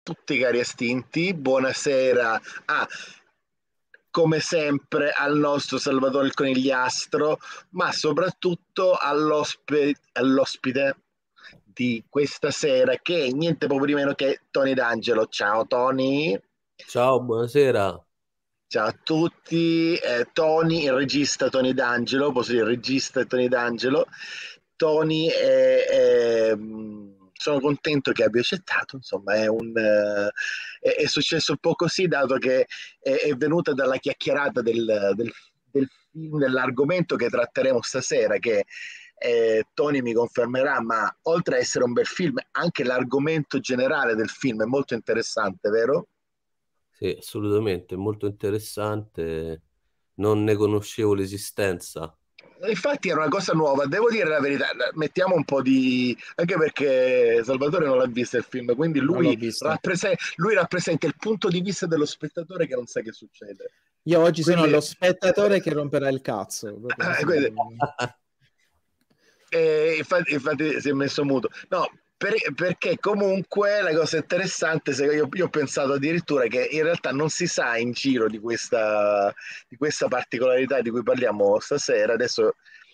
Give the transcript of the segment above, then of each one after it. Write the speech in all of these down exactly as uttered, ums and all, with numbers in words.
tutti cari estinti, buonasera a, come sempre, al nostro Salvatore il Conigliastro, ma soprattutto all'ospe- all'ospite di questa sera, che è niente poco di meno che Tony D'Angelo. Ciao Tony. Ciao, buonasera. Ciao a tutti, eh, Tony, il regista Tony D'Angelo, posso dire il regista Tony D'Angelo. Tony, è, è, mh, sono contento che abbia accettato, insomma è, un, eh, è, è successo un po' così, dato che è, è venuta dalla chiacchierata del, del, del film, dell'argomento che tratteremo stasera, che eh, Tony mi confermerà, ma oltre a essere un bel film, anche l'argomento generale del film è molto interessante, vero? Sì, assolutamente, molto interessante. Non ne conoscevo l'esistenza. Infatti era una cosa nuova, devo dire la verità, mettiamo un po' di... anche perché Salvatore non l'ha visto il film, quindi Non l'ho lui, visto. rapprese- lui rappresenta il punto di vista dello spettatore che non sa che succede. Io oggi sono Quindi, lo spettatore che romperà il cazzo. Proprio eh, così. quindi, eh, infatti, infatti si è messo muto. No, per- perché comunque la cosa interessante, se io, io ho pensato addirittura che in realtà non si sa in giro di questa, di questa particolarità di cui parliamo stasera, adesso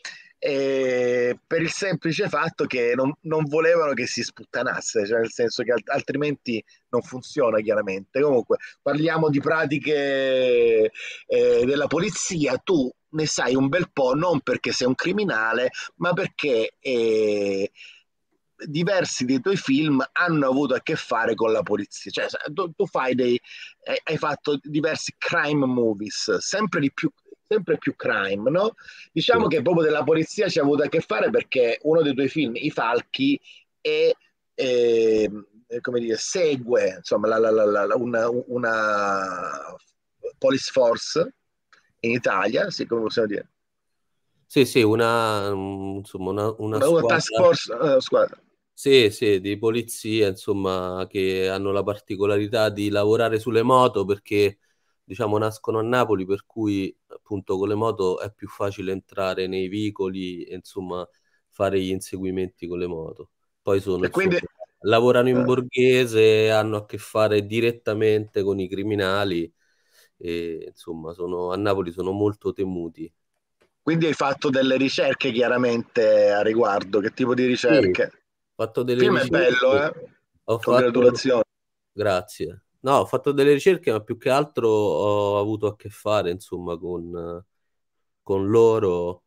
eh, per il semplice fatto che non, non volevano che si sputtanasse, cioè nel senso che alt- altrimenti non funziona chiaramente. Comunque parliamo di pratiche eh, della polizia, tu ne sai un bel po', non perché sei un criminale, ma perché eh, diversi dei tuoi film hanno avuto a che fare con la polizia. Cioè, tu, tu fai dei, eh, hai fatto diversi crime movies, sempre di più, sempre più crime, no? Diciamo Sì, che proprio della polizia ci ha avuto a che fare perché uno dei tuoi film, I Falchi, è, eh, come dire, segue insomma, la, la, la, la, una, una police force in Italia, sì, come possiamo dire, sì, sì, una, mm, insomma, una, una una, una task squadra, force, uh, squadra. sì, sì, di polizia, insomma, che hanno la particolarità di lavorare sulle moto perché, diciamo, nascono a Napoli, per cui appunto con le moto è più facile entrare nei vicoli e, insomma, fare gli inseguimenti con le moto. Poi sono, E insomma, quindi lavorano in uh, borghese, hanno a che fare direttamente con i criminali e, insomma, sono, a Napoli sono molto temuti. quindi hai fatto delle ricerche chiaramente a riguardo. Che tipo di Sì, ho ricerche? fatto Il delle film è bello, ricerche, eh? ho fatto, Congratulazioni. grazie. No, ho fatto delle ricerche, ma più che altro ho avuto a che fare, insomma, con, con loro,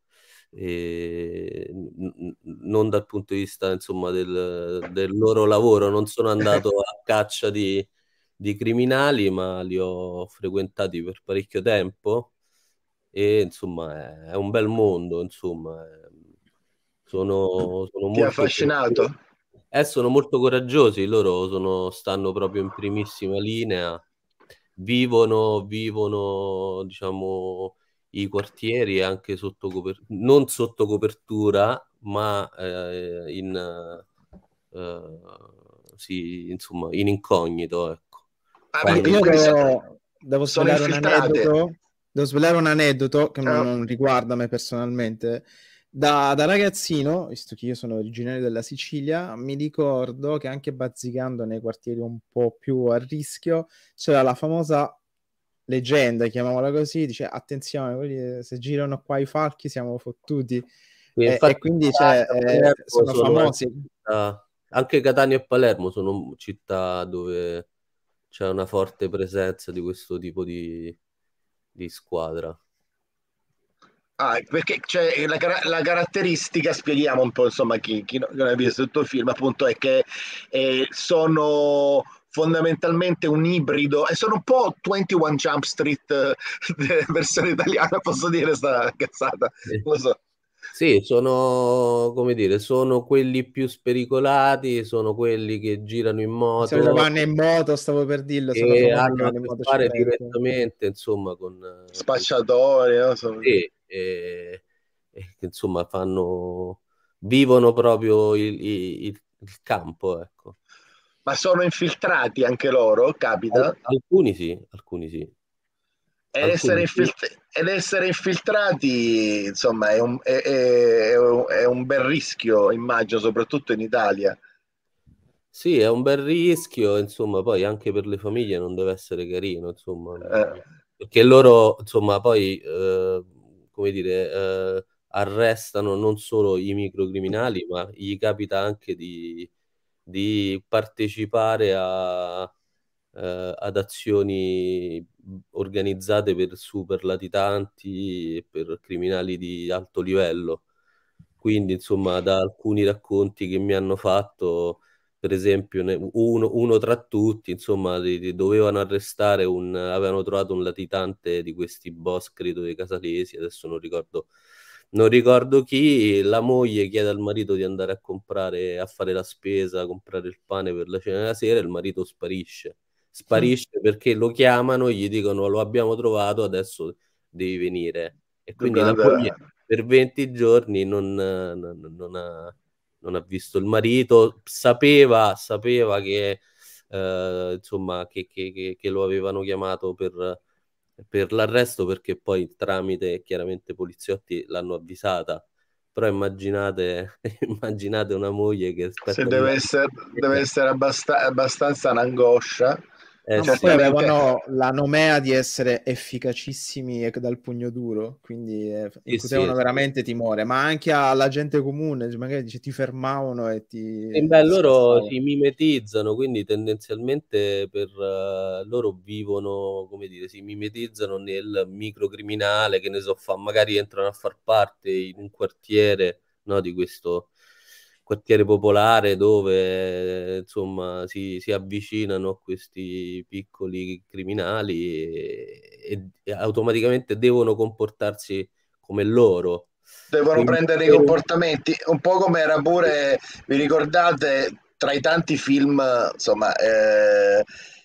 e n- n- non dal punto di vista, insomma, del, del loro lavoro. Non sono andato a caccia di, di criminali, ma li ho frequentati per parecchio tempo e, insomma, è, è un bel mondo, insomma. è- sono, sono Ti ha molto affascinato? coraggiosi. Eh, sono molto coraggiosi, loro sono- stanno proprio in primissima linea, vivono, vivono, diciamo, i quartieri anche sotto copertura, non sotto copertura, ma eh, in, eh, sì, insomma, in incognito, ecco. Ah, Io, quindi, Fanno... io quindi so- devo, devo sono svelare un infiltrate. aneddoto. Devo svelare un aneddoto che non, Eh, non riguarda me personalmente. Da, da ragazzino, visto che io sono originario della Sicilia, mi ricordo che anche bazzicando nei quartieri un po' più a rischio c'era la famosa leggenda, chiamiamola così, dice attenzione, quelli, se girano qua i falchi siamo fottuti. E E, e infatti quindi cioè, Catania e eh, Palermo sono sono anche, famosi. città- anche Catania e Palermo sono città dove c'è una forte presenza di questo tipo di, di squadra. ah, perché cioè, la, cara- la caratteristica, spieghiamo un po', insomma, chi, chi non ha visto il tuo film, appunto, è che eh, sono fondamentalmente un ibrido e sono un po' ventuno Jump Street eh, versione italiana, posso dire sta cazzata, Sì. non lo so. Sì, sono, come dire, sono quelli più spericolati, sono quelli che girano in Di solito moto vanno in moto, stavo per dirlo, sono e famosi che hanno a vanno in che fare motocicletta. direttamente, insomma, con, eh, appunto, Spacciatori, no? Sono- sì, e, e che, insomma, fanno, vivono proprio il, il- il campo, ecco. ma sono infiltrati anche loro, Al- capita? alcuni sì, alcuni sì, Ed essere, alcuni sì. infilt- ed essere infiltrati, insomma, è un, è- è- è un- è un bel rischio, immagino, soprattutto in Italia. Sì, è un bel rischio, insomma, poi anche per le famiglie non deve essere carino, insomma, Eh, perché loro, insomma, poi, eh, come dire, eh, arrestano non solo i microcriminali, ma gli capita anche di, di partecipare a, eh, ad azioni organizzate per super latitanti e per criminali di alto livello. Quindi, insomma, da alcuni racconti che mi hanno fatto, per esempio, ne- uno, uno tra tutti, insomma, di- di- dovevano arrestare un, avevano trovato un latitante di questi boss, credo, dei Casalesi, adesso non ricordo, non ricordo chi, la moglie chiede al marito di andare a comprare, a fare la spesa, a comprare il pane per la cena della sera, e il marito sparisce. Sparisce perché lo chiamano, gli dicono lo abbiamo trovato, adesso devi venire. E quindi dobbiamo la moglie andare. per venti giorni non, non- non ha, non ha visto il marito, sapeva, sapeva che, eh, insomma, che, che- che- che lo avevano chiamato per, per l'arresto, perché poi tramite chiaramente poliziotti l'hanno avvisata. Però immaginate, immaginate una moglie che Se aspetta di deve dare... essere, deve essere abbasta- abbastanza un'angoscia. Eh No, ma poi sì, Certamente, avevano la nomea di essere efficacissimi e dal pugno duro, quindi eh, sì, sì, incutevano sì. veramente timore, ma anche alla gente comune, cioè, magari dice, ti fermavano e E ti, beh, ti loro spazzavano. si mimetizzano, quindi tendenzialmente per eh, loro vivono, come dire, si mimetizzano nel microcriminale, che ne so, fa, magari entrano a far parte in un quartiere, no, di questo quartiere popolare dove, eh, insomma, si, si avvicinano a questi piccoli criminali e, e- e automaticamente devono comportarsi come loro. devono Quindi, prendere dei comportamenti, un po' come era pure, vi ricordate, tra i tanti film, insomma, eh,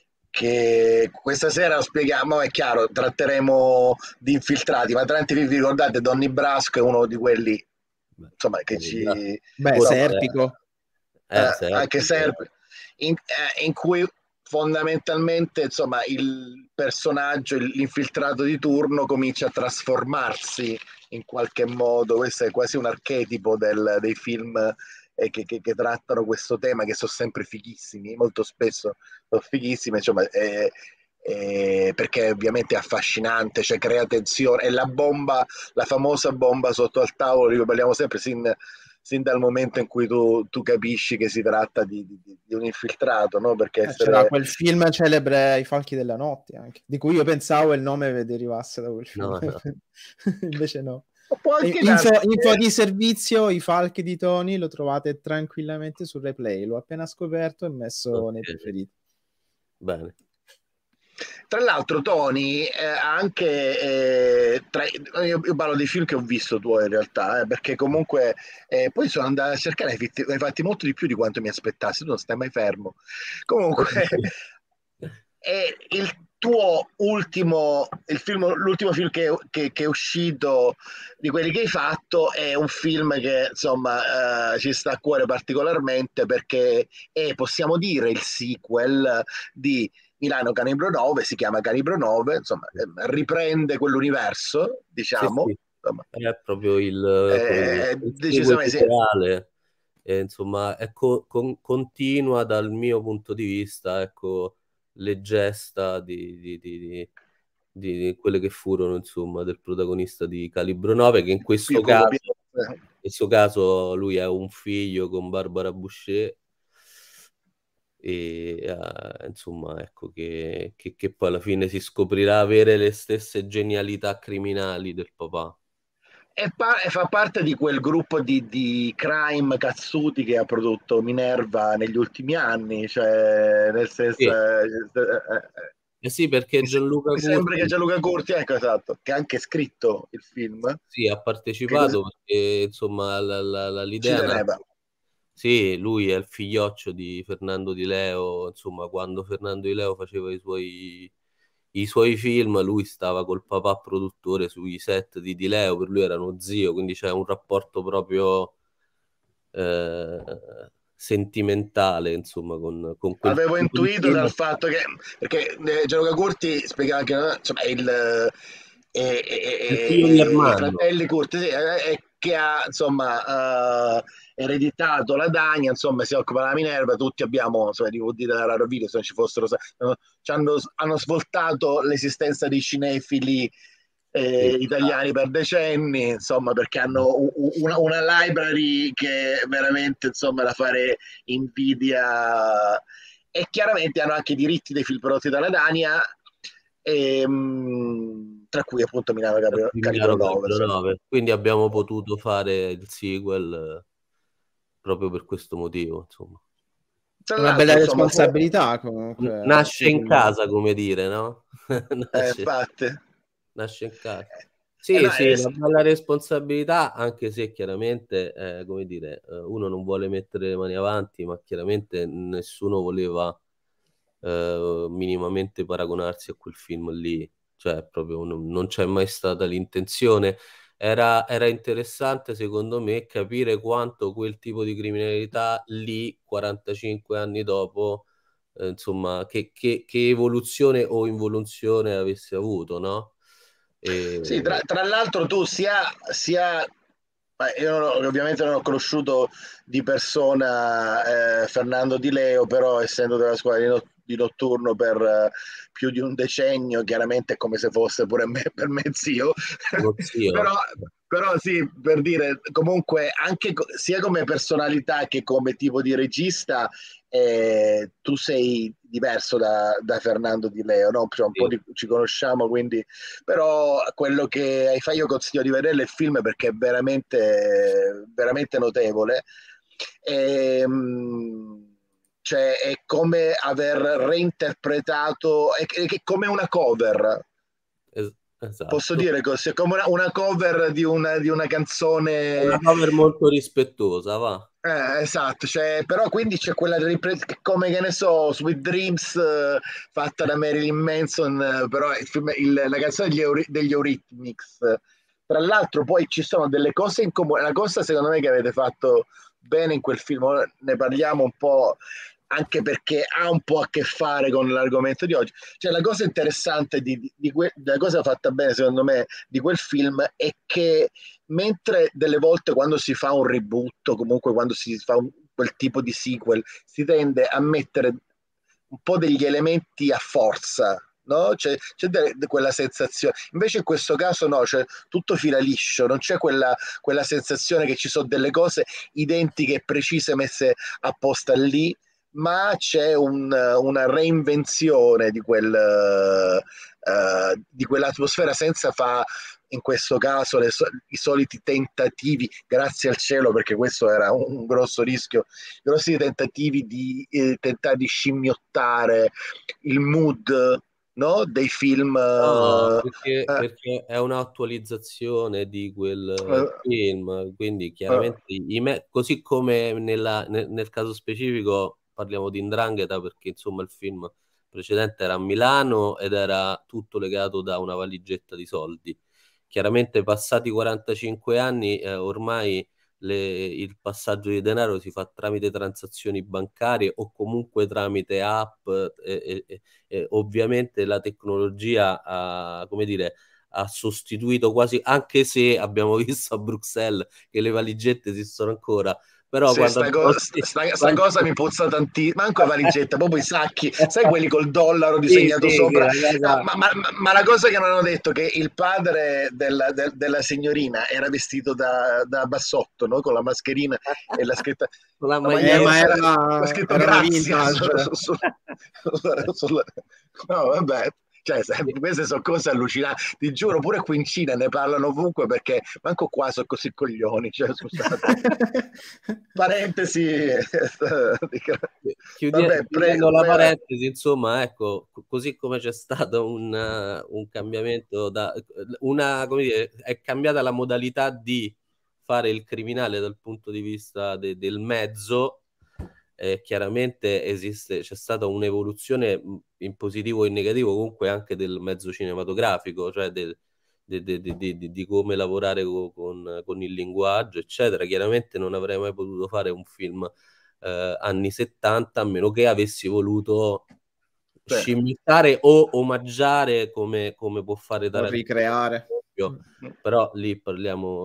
che questa sera spieghiamo, è chiaro, tratteremo di infiltrati, ma tra i tanti film, vi ricordate, Donny Brasco è uno di quelli, beh, insomma, che Donnie Brasco. ci, Beh, insomma, Forse, Serpico. eh, eh, anche Serpico. serve, in, eh, in cui fondamentalmente insomma il personaggio, il- l'infiltrato di turno comincia a trasformarsi in qualche modo, questo è quasi un archetipo del- dei film eh, che, che- che trattano questo tema, che sono sempre fighissimi, molto spesso sono fighissimi, insomma, eh, eh, perché ovviamente è affascinante, cioè crea tensione, e la bomba, la famosa bomba sotto al tavolo, di cui parliamo sempre, sin, sin dal momento in cui tu, tu capisci che si tratta di, di- di un infiltrato, no? Perché Eh, c'era essere... quel film celebre I Falchi della Notte, anche, di cui io pensavo il nome derivasse da quel film, No, no. invece no. Può E anche Info, darsi info che... di servizio, I Falchi di Tony lo trovate tranquillamente su Replay, l'ho appena scoperto e messo nei Ok, preferiti. bene. Tra l'altro, Tony, eh, anche eh, tra... io, io parlo dei film che ho visto tuoi in realtà, eh, perché comunque eh, poi sono andato a cercare, hai fatti, hai fatti molto di più di quanto mi aspettassi, tu non stai mai fermo. Comunque, è il tuo ultimo, il film, l'ultimo film che, che- che è uscito di quelli che hai fatto è un film che insomma eh, ci sta a cuore particolarmente perché è, possiamo dire, il sequel di Milano Canibro nove, si chiama Canibro nove, insomma, eh, riprende quell'universo, Sì, diciamo, sì, insomma, è proprio il, come dire, eh, il sequel decisamente sì. ideale. E, insomma, ecco, con- continua dal mio punto di vista, ecco, le gesta di, di- di- di- di quelle che furono, insomma, del protagonista di Calibro nove, che in questo Piccolo caso, Pier- in questo caso lui ha un figlio con Barbara Boucher e eh, insomma, ecco che, che- che poi alla fine si scoprirà avere le stesse genialità criminali del papà. E, pa- e fa parte di quel gruppo di, di crime cazzuti che ha prodotto Minerva negli ultimi anni, cioè nel senso Sì, eh, eh, eh, eh sì, perché mi, se- Gianluca mi sembra che Curti Gianluca Curti, ecco esatto, che ha anche scritto il film, sì, ha che cos- partecipato perché insomma la- la- la- ci l'idea teneva. nasce. Sì, lui è il figlioccio di Fernando Di Leo, insomma, quando Fernando Di Leo faceva i suoi, i suoi film, lui stava col papà produttore sui set di Di Leo, per lui era uno zio, quindi c'è un rapporto proprio eh, sentimentale, insomma, con, con quel Avevo tipo di intuito film. dal fatto che, perché eh, Gianluca Curti spiegava che no, insomma, è il, e, e- Il figlio di e- e- i Armando. fratelli Curti, sì, eh, e che ha insomma, eh, ereditato la Dania, insomma si occupa la Minerva, tutti abbiamo insomma, i D V D della Raro Video, se non ci fossero, ci hanno, hanno svoltato l'esistenza di cinefili eh, Sì. italiani per decenni, insomma, perché hanno una, una library che veramente insomma da fare invidia, e chiaramente hanno anche i diritti dei film prodotti dalla Dania, e, mh, tra cui appunto Milano Calibro Milano nove. Calibro nove. Quindi abbiamo potuto fare il sequel eh, proprio per questo motivo, insomma. Tra Una l'altro, bella insomma, fu... responsabilità comunque. Nasce Sì, in casa, come dire, no? eh, Nasce, infatti. nasce in casa. Eh, Sì, no, sì, eh, una bella responsabilità, anche se chiaramente, eh, come dire, eh, uno non vuole mettere le mani avanti, ma chiaramente nessuno voleva eh, minimamente paragonarsi a quel film lì, cioè proprio non, non c'è mai stata l'intenzione. Era, era interessante secondo me capire quanto quel tipo di criminalità lì, quarantacinque anni dopo, eh, insomma, che, che, che evoluzione o involuzione avesse avuto, no? E... sì, tra, tra l'altro tu sia, sia io non ho- ovviamente non ho conosciuto di persona eh, Fernando Di Leo, però essendo della squadra di, not- di notturno per eh, più di un decennio, chiaramente è come se fosse pure me, per me zio, Uno zio. però, però sì, per dire, comunque anche co- sia come personalità che come tipo di regista, eh, tu sei diverso da, da Fernando Di Leo, no? Cioè, un po' Sì. di- ci conosciamo, quindi però quello che hai fatto io consiglio di vederlo il film perché è veramente, veramente notevole. E, cioè, è come aver reinterpretato, è, è come una cover. Es- Posso esatto. dire così, è come una, una cover di una, di una È una canzone. cover molto rispettosa, va. Eh, esatto, cioè, però quindi c'è quella ripresa come che ne so, Sweet Dreams eh, fatta da Marilyn Manson, eh, però il film- il- la canzone degli, Euri- degli Eurythmics. Tra l'altro poi ci sono delle cose in comune, la cosa secondo me che avete fatto bene in quel film, ora ne parliamo un po' anche perché ha un po' a che fare con l'argomento di oggi. Cioè la cosa interessante di, di, di que- la cosa fatta bene secondo me di quel film è che mentre delle volte quando si fa un reboot o comunque quando si fa un, quel tipo di sequel si tende a mettere un po' degli elementi a forza, no? C'è, c'è de- de- quella sensazione. Invece in questo caso no, cioè, tutto fila liscio, non c'è quella, quella sensazione che ci sono delle cose identiche e precise messe apposta lì, ma c'è un, una reinvenzione di, quel, uh, di quell'atmosfera senza fa in questo caso le, i soliti tentativi, grazie al cielo perché questo era un, un grosso rischio, grossi tentativi di eh, tentare di scimmiottare il mood, no? Dei film. No, eh, perché, eh, perché è un'attualizzazione di quel eh, film, quindi eh, chiaramente i me- così come nella- nel, nel caso specifico parliamo di 'Ndrangheta perché insomma il film precedente era a Milano ed era tutto legato da una valigetta di soldi. Chiaramente passati quarantacinque anni eh, ormai le- il passaggio di denaro si fa tramite transazioni bancarie o comunque tramite app e, e- e ovviamente la tecnologia ha, come dire, ha sostituito quasi, anche se abbiamo visto a Bruxelles che le valigette esistono ancora, però Sì, quando sta, abbiamo... co- sta- sta quando- cosa mi puzza tantissimo. Manco la valigetta, proprio i sacchi, sai quelli col dollaro Sì, disegnato sì, sì, sopra. la No, cosa... ma, ma- ma- ma la cosa che non hanno detto è che il padre della, del- della signorina era vestito da, da bassotto, no? Con la mascherina e la scritta, con la la Eh, ma maglietta, maglietta. con era, scritto erano grazie. su- vintage. su- su- su- sul- no, vabbè. Cioè, se- queste sono cose allucinanti, ti giuro, pure qui in Cina ne parlano ovunque perché manco qua sono così coglioni, cioè, scusate. Parentesi, Chiudie- vabbè, chiudendo prego, la vai, vai. parentesi, insomma, ecco, co- così come c'è stato un, eh, un cambiamento da una, come dire, è cambiata la modalità di fare il criminale dal punto di vista de- del mezzo, eh, chiaramente esiste, c'è stata un'evoluzione mh, in positivo e in negativo comunque anche del mezzo cinematografico, cioè del- de- de- de- de- de- di come lavorare co- con, con il linguaggio, eccetera. Chiaramente non avrei mai potuto fare un film eh, anni settanta, a meno che avessi voluto Sì. scimmittare o omaggiare come, come può fare O Tarantino, ricreare. per esempio. Però lì parliamo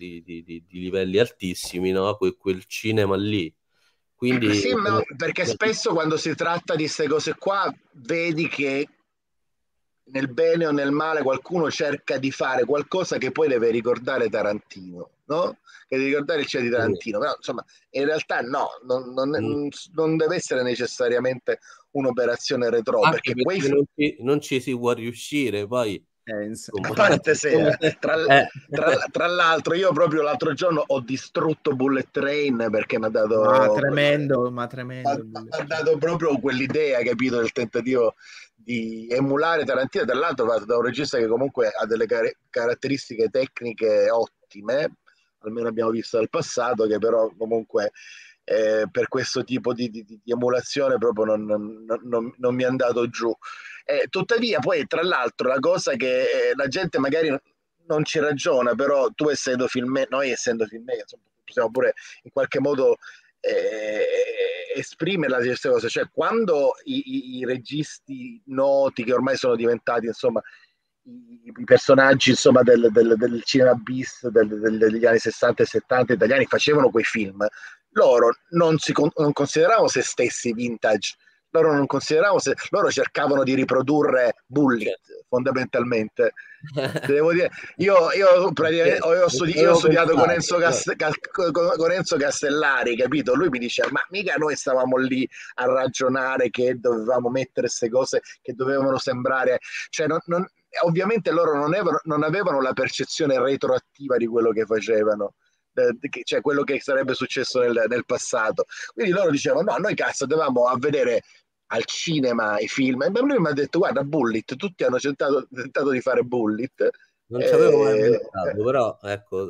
di, di, di, di livelli altissimi, no? Que, quel cinema lì. Quindi sì, no, perché spesso quando si tratta di queste cose qua vedi che nel bene o nel male qualcuno cerca di fare qualcosa che poi deve ricordare Tarantino, no? Che deve ricordare il cinema di Tarantino, però insomma in realtà no, non, non, mm. non deve essere necessariamente un'operazione retro, Anche perché, perché quei non ci, non ci si può riuscire, poi Eh, ins- a insomma, parte se, come- tra, eh. tra, tra l'altro io proprio l'altro giorno ho distrutto Bullet Train perché mi ha dato Ma tremendo, ma tremendo. mi ha dato proprio quell'idea, capito, del tentativo di emulare Tarantino, tra l'altro fatto da un regista che comunque ha delle car- caratteristiche tecniche ottime, almeno abbiamo visto dal passato, che però comunque eh, per questo tipo di, di, di emulazione proprio non, non, non, non mi è andato giù. Eh, tuttavia poi tra l'altro la cosa che eh, la gente magari non ci ragiona, però tu essendo filme, noi essendo filmmaker, possiamo pure in qualche modo eh, esprimere queste cose, cioè quando i, i, i registi noti che ormai sono diventati insomma i, i personaggi insomma del, del, del cinema bis del, del, degli anni sessanta e settanta italiani facevano quei film, loro non, si, non consideravano se stessi vintage, loro non consideravano se, loro cercavano di riprodurre Bullet fondamentalmente. Devo dire, io, io praticamente ho, studi- io ho studiato con Enzo, Cast- con Enzo Castellari, capito? Lui mi diceva, ma mica noi stavamo lì a ragionare che dovevamo mettere queste cose che dovevano sembrare, cioè non, non, ovviamente loro non avevano, non avevano la percezione retroattiva di quello che facevano, eh, cioè quello che sarebbe successo nel, nel passato. Quindi loro dicevano, no, noi cazzo dovevamo a vedere al cinema i film, e lui mi ha detto guarda Bullet, tutti hanno tentato, tentato di fare Bullet, Non ci avevo mai e... pensato, però ecco,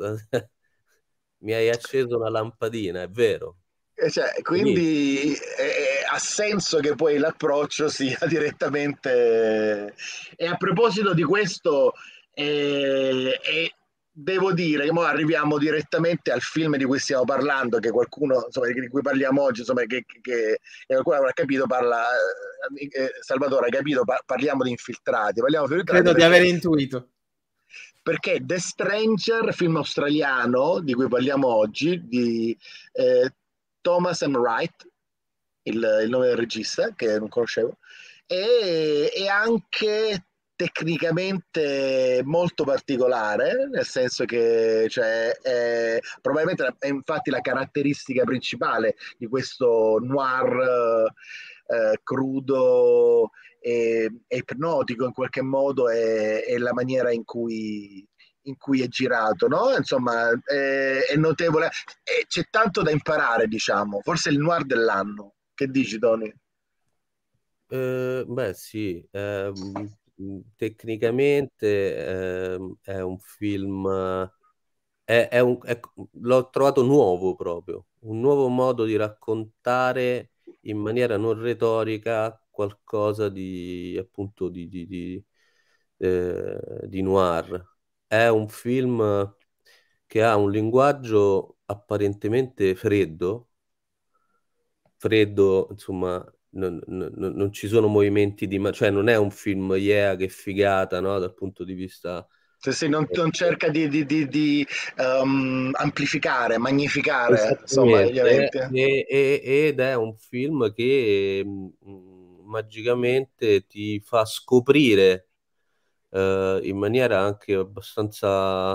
mi hai acceso una lampadina, è vero. Cioè, quindi eh, ha senso che poi l'approccio sia direttamente. E a proposito di questo, eh, eh, devo dire che mo arriviamo direttamente al film di cui stiamo parlando, che qualcuno, insomma, di cui parliamo oggi, insomma, che, che, che qualcuno avrà capito, parla, eh, Salvatore, hai capito, par- parliamo di Infiltrati. Parliamo di Infiltrati Credo di perché, aver intuito. perché The Stranger, film australiano di cui parliamo oggi, di eh, Thomas M. Wright, il, il nome del regista, che non conoscevo, e, e anche tecnicamente molto particolare, nel senso che cioè, è, probabilmente è infatti la caratteristica principale di questo noir eh, crudo e, e ipnotico in qualche modo è, è la maniera in cui in cui è girato, no? Insomma, è, è notevole e c'è tanto da imparare, diciamo. Forse è il noir dell'anno. Che dici, Tony? Eh, beh, sì, ehm, tecnicamente ehm, è un film, è, è un- è- l'ho trovato nuovo proprio, un nuovo modo di raccontare in maniera non retorica qualcosa di, appunto, di, di, di, eh, di noir. È un film che ha un linguaggio apparentemente freddo, freddo, insomma, non, non- non ci sono movimenti di... ma- cioè non è un film, yeah, che figata, no? Dal punto di vista... Se, se non, non cerca di, di, di, di um, amplificare, magnificare, insomma, gli Esattamente, eventi. e- e- ed è un film che mh, magicamente ti fa scoprire eh, in maniera anche abbastanza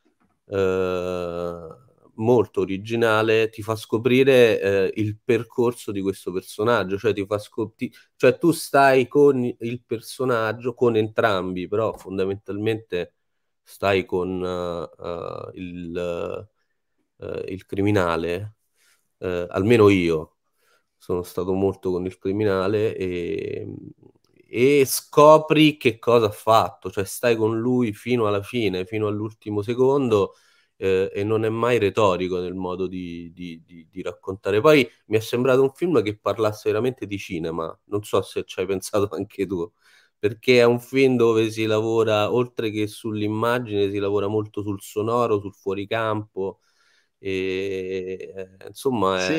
eh, molto originale, ti fa scoprire eh, il percorso di questo personaggio, cioè ti fa scoprire, cioè tu stai con il personaggio, con entrambi, però fondamentalmente stai con eh, eh, il, eh, il criminale, eh, almeno io sono stato molto con il criminale e, e scopri che cosa ha fatto, cioè stai con lui fino alla fine, fino all'ultimo secondo eh, e non è mai retorico nel modo di, di- di- di raccontare. Poi mi è sembrato un film che parlasse veramente di cinema, non so se ci hai pensato anche tu, perché è un film dove si lavora, oltre che sull'immagine, si lavora molto sul sonoro, sul fuoricampo, e eh, insomma Sì, è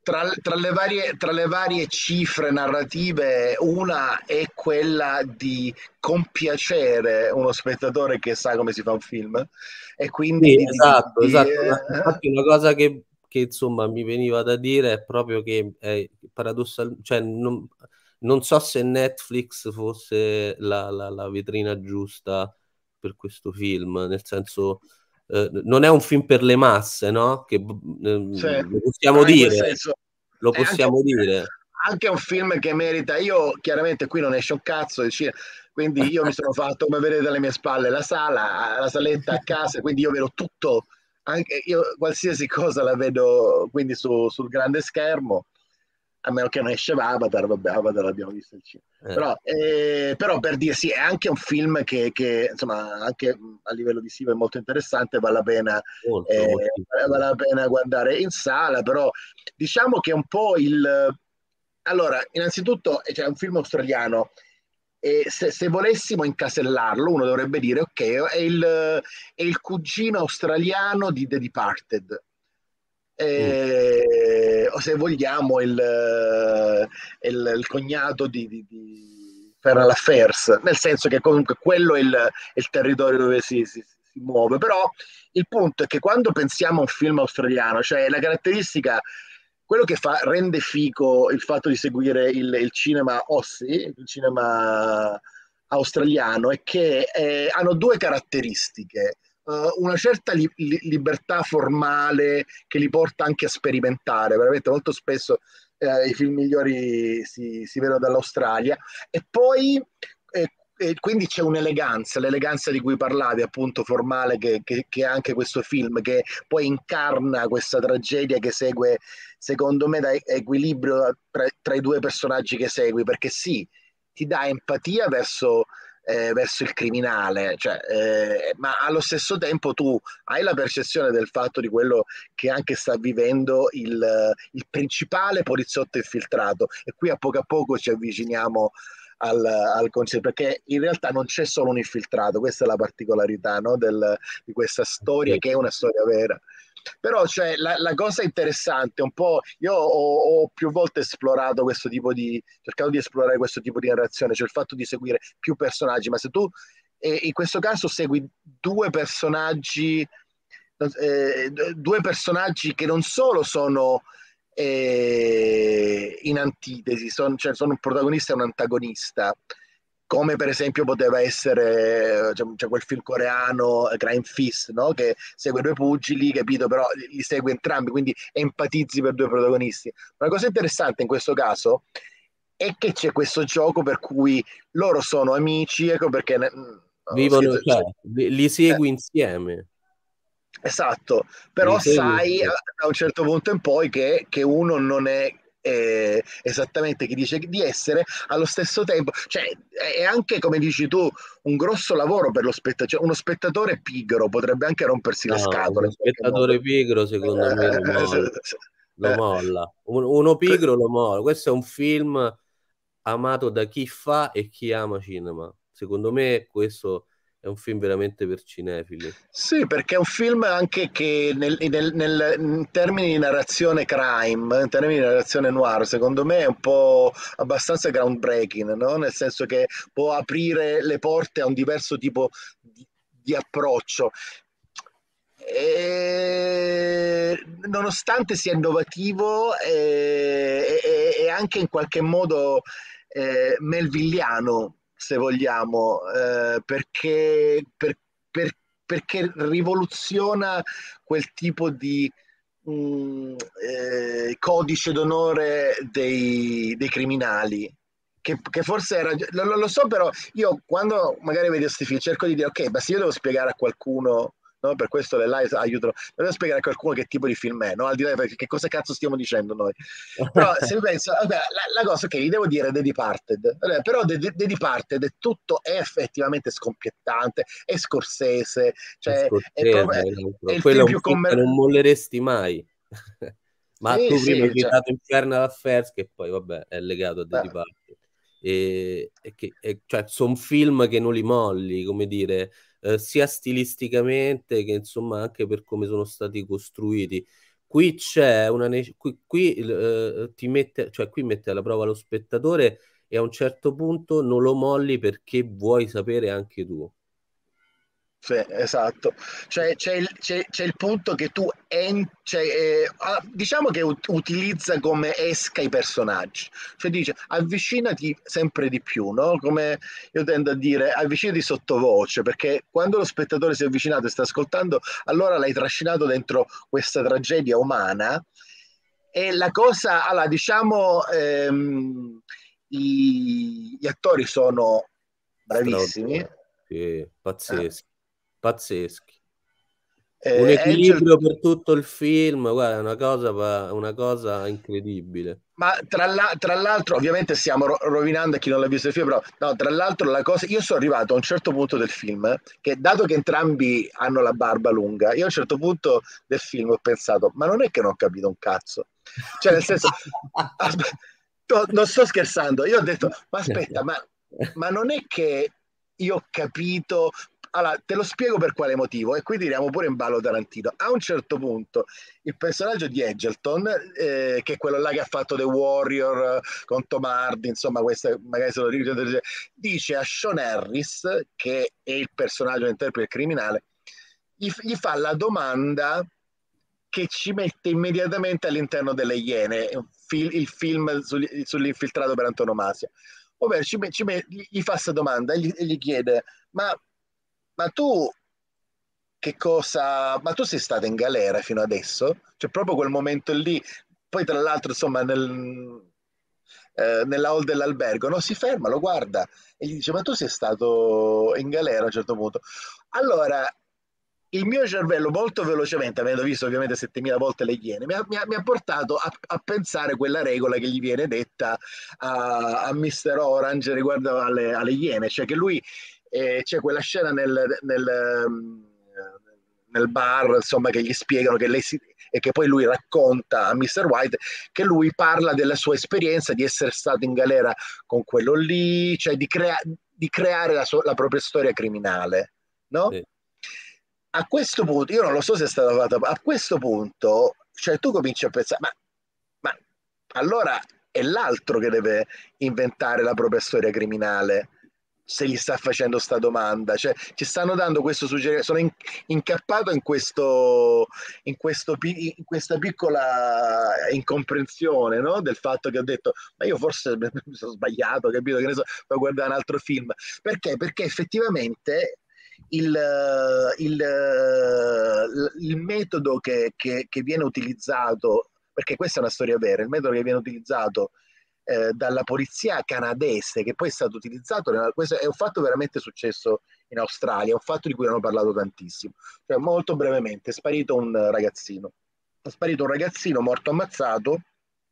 tra, tra le varie, tra le varie cifre narrative, una è quella di compiacere uno spettatore che sa come si fa un film e quindi Sì, di, di- di- esatto, di- esatto. Ma eh, infatti una cosa che, che, insomma mi veniva da dire è proprio che è paradossal, cioè non, non so se Netflix fosse la, la- la vetrina giusta per questo film, nel senso eh, non è un film per le masse, no? Che cioè, ehm, lo possiamo ah, in quel dire, senso lo è anche, possiamo dire. anche un film che merita. Io chiaramente qui non esce un cazzo di cinema, quindi io mi sono fatto, come vedete alle mie spalle, la sala, la saletta a casa, quindi io vedo tutto, anche io qualsiasi cosa la vedo quindi su- sul grande schermo, a meno che non esce Avatar, vabbè, Avatar l'abbiamo visto al cinema. Eh, Però, eh, però per dire sì, è anche un film che, che, insomma anche a livello visivo è molto interessante, vale la pena, molto, eh, moltissimo. vale la pena guardare in sala, però diciamo che è un po' il... Allora, innanzitutto c'è un film australiano e se, se volessimo incasellarlo, uno dovrebbe dire ok, è il, è il cugino australiano di The Departed. Mm, Eh, o se vogliamo il, il- il cognato di, di, di Feral Affairs, nel senso che comunque quello è il, è il territorio dove si, si- si muove, però il punto è che quando pensiamo a un film australiano, cioè la caratteristica, quello che fa, rende figo il fatto di seguire il, il cinema Aussie, il cinema australiano, è che eh, hanno due caratteristiche. Uh, una certa li- li- libertà formale che li porta anche a sperimentare, veramente molto spesso eh, i film migliori si, si vedono dall'Australia e poi eh, e quindi c'è un'eleganza, l'eleganza di cui parlavi appunto formale che, che, che ha anche questo film che poi incarna questa tragedia che segue secondo me da equilibrio tra, tra i due personaggi che segui perché sì, ti dà empatia verso eh, verso il criminale, cioè, eh, ma allo stesso tempo tu hai la percezione del fatto di quello che anche sta vivendo il, il principale poliziotto infiltrato e qui a poco a poco ci avviciniamo al, al concetto perché in realtà non c'è solo un infiltrato, questa è la particolarità no, del, di questa storia sì. che è una storia vera. Però cioè, la, la cosa interessante, un po', io ho, ho più volte esplorato questo tipo di, cercato di esplorare questo tipo di narrazione, cioè il fatto di seguire più personaggi, ma se tu eh, in questo caso segui due personaggi, eh, due personaggi che non solo sono eh, in antitesi, son, cioè sono un protagonista e un antagonista, come per esempio poteva essere cioè, cioè quel film coreano Crime Fist, no? Che segue due pugili, capito? Però li segue entrambi, quindi empatizzi per due protagonisti. Una cosa interessante in questo caso è che c'è questo gioco per cui loro sono amici, ecco perché ho Vivono, scritto, cioè, cioè, li, li eh, segui insieme, esatto, li però segui sai insieme. da un certo punto in poi che, che uno non è eh, esattamente chi dice di essere, allo stesso tempo, cioè è anche come dici tu un grosso lavoro per lo spettatore, cioè, uno spettatore pigro potrebbe anche rompersi le No, scatole uno in qualche modo. spettatore pigro secondo me lo Eh, molla. Lo eh, molla. Un- uno pigro lo molla. Questo è un film amato da chi fa e chi ama cinema. Secondo me questo è un film veramente per cinefili. Sì, perché è un film anche che nel- nel- nel- in termini di narrazione crime, in termini di narrazione noir, secondo me è un po' abbastanza groundbreaking, no? Nel senso che può aprire le porte a un diverso tipo di, di approccio. E, nonostante sia innovativo e, e- e anche in qualche modo eh, melvilliano, se vogliamo, eh, perché, per- per- perché rivoluziona quel tipo di mh, eh, codice d'onore dei, dei criminali. Che, che forse era, lo, lo so, però io quando magari vedo questi film cerco di dire ok, ma se io devo spiegare a qualcuno, no? Per questo le live aiutano, devo spiegare a qualcuno che tipo di film è, no? Al di là di che cosa cazzo stiamo dicendo noi. Però se mi penso, vabbè, la, la cosa che gli devo dire The Departed, vabbè, però The, The Departed è tutto è effettivamente scoppiettante, è Scorsese, È cioè è Scorsese, proprio è, è l'altro. il Quello è film un più film che commerciale. non molleresti mai. Ma Sì, tu prima hai sì, cioè, citato Infernal Affairs, che poi vabbè è legato a The beh, Departed. E, e che, e, cioè, sono film che non li molli, come dire, eh, sia stilisticamente che insomma anche per come sono stati costruiti. qui c'è una nece- qui, qui, eh, ti mette, cioè qui mette alla prova lo spettatore e a un certo punto non lo molli perché vuoi sapere anche tu. Sì, esatto. Cioè, c'è il, c'è- c'è il punto che tu en- cioè, eh, ah, diciamo che ut- utilizza come esca i personaggi, cioè dice avvicinati sempre di più, no? Come io tendo a dire, avvicinati sottovoce, perché quando lo spettatore si è avvicinato e sta ascoltando, allora l'hai trascinato dentro questa tragedia umana e la cosa, allora, diciamo, ehm, i- gli attori sono bravissimi. Straordinario. Sì, eh. pazzeschi, pazzeschi. Un Eh, Angel. equilibrio per tutto il film, guarda, è una cosa, pa- una cosa incredibile. Ma tra la- tra l'altro, ovviamente stiamo ro- rovinando a chi non l'ha visto il film, però no, tra l'altro la cosa, io sono arrivato a un certo punto del film, eh, che dato che entrambi hanno la barba lunga, io a un certo punto del film ho pensato, ma non è che non ho capito un cazzo. Cioè, nel senso, aspe- to- non sto scherzando, io ho detto, ma aspetta, ma, ma non è che io ho capito. Allora, te lo spiego per quale motivo, e qui tiriamo pure in ballo Tarantino. A un certo punto il personaggio di Edgerton, eh, che è quello là che ha fatto The Warrior eh, con Tom Hardy, insomma, questa, magari se lo ricordate, dice a Sean Harris, che è il personaggio che interpreta il criminale, gli, gli fa la domanda che ci mette immediatamente all'interno delle Iene, il film sugli- sull'infiltrato per antonomasia. Ovvero ci, ci, gli fa questa domanda e gli, e gli chiede: ma, ma tu che cosa, ma tu sei stata in galera fino adesso? Cioè, proprio quel momento lì, poi tra l'altro, insomma, nel, eh, nella hall dell'albergo, no? Si ferma, lo guarda e gli dice: ma tu sei stato in galera a un certo punto. Allora, il mio cervello molto velocemente, avendo visto ovviamente settemila volte le Iene, mi ha, mi ha- mi ha portato a, a pensare quella regola che gli viene detta a, a mister Orange riguardo alle, alle Iene, cioè che lui eh, c'è quella scena nel, nel, um, nel bar, insomma, che gli spiegano che lei si, e che poi lui racconta a mister White che lui parla della sua esperienza di essere stato in galera con quello lì, cioè di, crea- di creare la, sua- la propria storia criminale, no? Sì. A questo punto, io non lo so se è stato fatto, a questo punto, cioè tu cominci a pensare, ma, ma allora è l'altro che deve inventare la propria storia criminale se gli sta facendo sta domanda, cioè ci stanno dando questo suggerimento, sono in, incappato in questo, in questo in questa piccola incomprensione, no? Del fatto che ho detto ma io forse mi sono sbagliato, capito, che ne so, poi guardare un altro film, perché? Perché effettivamente il, il, il metodo che, che, che viene utilizzato, perché questa è una storia vera, il metodo che viene utilizzato eh, dalla polizia canadese, che poi è stato utilizzato, nella, questo è un fatto veramente successo in Australia, è un fatto di cui hanno parlato tantissimo. Cioè, molto brevemente, è sparito un ragazzino, è sparito un ragazzino morto ammazzato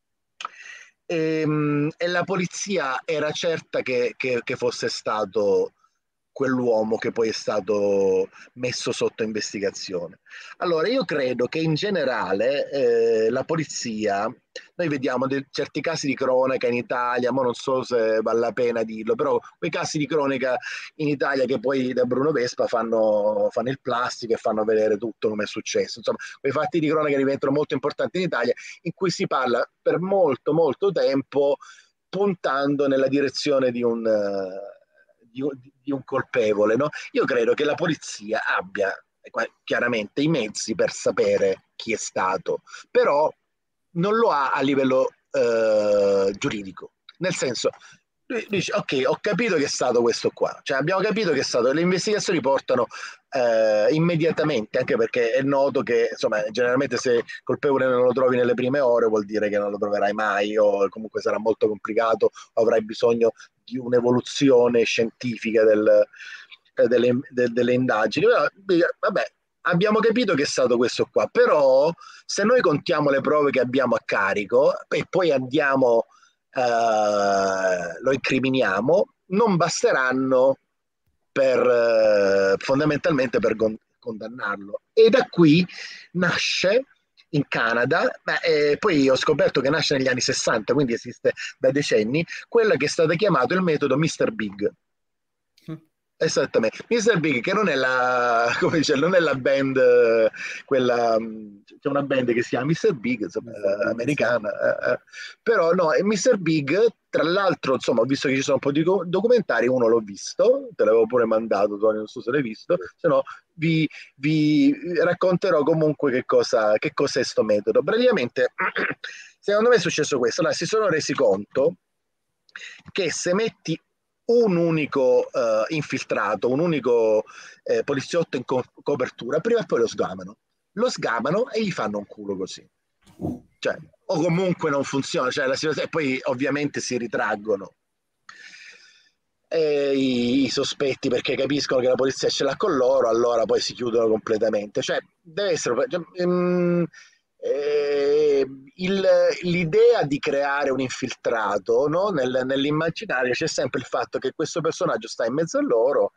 e, e la polizia era certa che, che, che fosse stato quell'uomo che poi è stato messo sotto investigazione. Allora, io credo che in generale eh, la polizia, noi vediamo de- certi casi di cronaca in Italia, ma non so se vale la pena dirlo, però quei casi di cronaca in Italia che poi da Bruno Vespa fanno, fanno il plastico e fanno vedere tutto come è successo. Insomma, quei fatti di cronaca diventano molto importanti in Italia, in cui si parla per molto, molto tempo puntando nella direzione di un, uh, di, un, di un colpevole. No? Io credo che la polizia abbia chiaramente i mezzi per sapere chi è stato, però non lo ha a livello uh, giuridico. Nel senso, lui dice, ok, ho capito che è stato questo qua, cioè abbiamo capito che è stato, le investigazioni portano eh, immediatamente, anche perché è noto che insomma generalmente se il colpevole non lo trovi nelle prime ore vuol dire che non lo troverai mai o comunque sarà molto complicato o avrai bisogno di un'evoluzione scientifica del, delle, de, delle indagini. Vabbè, abbiamo capito che è stato questo qua, però se noi contiamo le prove che abbiamo a carico e poi andiamo Uh, lo incriminiamo, non basteranno per uh, fondamentalmente per con- condannarlo. E da qui nasce in Canada, ma eh, poi ho scoperto che nasce negli anni sessanta, quindi esiste da decenni, quello che è stato chiamato il metodo mister Big. Esattamente, mister Big, che non è la, come dice, non è la band, eh, quella, mh, c'è una band che si chiama mister Big, insomma, mister eh, Big, americana, eh, eh. Però no, è mister Big, tra l'altro, insomma, ho visto che ci sono un po' di co- documentari, uno l'ho visto, te l'avevo pure mandato, Tony, non so se l'hai visto, se no vi, vi racconterò comunque che cosa, che cos'è sto metodo. Praticamente, secondo me è successo questo, allora, si sono resi conto che se metti un unico uh, infiltrato, un unico eh, poliziotto in co- copertura, prima o poi lo sgamano. Lo sgamano e gli fanno un culo così. Cioè, o comunque non funziona, cioè la situazione, e poi ovviamente si ritraggono e i, i sospetti perché capiscono che la polizia ce l'ha con loro, allora poi si chiudono completamente. Cioè, deve essere... Cioè, um, eh, il, l'idea di creare un infiltrato, no? Nel, nell'immaginario c'è sempre il fatto che questo personaggio sta in mezzo a loro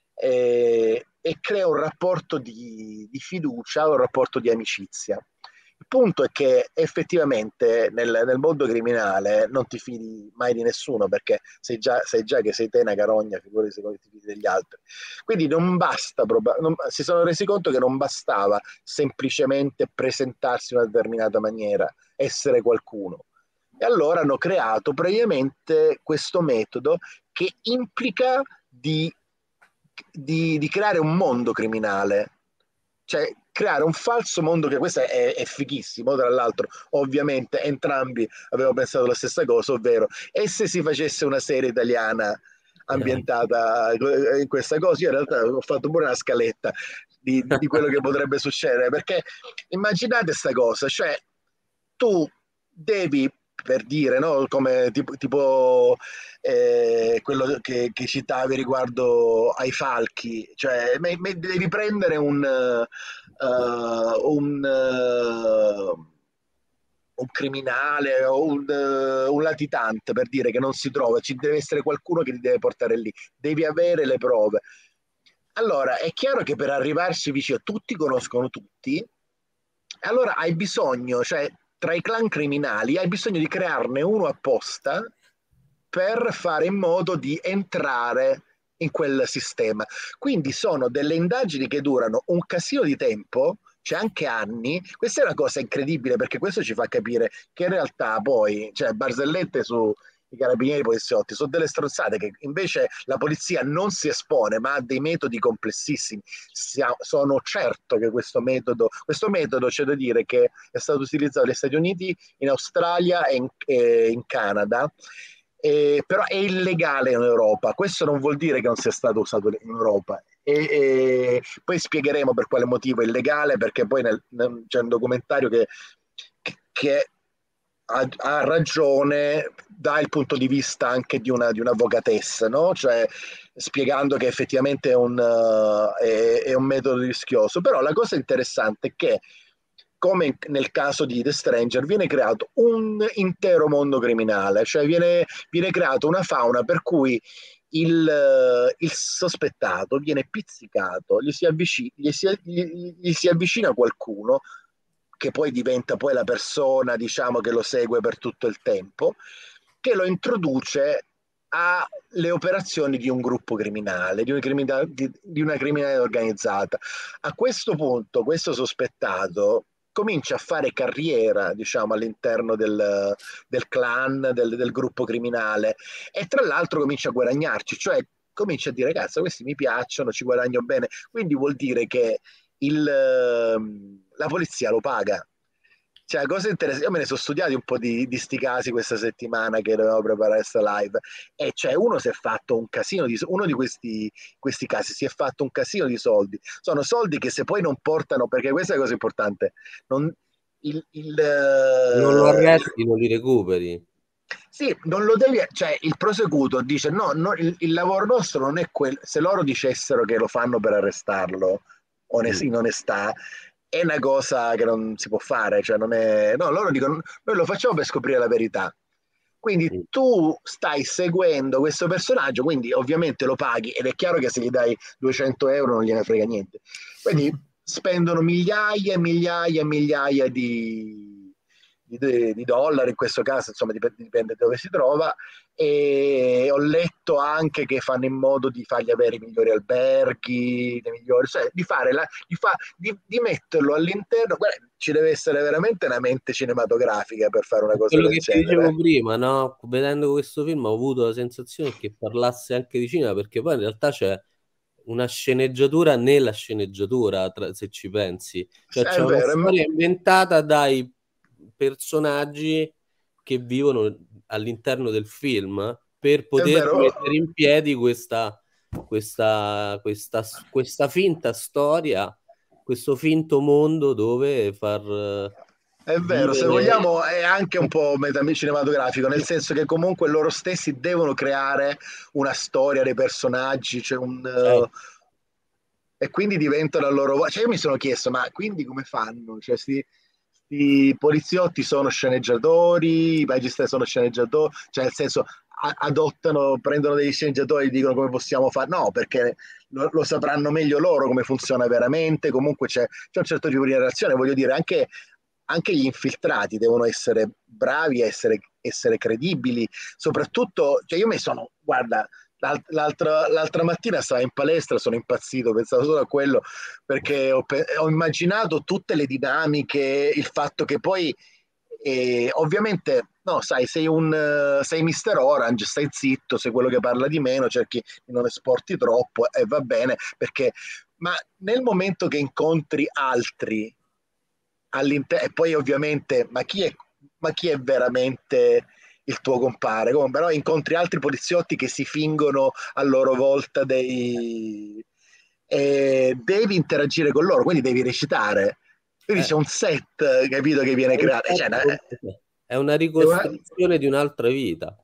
e, e crea un rapporto di, di fiducia, un rapporto di amicizia. Il punto è che effettivamente nel, nel mondo criminale non ti fidi mai di nessuno perché sai già, sai già che sei te una carogna, figurati se non ti fidi degli altri. Quindi non basta, non, si sono resi conto che non bastava semplicemente presentarsi in una determinata maniera, essere qualcuno. E allora hanno creato previamente questo metodo che implica di, di, di creare un mondo criminale, cioè creare un falso mondo, che questo è, è fighissimo, tra l'altro ovviamente entrambi avevamo pensato la stessa cosa, ovvero e se si facesse una serie italiana ambientata in questa cosa. Io in realtà ho fatto pure una scaletta di, di quello che potrebbe succedere, perché immaginate sta cosa, cioè tu devi, per dire, no? Come tipo, tipo eh, quello che, che citavi riguardo ai falchi, cioè me, me devi prendere un, uh, un, uh, un criminale o un, uh, un latitante, per dire che non si trova, ci deve essere qualcuno che ti deve portare lì, devi avere le prove. Allora è chiaro che per arrivarci vicino tutti conoscono tutti, allora hai bisogno, cioè tra i clan criminali hai bisogno di crearne uno apposta per fare in modo di entrare in quel sistema. Quindi sono delle indagini che durano un casino di tempo, cioè anche anni. Questa è una cosa incredibile perché questo ci fa capire che in realtà poi, cioè barzellette su i carabinieri, i poliziotti, sono delle stronzate che invece la polizia non si espone, ma ha dei metodi complessissimi. Sia, sono certo che questo metodo, questo metodo c'è da dire che è stato utilizzato negli Stati Uniti, in Australia e in, e in Canada, eh, però è illegale in Europa. Questo non vuol dire che non sia stato usato in Europa. E, e poi spiegheremo per quale motivo è illegale, perché poi nel, nel, c'è un documentario che, che ha, ha ragione dal punto di vista anche di, una, di un'avvocatessa, no? Cioè spiegando che effettivamente è un, uh, è, è un metodo rischioso. Però la cosa interessante è che, come nel caso di The Stranger, viene creato un intero mondo criminale, cioè viene, viene creata una fauna per cui il, il sospettato viene pizzicato, gli si, avvicina, gli, si, gli, gli si avvicina qualcuno che poi diventa poi la persona, diciamo, che lo segue per tutto il tempo, che lo introduce alle operazioni di un gruppo criminale, di una criminalità, di, di una criminalità organizzata. A questo punto questo sospettato comincia a fare carriera, diciamo, all'interno del, del clan, del, del gruppo criminale, e tra l'altro comincia a guadagnarci, cioè comincia a dire cazzo, questi mi piacciono, ci guadagno bene, quindi vuol dire che il, la polizia lo paga. Cioè, cosa interessante, io me ne sono studiati un po' di, di sti casi questa settimana che dovevo preparare questa live, e cioè uno si è fatto un casino di, uno di questi, questi casi si è fatto un casino di soldi, sono soldi che se poi non portano, perché questa è la cosa importante, non, il, il, non lo il, arresti, non li recuperi. sì, non lo devi, cioè il prosecutor dice no, no il, il lavoro nostro non è quello, se loro dicessero che lo fanno per arrestarlo onest- in onestà, è una cosa che non si può fare, cioè non è, no, loro dicono noi lo facciamo per scoprire la verità. Quindi Mm. tu stai seguendo questo personaggio, quindi ovviamente lo paghi, ed è chiaro che se gli dai duecento euro non gliene frega niente. Quindi spendono migliaia e migliaia e migliaia di, di, di dollari, in questo caso, insomma, dipende, dipende da dove si trova, e ho letto anche che fanno in modo di fargli avere i migliori alberghi, le migliori, cioè di fare la, di, fa, di, di metterlo all'interno. Guarda, ci deve essere veramente una mente cinematografica per fare una cosa Quello del che ti genere. dicevo prima, no? Vedendo questo film ho avuto la sensazione che parlasse anche di cinema, perché poi in realtà c'è una sceneggiatura nella sceneggiatura, tra- se ci pensi. Cioè È c'è una vero, è, storia inventata dai personaggi che vivono all'interno del film per è poter vero. mettere in piedi questa, questa, questa, questa finta storia, questo finto mondo dove far eh, È vero, se vivere. vogliamo è anche un po' metaccinematografico, nel senso che comunque loro stessi devono creare una storia dei personaggi, cioè un, Certo. eh, e quindi diventano a loro volta. Cioè io mi sono chiesto, ma quindi come fanno? Cioè, sti, sti poliziotti sono sceneggiatori, i magistrati sono sceneggiatori, cioè nel senso a- adottano, prendono degli sceneggiatori e dicono come possiamo fare? No, perché lo, lo sapranno meglio loro come funziona veramente, comunque c'è, c'è un certo tipo di relazione, voglio dire, anche, anche gli infiltrati devono essere bravi, essere, essere credibili, soprattutto, cioè io mi sono, guarda, l'alt- l'altra, l'altra mattina stavo in palestra, sono impazzito, pensavo solo a quello, perché ho, pe- ho immaginato tutte le dinamiche, il fatto che poi, eh, ovviamente, no, sai, sei un, eh, sei mister Orange, stai zitto, sei quello che parla di meno, cerchi di non esporti troppo e va bene, perché, ma nel momento che incontri altri all'interno, e poi ovviamente, ma chi è, ma chi è veramente il tuo compare? Come, però incontri altri poliziotti che si fingono a loro volta dei... e devi interagire con loro, quindi devi recitare. Quindi Eh, c'è un set, capito, che viene è un creato. Cioè, set completo. È una è una- ricostruzione di un'altra vita.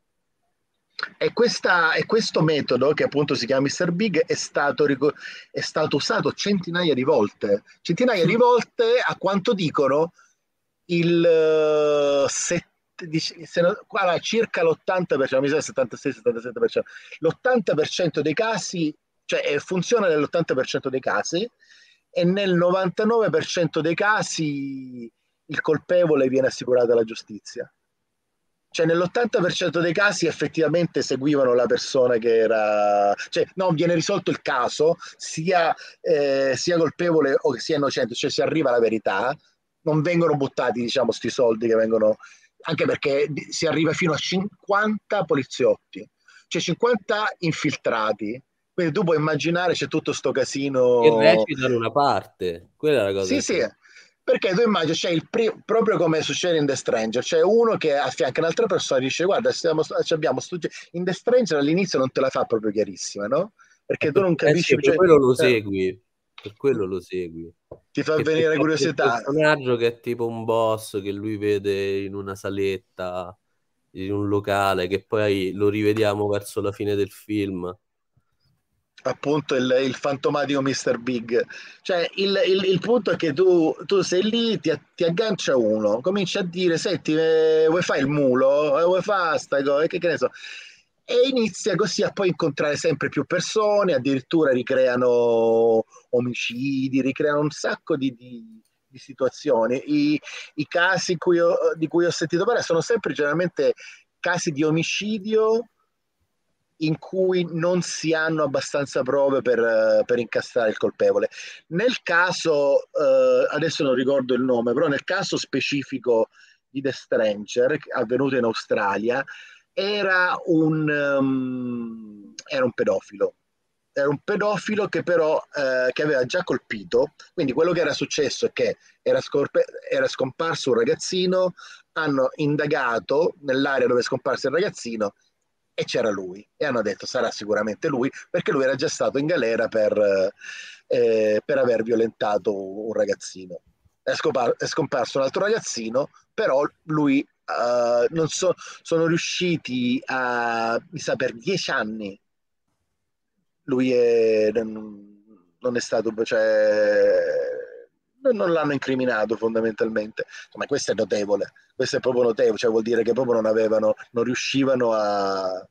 e, questa, e questo metodo, che appunto si chiama mister Big, è stato, rico- è stato usato centinaia di volte. Centinaia di volte, a quanto dicono, il eh, set- dic- se non- guarda, circa l'ottanta per cento, mi sa il settantasei settantasette per cento, l'ottanta per cento dei casi, cioè eh, funziona nell'ottanta per cento dei casi e nel novantanove per cento dei casi il colpevole viene assicurato alla giustizia. Cioè nell'ottanta per cento dei casi effettivamente seguivano la persona che era, cioè no, viene risolto il caso, sia, eh, sia colpevole o che sia innocente, cioè si arriva alla verità, non vengono buttati, diciamo, sti soldi che vengono, anche perché si arriva fino a cinquanta poliziotti, cioè cinquanta infiltrati, quindi tu puoi immaginare c'è tutto sto Che casino. recitano una parte. Quella è la cosa Sì, sì, interessante. perché tu immagini, c'è il pri- proprio come succede in The Stranger, c'è uno che affianca un'altra persona e dice guarda, stiamo, ci abbiamo stu-" in The Stranger all'inizio non te la fa proprio chiarissima, no? È Perché tu per, non eh capisci, sì, per cioè, quello lo eh, segui. Per quello lo segui. ti fa Che c'è venire sempre il curiosità. personaggio che è tipo un boss che lui vede in una saletta, in un locale, che poi lo rivediamo verso la fine del film. Appunto il, il fantomatico mister Big. Cioè, il, il- il punto è che tu, tu sei lì, ti, ti aggancia uno, comincia a dire, senti, eh, vuoi fare il mulo? Eh, vuoi fare sta cosa? Che, che ne so. E inizia così a poi incontrare sempre più persone, addirittura ricreano omicidi, ricreano un sacco di, di- di situazioni. I, i casi cui ho- di cui ho sentito parlare sono sempre generalmente casi di omicidio in cui non si hanno abbastanza prove per, eh, per incastrare il colpevole. Nel caso, eh, adesso non ricordo il nome, però nel caso specifico di The Stranger, avvenuto in Australia, era un, um, era un pedofilo. Era un pedofilo che però eh, che aveva già colpito, quindi quello che era successo è che era, scorpe- era scomparso un ragazzino, hanno indagato nell'area dove è scomparso il ragazzino e c'era lui e hanno detto sarà sicuramente lui perché lui era già stato in galera per, eh, per aver violentato un ragazzino. È, scopar- è scomparso un altro ragazzino, però lui eh, non so, sono riusciti a, mi sa, per dieci anni lui è, non è stato, cioè, non, non l'hanno incriminato fondamentalmente. Ma questo è notevole, questo è proprio notevole, cioè vuol dire che proprio non avevano, non riuscivano a,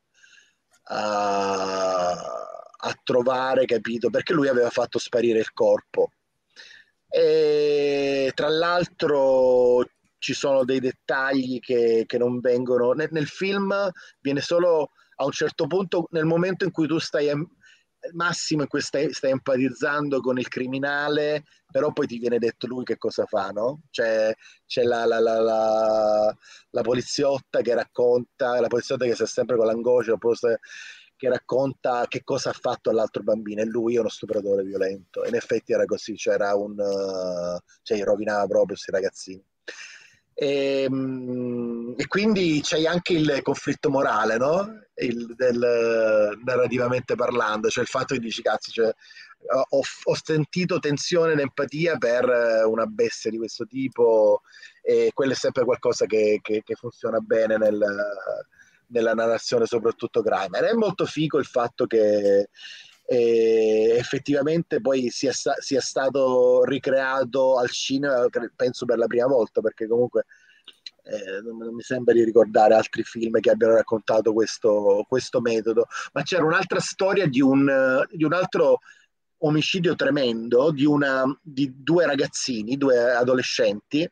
a, a trovare, capito? Perché lui aveva fatto sparire il corpo. E tra l'altro ci sono dei dettagli che, che non vengono nel, nel film, viene solo a un certo punto, nel momento in cui tu stai al massimo in cui stai, stai empatizzando con il criminale, però poi ti viene detto lui che cosa fa, no? C'è, c'è la, la, la, la, la poliziotta che racconta, la poliziotta che sta sempre con l'angoscia, che racconta che cosa ha fatto all'altro bambino, e lui è uno stupratore violento. E in effetti era così, c'era un uh, cioè rovinava proprio questi ragazzini. E, e quindi c'è anche il conflitto morale, no? Il, del, narrativamente parlando, cioè il fatto che dici cazzo, cioè, ho, ho sentito tensione ed empatia per una bestia di questo tipo, e quello è sempre qualcosa che, che, che funziona bene nel, nella narrazione, soprattutto Grimer. È molto figo il fatto che e effettivamente poi sia, sta- sia stato ricreato al cinema, penso per la prima volta, perché comunque eh, non, non mi sembra di ricordare altri film che abbiano raccontato questo, questo metodo. Ma c'era un'altra storia di un, di un altro omicidio tremendo di, una, di due ragazzini, due adolescenti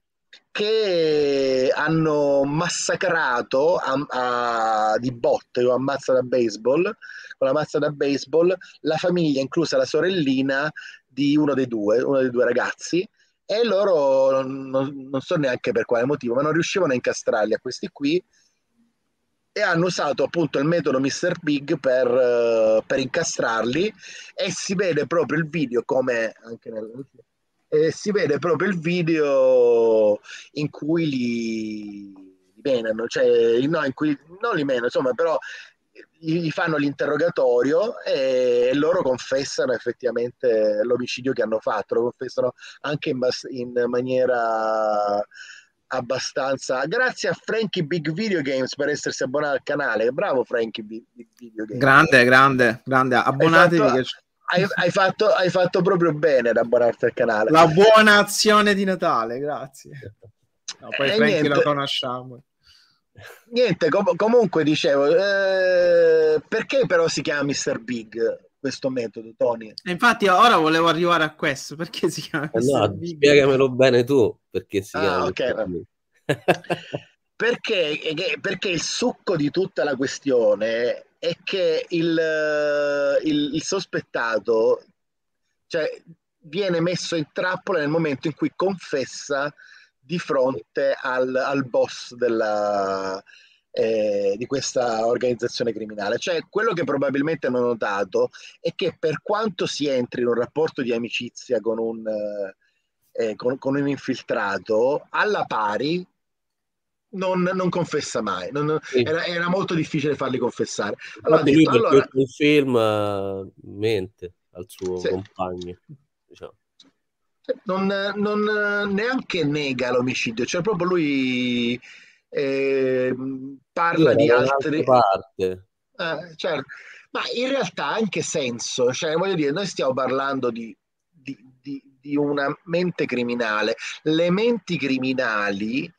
che hanno massacrato a, a, di botte o a mazza da baseball, con la mazza da baseball, la famiglia, inclusa la sorellina di uno dei due, uno dei due ragazzi, e loro non, non so neanche per quale motivo, ma non riuscivano a incastrarli a questi qui, e hanno usato appunto il metodo mister Big per, uh, per incastrarli, e si vede proprio il video come anche nel e si vede proprio il video in cui li, li menano, cioè no, in cui non li menano, insomma, però gli fanno l'interrogatorio e loro confessano effettivamente l'omicidio che hanno fatto, lo confessano anche in, bas- in maniera abbastanza. Grazie a Frankie Big Video Games per essersi abbonato al canale. Bravo Frankie Big, Big Video Games. Grande, grande, grande. Abbonatevi. Hai fatto, che... hai, hai, fatto, hai fatto proprio bene ad abbonarti al canale. La buona azione di Natale, grazie. No, poi e Frankie niente, lo conosciamo. Niente, com- comunque dicevo, eh, perché però si chiama mister Big questo metodo, Tony? E infatti ora volevo arrivare a questo, perché si chiama Eh mister no, Big? spiegamelo bene tu, perché si Ah, chiama ok. Big. perché, perché il succo di tutta la questione è che il, il, il sospettato, cioè, viene messo in trappola nel momento in cui confessa di fronte al, al boss della, eh, di questa organizzazione criminale. Cioè, quello che probabilmente hanno notato è che per quanto si entri in un rapporto di amicizia con un, eh, con, con un infiltrato, alla pari non, non confessa mai. Non, Sì. era, era molto difficile farli confessare. Allora ha Infatti lui detto, per allora, tutto il film uh, mente al suo sì, compagno, diciamo. non, non neanche nega l'omicidio, cioè proprio lui eh, Lui parla era di da altri. un'altra parte. Eh, certo. Ma in realtà ha anche senso, cioè voglio dire, noi stiamo parlando di, di, di, di una mente criminale. Le menti criminali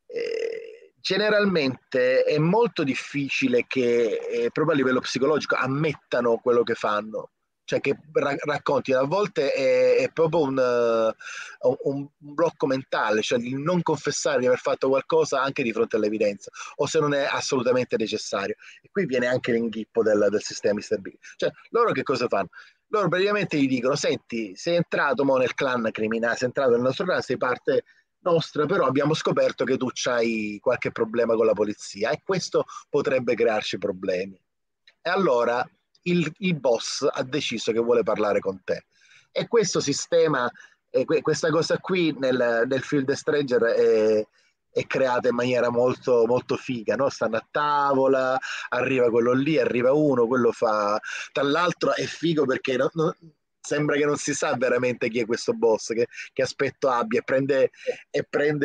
eh, generalmente è molto difficile che eh, proprio a livello psicologico ammettano quello che fanno, cioè che ra- racconti, a volte è, è proprio un, uh, un, un blocco mentale, cioè il non confessare di aver fatto qualcosa anche di fronte all'evidenza, o se non è assolutamente necessario. E qui viene anche l'inghippo del, del sistema mister Big. Cioè, loro che cosa fanno? Loro praticamente gli dicono, senti, sei entrato mo nel clan criminale, sei entrato nel nostro clan, sei parte nostra, però abbiamo scoperto che tu c'hai qualche problema con la polizia e questo potrebbe crearci problemi. E allora il, il boss ha deciso che vuole parlare con te. E questo sistema, eh, questa cosa qui nel, nel film The Stranger è, è creata in maniera molto, molto figa, no? Stanno a tavola, arriva quello lì, arriva uno, quello fa. Tra l'altro è figo perché non, non, sembra che non si sa veramente chi è questo boss, che, che aspetto abbia, e prende, e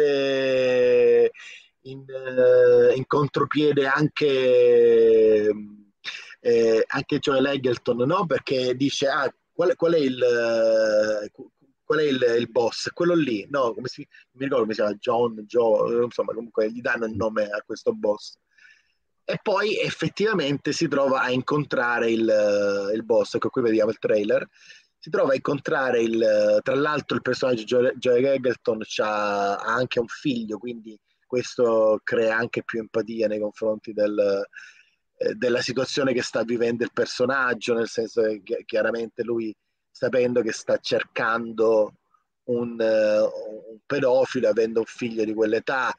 prende in, in contropiede anche eh, anche Joel Egerton, no? Perché dice, ah, qual, qual è il qual è il, il boss? Quello lì, no? Come si, non mi ricordo come si chiama, John, Joe, insomma, comunque gli danno il nome a questo boss. E poi effettivamente si trova a incontrare il, il boss, ecco qui vediamo il trailer, si trova a incontrare il, tra l'altro il personaggio Joe, Joe Egerton ha anche un figlio, quindi questo crea anche più empatia nei confronti del, eh, della situazione che sta vivendo il personaggio, nel senso che chiaramente lui, sapendo che sta cercando un, uh, un pedofilo, avendo un figlio di quell'età,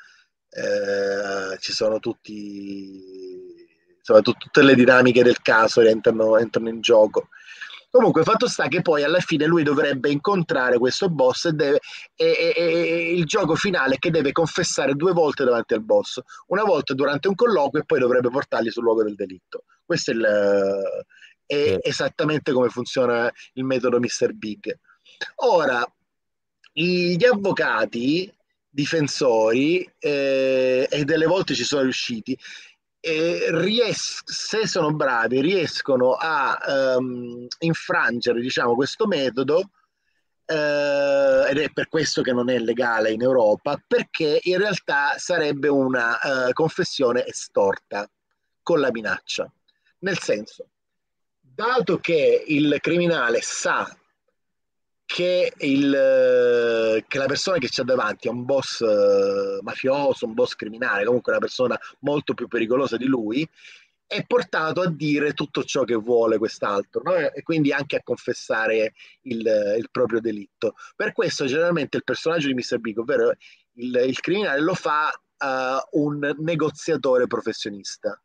eh, ci sono tutti, insomma, tut- tutte le dinamiche del caso entrano, entrano in gioco. Comunque, fatto sta che poi alla fine lui dovrebbe incontrare questo boss e, deve, e, e, e il gioco finale è che deve confessare due volte davanti al boss, una volta durante un colloquio e poi dovrebbe portarli sul luogo del delitto. Questo è, il, è Sì. esattamente come funziona il metodo mister Big. Ora, gli avvocati difensori, eh, e delle volte ci sono riusciti, eh, ries- se sono bravi, riescono a um, infrangere, diciamo, questo metodo, eh, ed è per questo che non è legale in Europa, perché in realtà sarebbe una uh, confessione estorta con la minaccia. Nel senso, dato che il criminale sa che, il, che la persona che c'è davanti è un boss eh, mafioso, un boss criminale, comunque una persona molto più pericolosa di lui, è portato a dire tutto ciò che vuole quest'altro, no? E quindi anche a confessare il, il proprio delitto. Per questo generalmente il personaggio di mister Big, ovvero il, il criminale, lo fa uh, un negoziatore professionista.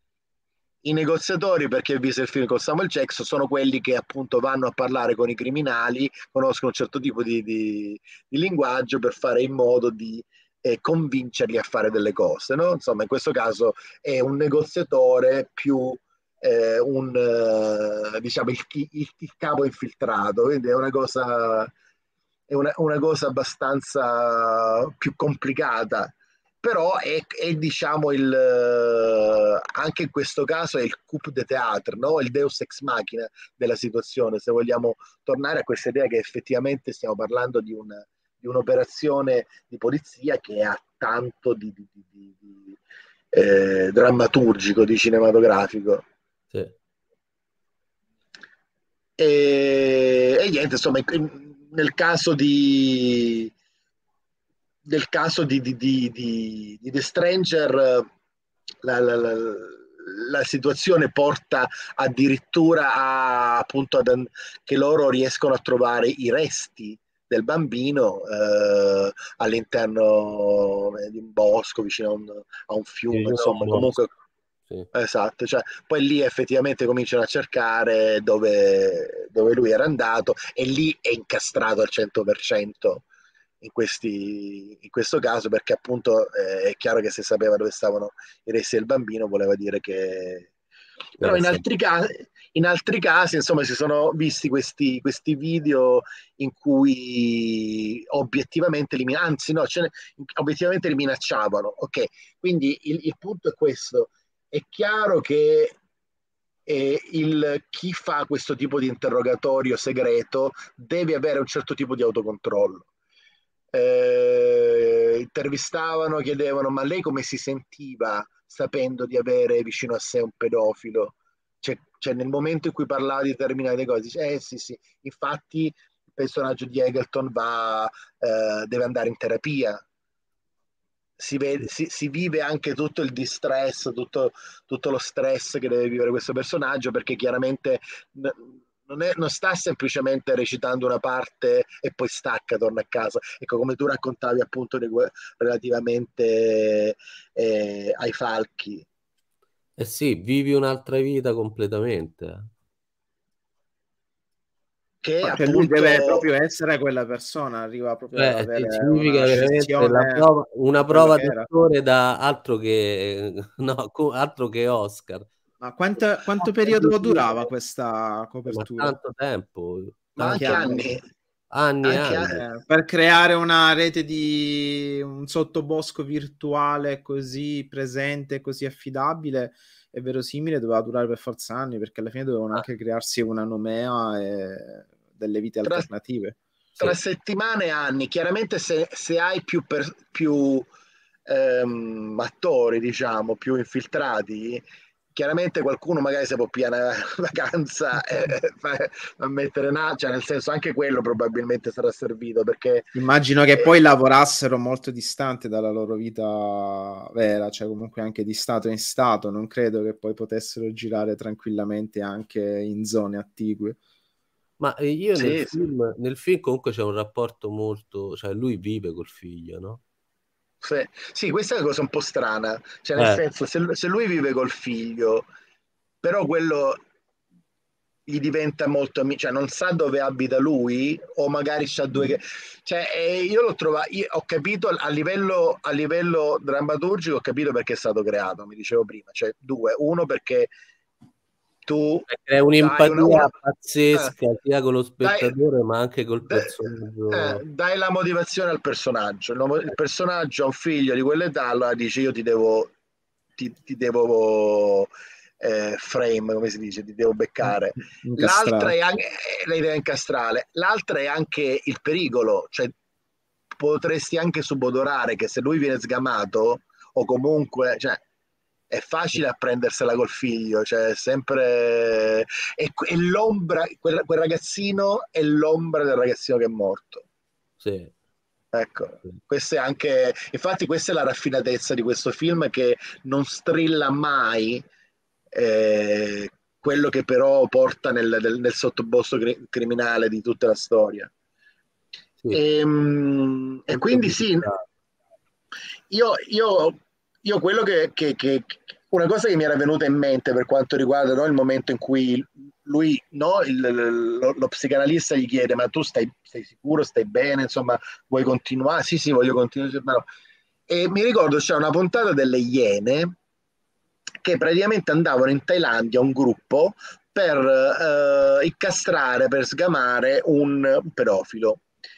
I negoziatori, perché ho visto il film con Samuel Jackson, sono quelli che appunto vanno a parlare con i criminali, conoscono un certo tipo di, di, di linguaggio per fare in modo di eh, convincerli a fare delle cose, no? Insomma, in questo caso è un negoziatore più eh, un, eh, diciamo, il, il, il capo infiltrato, quindi è una cosa, è una, una cosa abbastanza più complicata, però è, è diciamo il, eh, anche in questo caso è il coup de théâtre, no? Il deus ex machina della situazione, se vogliamo tornare a questa idea che effettivamente stiamo parlando di, un, di un'operazione di polizia che ha tanto di, di, di, di, di eh, drammaturgico, di cinematografico. Sì. E, e niente, insomma, nel caso di nel caso di, di, di, di, di The Stranger, la, la, la, la situazione porta addirittura a, appunto ad, che loro riescono a trovare i resti del bambino eh, all'interno di un bosco vicino a un, a un fiume, insomma, comunque. Sì. Esatto, cioè, poi lì effettivamente cominciano a cercare dove, dove lui era andato e lì è incastrato al cento per cento in, questi, in questo caso, perché appunto eh, è chiaro che se sapeva dove stavano i resti del bambino voleva dire che... Però in altri casi, in altri casi insomma, si sono visti questi, questi video in cui obiettivamente li, anzi no, cioè, obiettivamente li minacciavano, ok? Quindi il, il punto è questo. È chiaro che eh, il, chi fa questo tipo di interrogatorio segreto deve avere un certo tipo di autocontrollo. Eh, intervistavano, chiedevano: ma lei come si sentiva sapendo di avere vicino a sé un pedofilo? Cioè, cioè nel momento in cui parlava di determinate cose, dice: eh sì, sì, infatti il personaggio di Egerton va, eh, deve andare in terapia. Si, vede, si, si vive anche tutto il distress, tutto, tutto lo stress che deve vivere questo personaggio, perché chiaramente non, è, non sta semplicemente recitando una parte e poi stacca, torna a casa. Ecco, come tu raccontavi appunto relativamente eh, ai falchi. Eh sì, vivi un'altra vita completamente. Che Cioè appunto... lui deve proprio essere quella persona, arriva proprio ad Cioè, avere significa una veramente la scissione prova, una di quello prova che era. d'attore da altro che, no, co- altro che Oscar. Ma quanto, quanto periodo durava questa Ma copertura? tanto tempo, Ma Quanti anche anni? anni, anni e anche anni. Eh, per creare una rete di un sottobosco virtuale così presente, così affidabile e verosimile, doveva durare per forza anni, perché alla fine dovevano anche crearsi una nomea e delle vite tra, alternative. tra Sì. settimane e anni. Chiaramente se, se hai più, per, più ehm, attori, diciamo, più infiltrati, chiaramente qualcuno magari si può pigliare una vacanza e fa- a mettere na- cioè nel senso anche quello probabilmente sarà servito perché Immagino che eh, poi lavorassero molto distante dalla loro vita vera, cioè comunque anche di stato in stato, non credo che poi potessero girare tranquillamente anche in zone attigue. Ma eh, io nel sì, sì. film, nel film comunque c'è un rapporto molto, cioè lui vive col figlio, no? Sì, sì, questa è una cosa un po' strana, cioè nel Eh, senso se, se lui vive col figlio, però quello gli diventa molto amico, cioè non sa dove abita lui o magari c'ha due... Cioè eh, io l'ho trovato, io ho capito a livello, a livello drammaturgico, ho capito perché è stato creato, mi dicevo prima, cioè due, uno perché tu crea dai una... una un'empatia eh, pazzesca sia con lo dai, spettatore ma anche col d- eh, personaggio. dai la motivazione al personaggio. Il, il personaggio ha un figlio di quell'età, allora dice io ti devo, ti, ti devo eh, frame, come si dice, ti devo beccare. L'altra Incastrato. è anche l'idea incastrale, l'altra è anche il pericolo, cioè potresti anche subodorare che se lui viene sgamato o comunque, cioè, è facile a prendersela col figlio, cioè sempre è, è l'ombra, quel, quel ragazzino è l'ombra del ragazzino che è morto. Sì, Ecco, sì, questa è anche, infatti questa è la raffinatezza di questo film che non strilla mai eh, quello che però porta nel, nel, nel sottobosco cri- criminale di tutta la storia. sì, E, mm, e molto quindi sì, brutale. io, io, io quello che, che- che- una cosa che mi era venuta in mente per quanto riguarda no, il momento in cui lui, no, il- lo, lo psicanalista gli chiede: Ma tu stai, sei sicuro, stai bene? Insomma, vuoi continuare? Sì, sì, voglio continuare. Però- E mi ricordo c'è una puntata delle Iene che praticamente andavano in Thailandia, un gruppo, per eh, incastrare, per sgamare un, un pedofilo.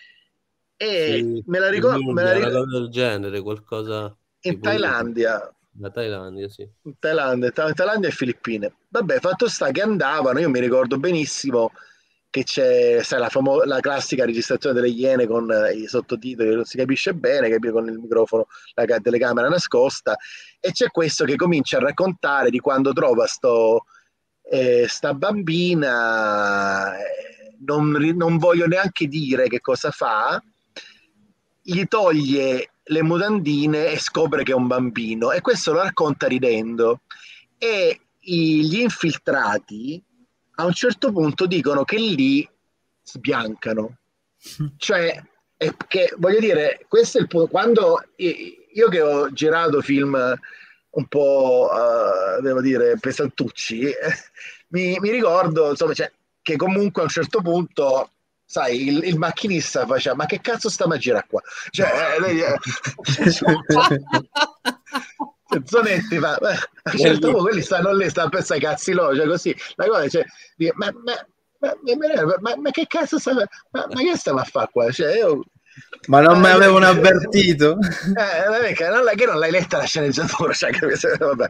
E Sì, me la in ricordo, me la India, una ricordo cosa del genere, qualcosa in tipo India. Thailandia, La Thailandia, sì. in Thailandia, Tha- Thailandia e Filippine. Vabbè, fatto sta che andavano, io mi ricordo benissimo che c'è, sai, la, famo- la classica registrazione delle Iene con eh, i sottotitoli, che non si capisce bene, capito, con il microfono, la ca- telecamera nascosta, e c'è questo che comincia a raccontare di quando trova sto, eh, sta bambina, eh, non, ri- non voglio neanche dire che cosa fa, gli toglie le mutandine e scopre che è un bambino e questo lo racconta ridendo e i- gli infiltrati a un certo punto dicono che lì sbiancano, cioè è che voglio dire questo è il punto quando io che ho girato film un po' eh, devo dire pesantucci eh, mi, mi ricordo insomma cioè, che comunque a un certo punto sai il, il macchinista faceva ma che cazzo sta a girare qua cioè, eh, lei, eh, cioè, Zonetti fa, "Beh, a un certo punto Belli- quelli stanno lì, stanno a pensare cazzi loro, cioè così, la cosa, cioè, dice, ma, ma, ma, ma, ma- ma che cazzo sta, ma, ma che stiamo a fare qua? Cioè, io, Ma non mi ma, cioè, avevano avvertito? eh, non è che non, che non l'hai letta la sceneggiatura, cioè, capito? Vabbè.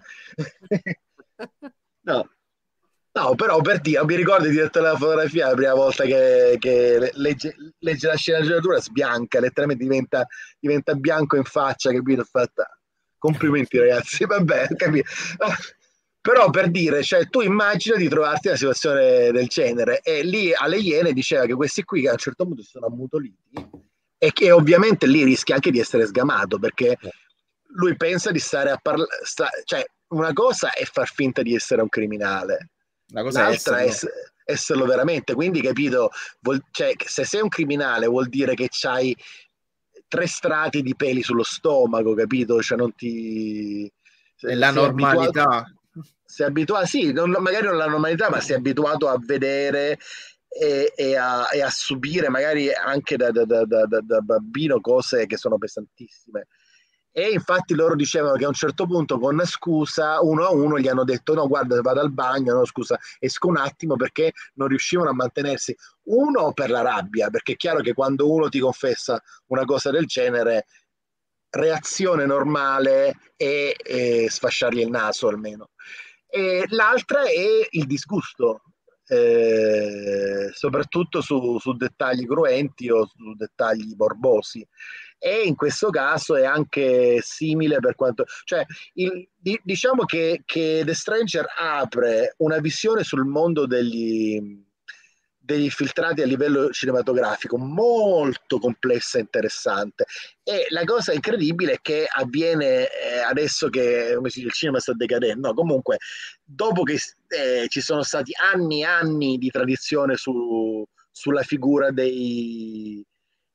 No. No, però per dire, mi ricordo di direttore della fotografia la prima volta che, che legge, legge la sceneggiatura sbianca, letteralmente diventa, diventa bianco in faccia, capito? Fatta. Complimenti ragazzi, vabbè, capito? Però per dire, cioè, tu immagina di trovarti in una situazione del genere e lì alle Iene diceva che questi qui che a un certo punto si sono ammutoliti e che ovviamente lì rischia anche di essere sgamato perché lui pensa di stare a parlare, cioè una cosa è far finta di essere un criminale, La cosa è l'altra è esserlo. ess- esserlo veramente. Quindi, capito, vuol- cioè, se sei un criminale vuol dire che c'hai tre strati di peli sullo stomaco, capito? Cioè non ti... È se- la sei abituato... normalità. Sei abituato, sì, non- magari non la normalità, ma sei abituato a vedere e, e a, e a subire magari anche da, da- da- da- da- da bambino cose che sono pesantissime. E infatti loro dicevano che a un certo punto con scusa uno a uno gli hanno detto no guarda vado al bagno, no scusa esco un attimo perché non riuscivano a mantenersi. Uno per la rabbia, perché è chiaro che quando uno ti confessa una cosa del genere, reazione normale è, è sfasciargli il naso almeno. E l'altra è il disgusto, eh, soprattutto su, su dettagli cruenti o su dettagli morbosi. E in questo caso è anche simile per quanto, cioè, il- di- diciamo che, che The Stranger apre una visione sul mondo degli, degli infiltrati a livello cinematografico molto complessa e interessante. E la cosa incredibile è che avviene eh, adesso che come si dice, il cinema sta decadendo, no, comunque dopo che eh, ci sono stati anni e anni di tradizione su- sulla figura dei,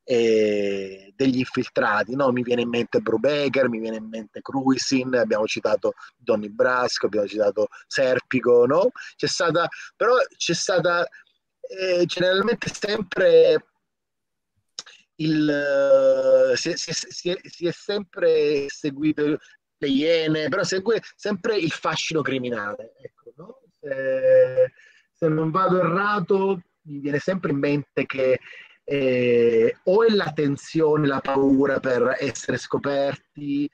eh, degli infiltrati, no? Mi viene in mente Brubaker, mi viene in mente Cruisin, abbiamo citato Donny Brasco, abbiamo citato Serpico, no? C'è stata, però c'è stata eh, generalmente sempre il, eh, si, è, si è- si è- si è sempre seguito le Iene, però segue sempre il fascino criminale. Ecco, no? Se, se non vado errato, mi viene sempre in mente che eh, o è la tensione, la paura per essere scoperti,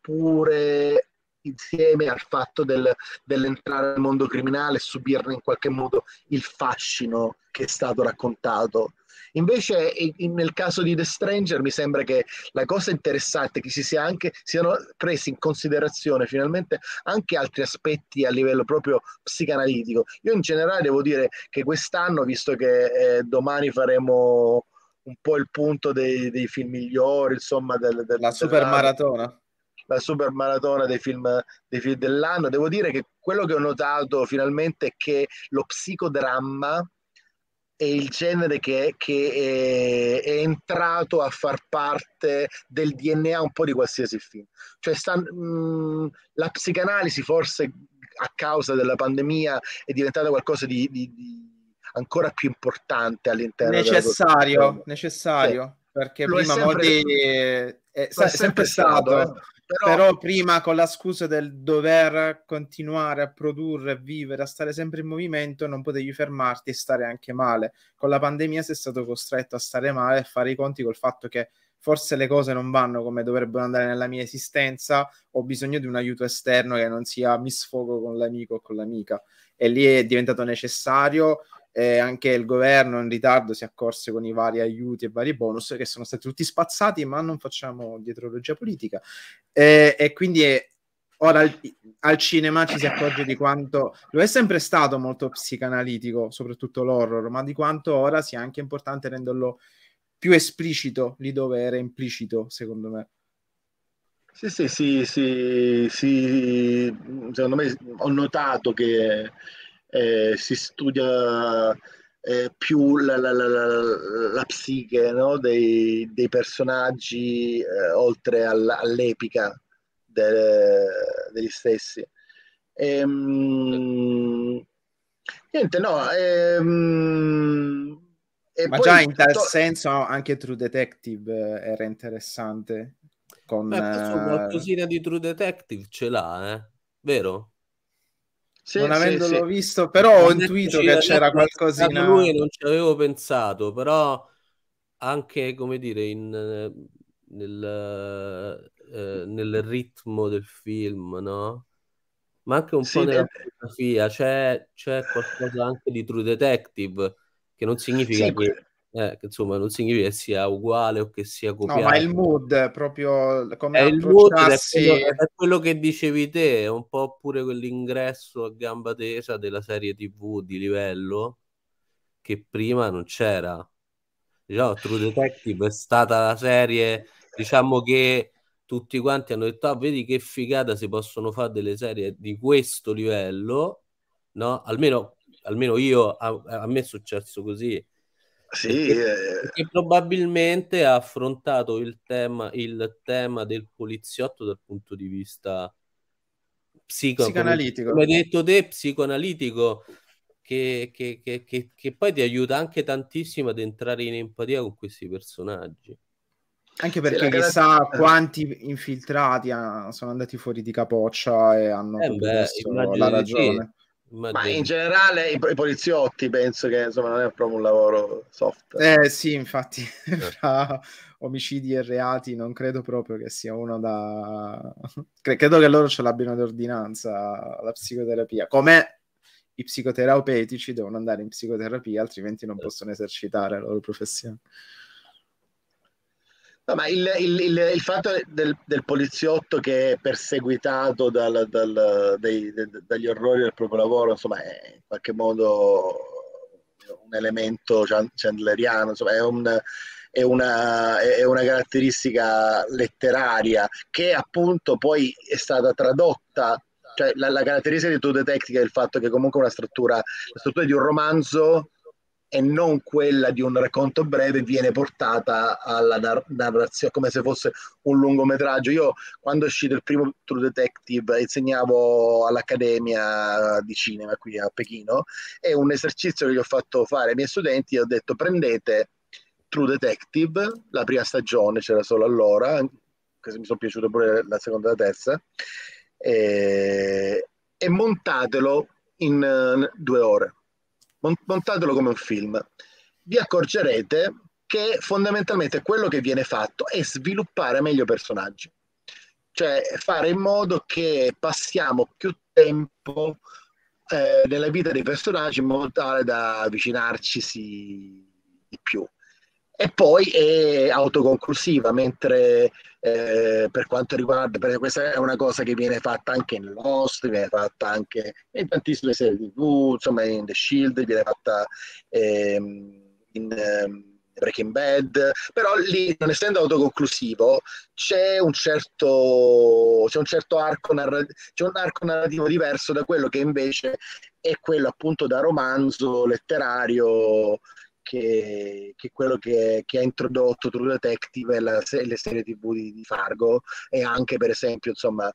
oppure insieme al fatto del, dell'entrare nel mondo criminale e subirne in qualche modo il fascino che è stato raccontato. Invece, in- nel caso di The Stranger, mi sembra che la cosa interessante è che si sia anche, siano presi in considerazione finalmente anche altri aspetti a livello proprio psicanalitico. Io in generale devo dire che quest'anno, visto che eh, domani faremo un po' il punto dei, dei film migliori, insomma, del, del, La super dell'anno, maratona. la super maratona dei film, dei film dell'anno, devo dire che quello che ho notato finalmente è che lo psicodramma è il genere che, che è, è entrato a far parte del D N A un po' di qualsiasi film. Cioè sta, mh, la psicanalisi forse a causa della pandemia è diventata qualcosa di, di- di ancora più importante all'interno della Necessario, produzione. Sì, necessario, perché lo è prima sempre, molti eh, è, lo è sa- è sempre sempre stato, eh. stato, Però però prima con la scusa del dover continuare a produrre, a vivere, a stare sempre in movimento, non potevi fermarti e stare anche male. Con la pandemia sei stato costretto a stare male e fare i conti col fatto che forse le cose non vanno come dovrebbero andare nella mia esistenza, ho bisogno di un aiuto esterno che non sia mi sfogo con l'amico o con l'amica. E lì è diventato necessario. Eh, anche il governo in ritardo si accorse con i vari aiuti e vari bonus che sono stati tutti spazzati, ma non facciamo dietrologia politica. Eh, e quindi è, ora al, al cinema ci si accorge di quanto lo è sempre stato molto psicanalitico, soprattutto l'horror, ma di quanto ora sia anche importante renderlo più esplicito lì dove era implicito, secondo me. sì, sì, sì, sì, sì, secondo me ho notato che eh, si studia eh, più la, la- la- la- la psiche, no, dei, dei personaggi eh, oltre all- all'epica de- degli stessi. Ehm, niente, no, ehm, e Ma già poi in tal to- senso anche True Detective eh, era interessante con Beh, questo eh, qualcosina di True Detective ce l'ha, eh? Vero? non sì, sì, sì. avendolo visto, però ho intuito Metterci che adesso c'era l'ha citato lui qualcosina. e non ci avevo pensato, però anche, come dire, in, eh, nel, eh, nel ritmo del film, no? Ma anche un po' Sì, nella eh, fotografia, c'è c'è qualcosa anche di True Detective, che non significa sì, che, eh, che, insomma, non significa che sia uguale o che sia No, ma il copiato. mood, proprio È come il mood ed è quello, approcciarsi. ed è quello che dicevi te, è un po' pure quell'ingresso a gamba tesa della serie T V di livello che prima non c'era. Diciamo, True Detective è stata la serie, diciamo che tutti quanti hanno detto, ah, vedi che figata si possono fare delle serie di questo livello, no? Almeno, almeno io, a, a me è successo così, sì, perché, eh, perché probabilmente ha affrontato il tema, il tema del poliziotto dal punto di vista psico, come, come hai Psicanalitico. detto te, psicoanalitico, che, che, che, che, che poi ti aiuta anche tantissimo ad entrare in empatia con questi personaggi. Anche sì, la perché carat- chissà quanti infiltrati ah, sono andati fuori di capoccia e hanno Eh proprio beh, perso la immagino di sì, ragione. ma immagino in di sì. generale i, i poliziotti penso che insomma non è proprio un lavoro soft. Eh sì, infatti, Eh. fra omicidi e reati non credo proprio che sia uno da... Cre- credo che loro ce l'abbiano d'ordinanza, la psicoterapia. Come i psicoterapeutici devono andare in psicoterapia, altrimenti non possono esercitare la loro professione. No, ma il, il, il, il fatto del, del poliziotto che è perseguitato dal, dal, dei, de, dagli orrori del proprio lavoro, insomma, è in qualche modo un elemento chandleriano, insomma, è, un, è, una, è una caratteristica letteraria che appunto poi è stata tradotta. Cioè, la, la caratteristica di True Detective è il fatto che comunque una struttura, la struttura di un romanzo e non quella di un racconto breve viene portata alla nar- narrazione come se fosse un lungometraggio. Io quando è uscito il primo True Detective insegnavo all'Accademia di Cinema qui a Pechino e un esercizio che gli ho fatto fare ai miei studenti, ho detto prendete True Detective, la prima stagione c'era solo allora, che mi sono piaciute pure la seconda e la terza, e, e montatelo in uh, due ore. Montatelo come un film. Vi accorgerete che fondamentalmente quello che viene fatto è sviluppare meglio i personaggi, cioè fare in modo che passiamo più tempo eh, nella vita dei personaggi in modo tale da avvicinarci di più. E poi è autoconclusiva, mentre eh, per quanto riguarda, perché questa è una cosa che viene fatta anche in Lost, viene fatta anche in tantissime serie tivù, insomma in The Shield, viene fatta ehm, in ehm, Breaking Bad, però lì, non essendo autoconclusivo, c'è un certo, c'è un certo arco, narra- c'è un arco narrativo diverso da quello che invece è quello appunto da romanzo letterario che, che quello che, che ha introdotto True Detective e la, le serie tivù di, di Fargo e anche per esempio insomma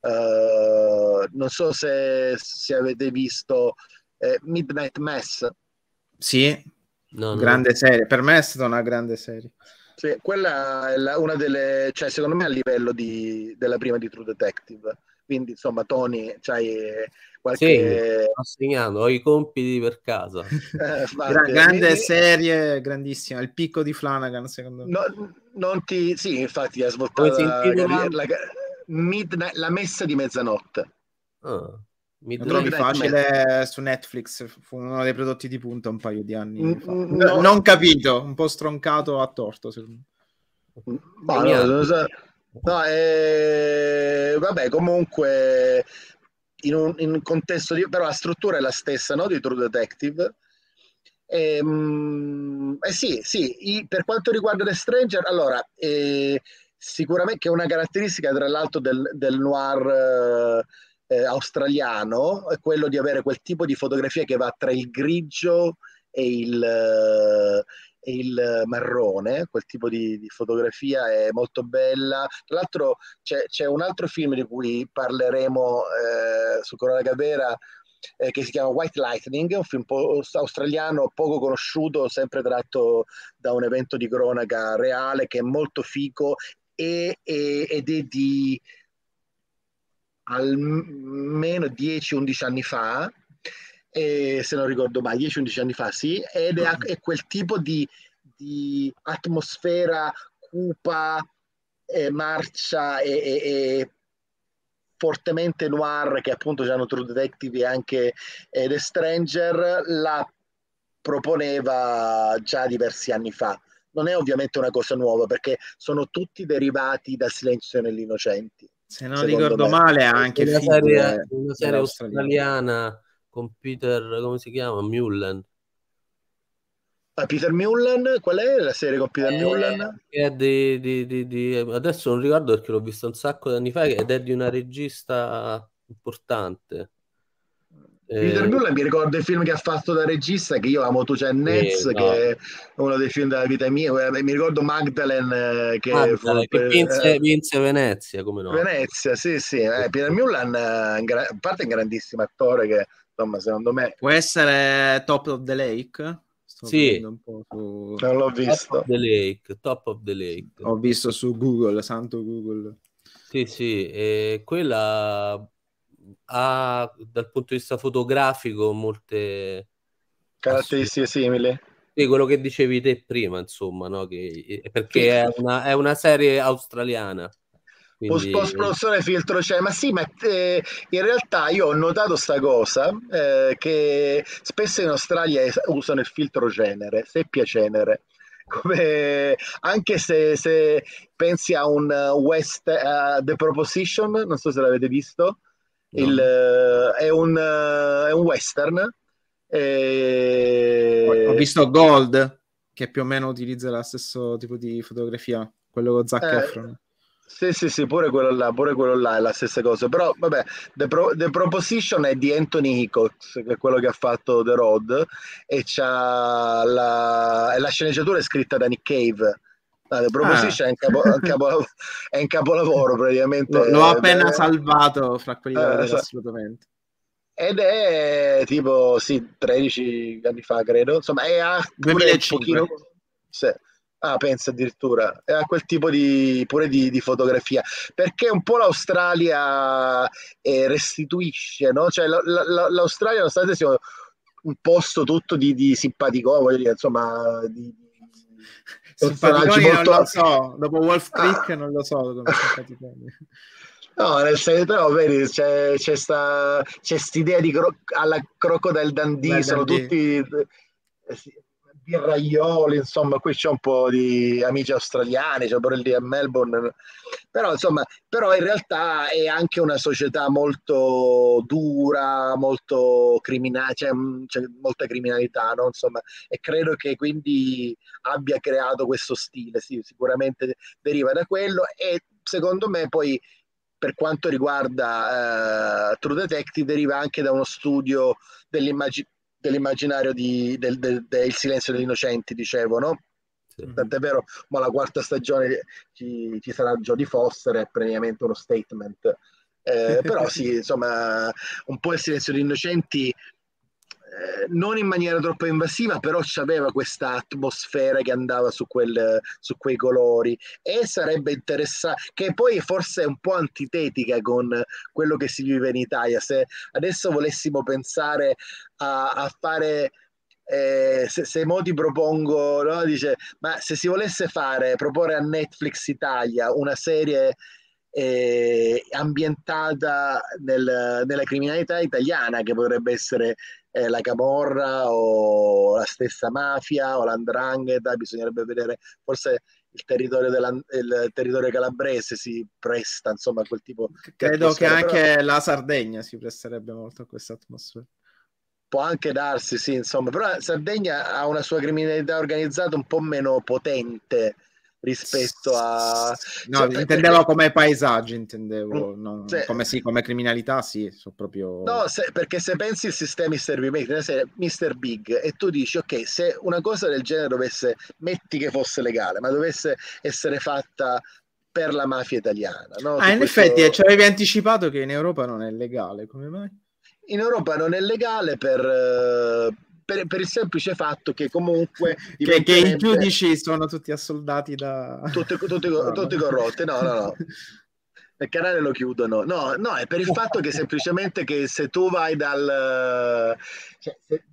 uh, non so se, se avete visto eh, Midnight Mass. Sì, no, grande no. serie, per me è stata una grande serie. Sì, quella è la, una delle, cioè secondo me a livello di, della prima di True Detective, quindi insomma Tony c'hai qualche... Sì, sto segnando, ho i compiti per casa. Eh, Gra- infatti, grande mi, mi... serie, grandissima, il picco di Flanagan secondo me. No, non ti... Sì, infatti ha Come si svoltato la, intitola? la, Midnight, la messa di mezzanotte. Ah, Lo trovi Midnight facile Mass. su Netflix, fu uno dei prodotti di punta un paio di anni N- fa. no. Non capito, un po' stroncato a torto secondo me. Ma no, non so- no, eh, vabbè, comunque in un, in un contesto di... però la struttura è la stessa, no? Di True Detective. E, mm, eh sì, sì, i- per quanto riguarda The Stranger, allora, eh, sicuramente che è una caratteristica tra l'altro del, del noir eh, eh, australiano è quello di avere quel tipo di fotografia che va tra il grigio e il, eh, e il marrone, quel tipo di, di fotografia è molto bella. Tra l'altro c'è, c'è un altro film di cui parleremo eh, su Corona Gavera eh, che si chiama White Lightning, un film po- australiano poco conosciuto, sempre tratto da un evento di cronaca reale che è molto fico e, e, ed è di almeno dieci undici anni fa, eh, se non ricordo mai, dieci undici anni fa, sì, ed è, è quel tipo di, di atmosfera cupa, eh, marcia e, e, e fortemente noir che appunto hanno True Detective e anche eh, The Stranger la proponeva già diversi anni fa. Non è ovviamente una cosa nuova perché sono tutti derivati dal Silenzio negli Innocenti. Se non Secondo ricordo me. male, anche Una figlio serie, de- una serie dell'australiano. australiana con Peter, come si chiama? Mullen. Ah, Peter Mullen, qual è la serie con Peter Mullen? Che è di, di- di- di- adesso non ricordo perché l'ho visto un sacco di anni fa ed è di una regista importante. Peter Eh, Mullen mi ricordo il film che ha fatto da regista che io amo Tu c'è eh, Nets no. che è uno dei film della vita mia, mi ricordo Magdalene che fu Magdalene, che vinse, eh, vinse Venezia, come no? Venezia, sì sì, eh, Peter Mullen eh, gra- a parte è un grandissimo attore che insomma secondo me Può essere Top of the Lake? Sto Sì, vedendo un po' su... non l'ho Top of visto. the Lake, Top of the Lake. Ho visto su Google, santo Google. Sì, sì, e quella ha dal punto di vista fotografico molte Caratteristiche simili. sì, quello che dicevi te prima, insomma, no? Che, Sì. perché è una, è una serie australiana. Post, quindi post produzione filtro c'è, ma sì, ma eh, in realtà io ho notato sta cosa eh, che spesso in Australia es- usano il filtro Cenere, seppia Cenere, come, anche se, se pensi a un uh, West, uh, The Proposition, non so se l'avete visto, il, no. uh, è, un, uh, è un western. Ho ho eh, visto Gold, che più o meno utilizza lo stesso tipo di fotografia, quello con Zac Eh, Efron. sì, sì, sì, pure quello là, pure quello là è la stessa cosa. Però, vabbè, The, Pro- The Proposition è di Anthony Hickox, che è quello che ha fatto The Road, e c'ha la, e la sceneggiatura è scritta da Nick Cave. Ah, The Ah, Proposition è un, capo- un capolavoro, è un capolavoro L'ho l'ho praticamente. appena salvato fra quelli da Eh, vedere sa- assolutamente. ed è tipo, sì, tredici anni fa, credo. Insomma, è ha pure un duemilacinque. pochino. Sì. Ah, pensa addirittura. È a quel tipo di, pure di, di fotografia. Perché un po' l'Australia eh, restituisce, no? Cioè, la- la- la- l'Australia, nonostante sia un posto tutto di, di simpatico, voglio dire, insomma, di, di personaggi Simpaticoni non molto. lo so, dopo Wolf Creek Ah. non lo so come simpaticoni. No, nel senso, però, vedi, c'è c'è sta c'è st'idea di cro- alla Crocodile Dundee, Bel sono Dundee. tutti eh, sì, birraioli, insomma, qui c'è un po' di amici australiani, c'è pure lì a Melbourne, però insomma, però in realtà è anche una società molto dura, molto criminale, c'è, c'è molta criminalità, no? Insomma, e credo che quindi abbia creato questo stile, sì, sicuramente deriva da quello e secondo me poi per quanto riguarda eh, True Detective deriva anche da uno studio dell'immagine dell'immaginario di, del, del, del Il silenzio degli innocenti, dicevo, no? Sì. Mhm. Tant'è vero, ma la quarta stagione ci, ci sarà Jodie Foster, è praticamente uno statement. Eh, però sì, insomma, un po' Il silenzio degli innocenti, eh, non in maniera troppo invasiva, però c'aveva questa atmosfera che andava su, quel, su quei colori e sarebbe interessante, che poi forse è un po' antitetica con quello che si vive in Italia. Se adesso volessimo pensare a, a fare eh, se, se mo ti propongo, no? Dice, ma se si volesse fare, proporre a Netflix Italia una serie eh, ambientata nel- nella criminalità italiana, che potrebbe essere eh, la Camorra o la stessa mafia o l'Andrangheta, bisognerebbe vedere, forse il territorio, della, il territorio calabrese si presta insomma a quel tipo di Credo che atmosfera, però anche la Sardegna si presterebbe molto a questa atmosfera. può anche darsi, sì, insomma, però la Sardegna ha una sua criminalità organizzata un po' meno potente rispetto a. No, Cioè, per- intendevo perché. come paesaggi, Mm, intendevo, non- se- come, sì, come criminalità, sì, sono proprio. No, se- perché se pensi il sistema mister Big, nella serie mister Big, e tu dici, ok, se una cosa del genere dovesse, metti che fosse legale, ma dovesse essere fatta per la mafia italiana, no? Ah, Su in effetti, eh, questo. ci avevi anticipato che in Europa non è legale, come mai? In Europa non è legale per, eh, per- per il semplice fatto che comunque Che, che i diventerebbe giudici sono tutti assoldati da. tutti, tutti- No, no. tutti corrotti. No, no, no. Il canale lo chiudono. No, no, è per il fatto che semplicemente che se tu vai dal. Cioè, se-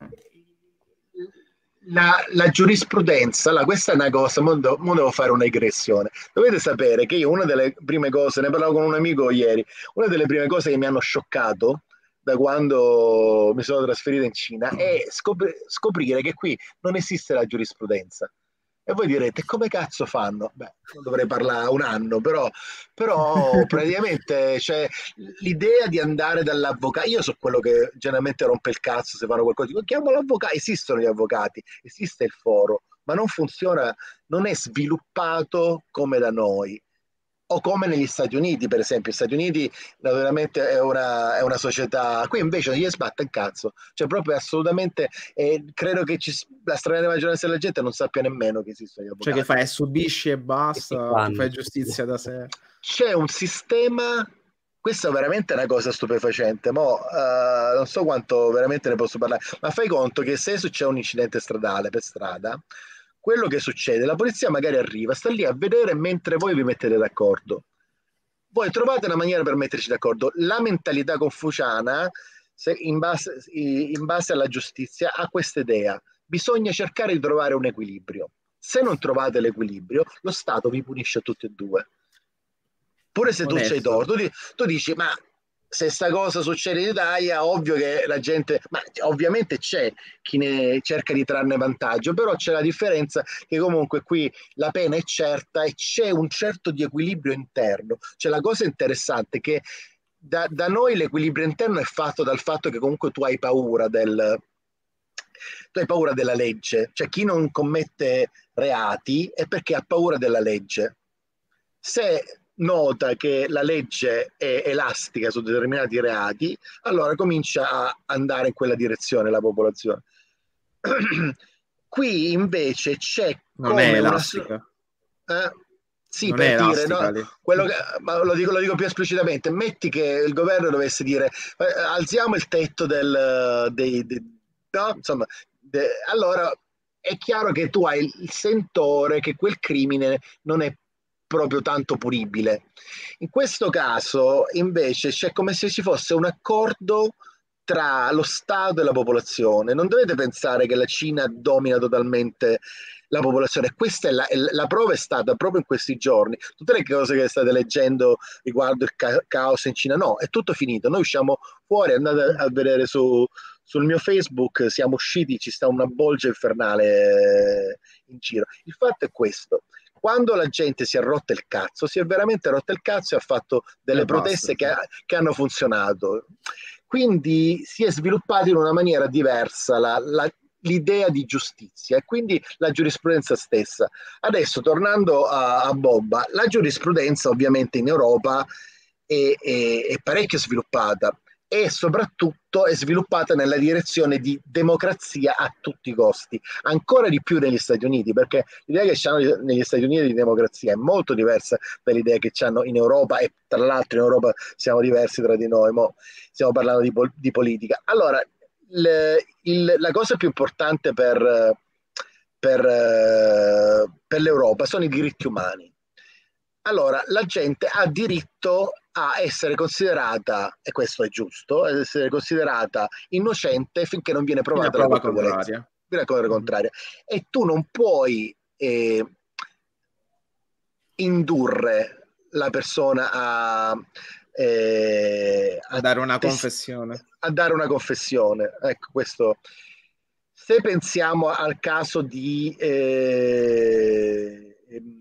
la, la giurisprudenza, la, questa è una cosa, mo devo, mo devo fare una digressione. Dovete sapere che io una delle prime cose, ne parlavo con un amico ieri, una delle prime cose che mi hanno scioccato da quando mi sono trasferito in Cina è scopri- scoprire che qui non esiste la giurisprudenza. E voi direte, come cazzo fanno? Beh, non dovrei parlare un anno, però, però praticamente cioè, l'idea di andare dall'avvocato, io so quello che generalmente rompe il cazzo se fanno qualcosa, dico, chiamo l'avvocato, esistono gli avvocati, esiste il foro, ma non funziona, non è sviluppato come da noi. O come negli Stati Uniti, per esempio. Gli Stati Uniti naturalmente è una, è una società, qui invece non gli sbatte il cazzo, cioè proprio assolutamente, eh, credo che ci, la stragrande maggioranza della gente non sappia nemmeno che esistono gli Cioè che avvocati. fai, subisci e E ti basta, ti fai fanno. giustizia da sé. C'è un sistema, questa è veramente una cosa stupefacente, mo, eh, non so quanto veramente ne posso parlare, ma fai conto che se succede un incidente stradale per strada, quello che succede, la polizia magari arriva, sta lì a vedere mentre voi vi mettete d'accordo. Voi trovate una maniera per metterci d'accordo. La mentalità confuciana, se in, base, in base alla giustizia, ha questa idea. Bisogna cercare di trovare un equilibrio. Se non trovate l'equilibrio, lo Stato vi punisce a tutti e due. pure se tu c'hai Onesto. torto, tu, di- tu dici, ma se sta cosa succede in Italia, ovvio che la gente, ma ovviamente c'è chi ne cerca di trarne vantaggio, però c'è la differenza che comunque qui la pena è certa e c'è un certo di equilibrio interno. Cioè la cosa interessante è che da, da noi l'equilibrio interno è fatto dal fatto che comunque tu hai paura del, tu hai paura della legge, cioè chi non commette reati è perché ha paura della legge. Se nota che la legge è elastica su determinati reati, allora comincia a andare in quella direzione la popolazione. Qui invece c'è Non è come una... elastica. Eh? Sì, Non è per dire, no, elastica lì. quello che, ma lo dico, lo dico più esplicitamente, metti che il governo dovesse dire eh, alziamo il tetto del, dei, dei- no? Insomma, de- allora è chiaro che tu hai il sentore che quel crimine non è proprio tanto punibile. In questo caso, invece, c'è come se ci fosse un accordo tra lo Stato e la popolazione. Non dovete pensare che la Cina domina totalmente la popolazione. Questa è la, è la prova è stata proprio in questi giorni. Tutte le cose che state leggendo riguardo il ca- caos in Cina, no, è tutto finito. Noi usciamo fuori, andate a vedere su, sul mio Facebook, siamo usciti, ci sta una bolgia infernale in giro. Il fatto è questo. Quando la gente si è rotta il cazzo, si è veramente rotta il cazzo e ha fatto delle E basta. proteste che, che hanno funzionato. Quindi si è sviluppata in una maniera diversa la, la, l'idea di giustizia e quindi la giurisprudenza stessa. Adesso, tornando a, a Bobba, la giurisprudenza ovviamente in Europa è, è, è parecchio sviluppata e soprattutto è sviluppata nella direzione di democrazia a tutti i costi, ancora di più negli Stati Uniti, perché l'idea che hanno negli Stati Uniti di democrazia è molto diversa dall'idea che hanno in Europa e tra l'altro in Europa siamo diversi tra di noi, mo stiamo parlando di, pol- di politica. Allora, il, il, la cosa più importante per, per, per l'Europa sono i diritti umani. Allora, la gente ha diritto a essere considerata, e questo è giusto, ad essere considerata innocente finché non viene Fino a provata la prova colpevolezza, contraria. fino a prova Mhm. contraria. E tu non puoi eh, indurre la persona a, eh, A a, dare una tes- confessione. a dare una confessione. Ecco, questo. Se pensiamo al caso di eh,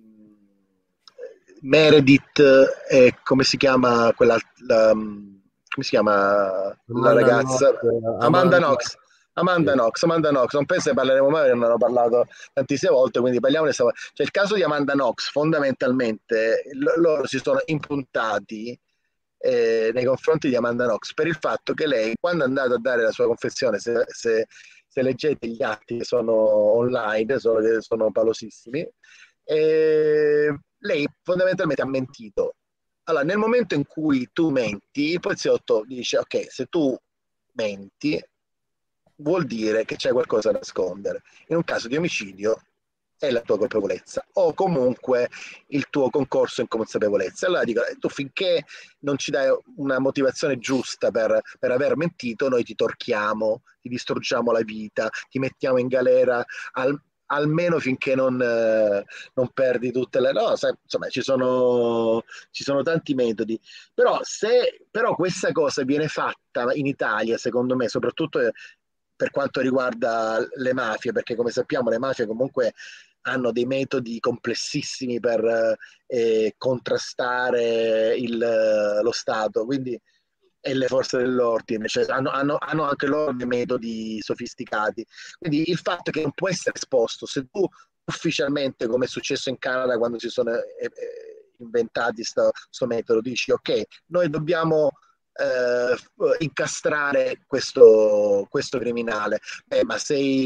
Meredith, eh, come si chiama quella, la, come si chiama la Amanda ragazza? Knox, Amanda Amanda, Knox. Amanda sì. Knox, Amanda Knox, non penso che parleremo mai, ne hanno parlato tantissime volte, quindi parliamone. Cioè, il caso di Amanda Knox, fondamentalmente, l- loro si sono impuntati eh, nei confronti di Amanda Knox per il fatto che lei, quando è andata a dare la sua confessione, se, se, se leggete gli atti che sono online, sono, che sono palosissimi, eh, lei fondamentalmente ha mentito. Allora, nel momento in cui tu menti, il poliziotto dice: ok, se tu menti, vuol dire che c'è qualcosa da nascondere. In un caso di omicidio è la tua colpevolezza o comunque il tuo concorso in consapevolezza. Allora dico, tu finché non ci dai una motivazione giusta per, per aver mentito, noi ti torchiamo, ti distruggiamo la vita, ti mettiamo in galera al, almeno finché non, eh, non perdi tutte le... No, sai, insomma, ci sono, ci sono tanti metodi. Però se però questa cosa viene fatta in Italia, secondo me, soprattutto per quanto riguarda le mafie, perché come sappiamo le mafie comunque hanno dei metodi complessissimi per eh, contrastare il, lo Stato, quindi e le forze dell'ordine, cioè hanno, hanno, hanno anche loro dei metodi sofisticati. Quindi il fatto che non può essere esposto, se tu ufficialmente, come è successo in Canada quando si sono eh, eh, inventati questo metodo, dici ok, noi dobbiamo eh, incastrare questo, questo criminale. Beh, ma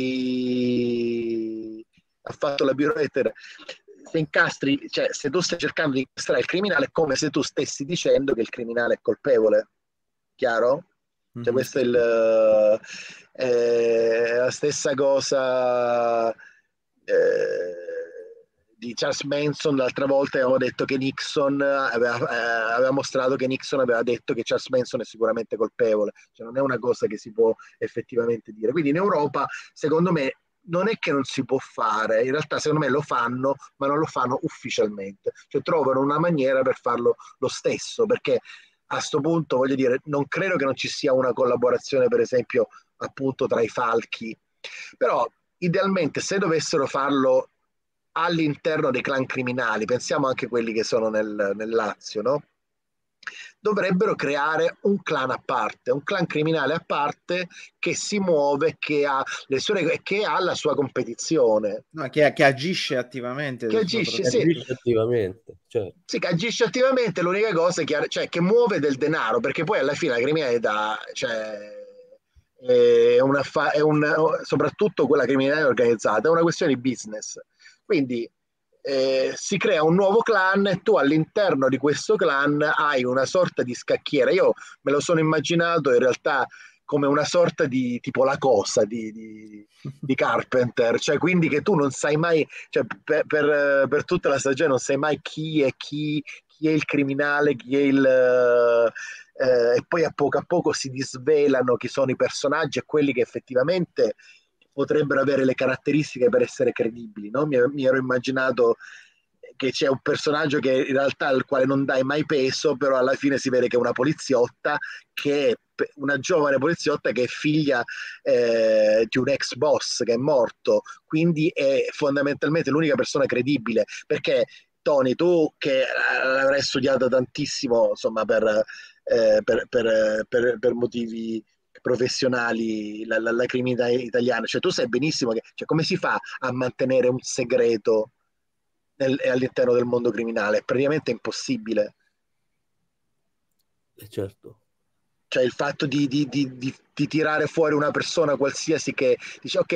sei ha fatto la pirouette, se incastri, cioè se tu stai cercando di incastrare il criminale è come se tu stessi dicendo che il criminale è colpevole, chiaro? Cioè Mhm. questo è il eh, la stessa cosa eh, di Charles Manson. L'altra volta avevamo detto che Nixon aveva, eh, aveva mostrato che Nixon aveva detto che Charles Manson è sicuramente colpevole, cioè non è una cosa che si può effettivamente dire. Quindi in Europa, secondo me, non è che non si può fare, in realtà secondo me lo fanno, ma non lo fanno ufficialmente, cioè trovano una maniera per farlo lo stesso, perché a sto punto, voglio dire, non credo che non ci sia una collaborazione, per esempio, appunto tra i falchi, però idealmente se dovessero farlo all'interno dei clan criminali, pensiamo anche a quelli che sono nel, nel Lazio, no? Dovrebbero creare un clan a parte, un clan criminale a parte che si muove, che ha le sue regole, che ha la sua competizione. No, che, che agisce attivamente. Che sulla agisce, propria- sì, Agisce attivamente, certo. sì, che agisce attivamente, l'unica cosa è che, cioè, che muove del denaro, perché poi alla fine la criminalità, cioè, è una fa- è un, soprattutto quella criminalità organizzata, è una questione di business. Quindi eh, si crea un nuovo clan e tu all'interno di questo clan hai una sorta di scacchiera. Io me lo sono immaginato in realtà come una sorta di tipo la cosa di, di, di Carpenter, cioè quindi che tu non sai mai, cioè per, per, per tutta la stagione non sai mai chi è chi, chi è il criminale, chi è il... Eh, e poi a poco a poco si disvelano chi sono i personaggi e quelli che effettivamente potrebbero avere le caratteristiche per essere credibili, no? Mi, mi ero immaginato che c'è un personaggio che in realtà al quale non dai mai peso, però alla fine si vede che è una poliziotta, che è una giovane poliziotta che è figlia eh, di un ex boss che è morto, quindi è fondamentalmente l'unica persona credibile, perché Tony, tu che l'avrai studiata tantissimo, insomma, per, eh, per, per, per, per motivi professionali, la, la, la criminalità italiana, cioè tu sai benissimo che, cioè, come si fa a mantenere un segreto nel, all'interno del mondo criminale? È praticamente impossibile. Eh, certo. Cioè il fatto di, di, di, di, di tirare fuori una persona qualsiasi che dice ok,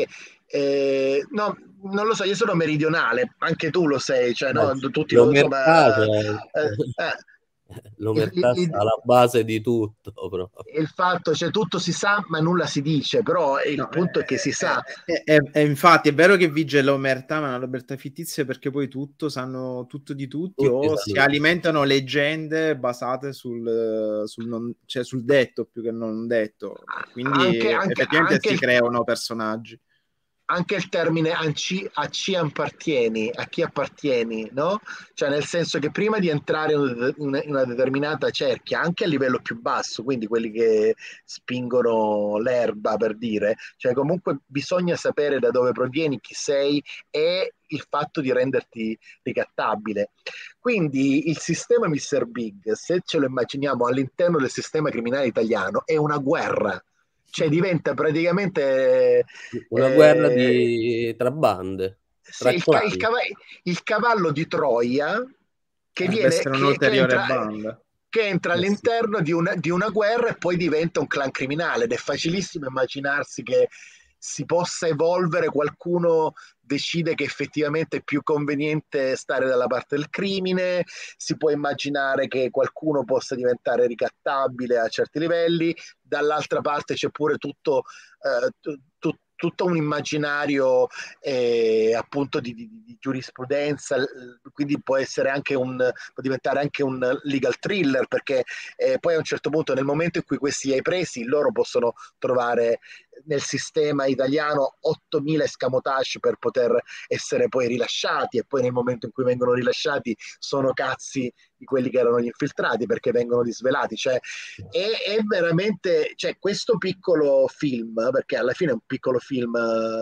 eh, no, non lo so, io sono meridionale, anche tu lo sei, cioè Eh, no, tutti lo l'omertà, insomma, cioè, eh, eh, il, l'omertà il, sta alla base di tutto, però. il fatto, cioè tutto si sa ma nulla si dice, però il No, punto è che si sa. è, è, è, infatti è vero che vige l'omertà, ma è una libertà fittizia, perché poi tutto sanno tutto di tutti, Tutti o sanno si di- alimentano leggende basate sul, sul, non, cioè sul detto più che non detto. Quindi Anche, anche, effettivamente anche si il, creano personaggi. anche il termine a chi, a chi appartieni, a chi appartieni, no? Cioè nel senso che prima di entrare in una, in una determinata cerchia, anche a livello più basso, quindi quelli che spingono l'erba per dire, cioè comunque bisogna sapere da dove provieni, chi sei e il fatto di renderti ricattabile. Quindi il sistema mister Big, se ce lo immaginiamo all'interno del sistema criminale italiano, è una guerra, cioè diventa praticamente Una guerra eh, di tra bande, sì, tra il, ca- clan. il cava- il cavallo di Troia che, Deve viene, essere che, che un'ulteriore entra, banda. che entra Eh sì. all'interno di una, di una guerra e poi diventa un clan criminale ed è facilissimo immaginarsi che si possa evolvere, qualcuno decide che effettivamente è più conveniente stare dalla parte del crimine, si può immaginare che qualcuno possa diventare ricattabile a certi livelli, dall'altra parte c'è pure tutto, eh, tu- tu- tutto un immaginario eh, appunto di, di- di giurisprudenza, quindi può essere anche un, può diventare anche un legal thriller, perché eh, poi a un certo punto, nel momento in cui questi hai presi, loro possono trovare nel sistema italiano ottomila escamotage per poter essere poi rilasciati, e poi nel momento in cui vengono rilasciati sono cazzi di quelli che erano gli infiltrati, perché vengono disvelati, cioè è, è veramente, cioè, questo piccolo film, perché alla fine è un piccolo film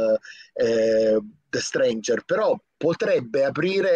eh, The Stranger, però potrebbe aprire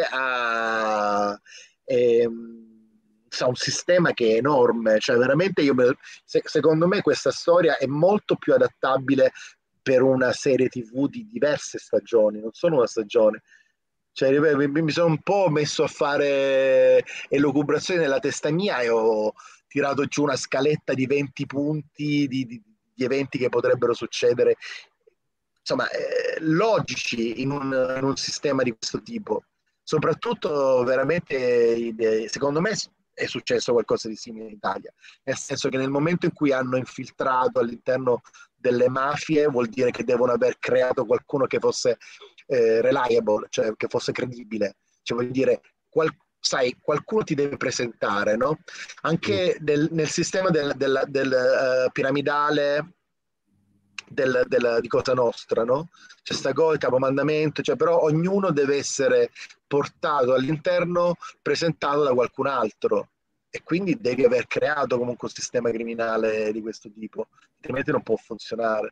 a ehm, sa, un sistema che è enorme, cioè veramente io, se- secondo me questa storia è molto più adattabile per una serie T V di diverse stagioni, non solo una stagione. Cioè, ripeto, mi, mi sono un po' messo a fare elucubrazioni nella testa mia e ho tirato giù una scaletta di venti punti di, di- di eventi che potrebbero succedere, insomma, eh, logici in un, in un sistema di questo tipo. Soprattutto, veramente, eh, secondo me è successo qualcosa di simile in Italia, nel senso che nel momento in cui hanno infiltrato all'interno delle mafie vuol dire che devono aver creato qualcuno che fosse eh, reliable, cioè che fosse credibile, cioè vuol dire qual- sai, qualcuno ti deve presentare, no? Mm. Anche nel, nel sistema del, del, del uh, piramidale del, del, di Cosa Nostra, no? C'è sta cosa, il capomandamento, cioè, però ognuno deve essere portato all'interno, presentato da qualcun altro, e quindi devi aver creato comunque un sistema criminale di questo tipo, altrimenti non può funzionare.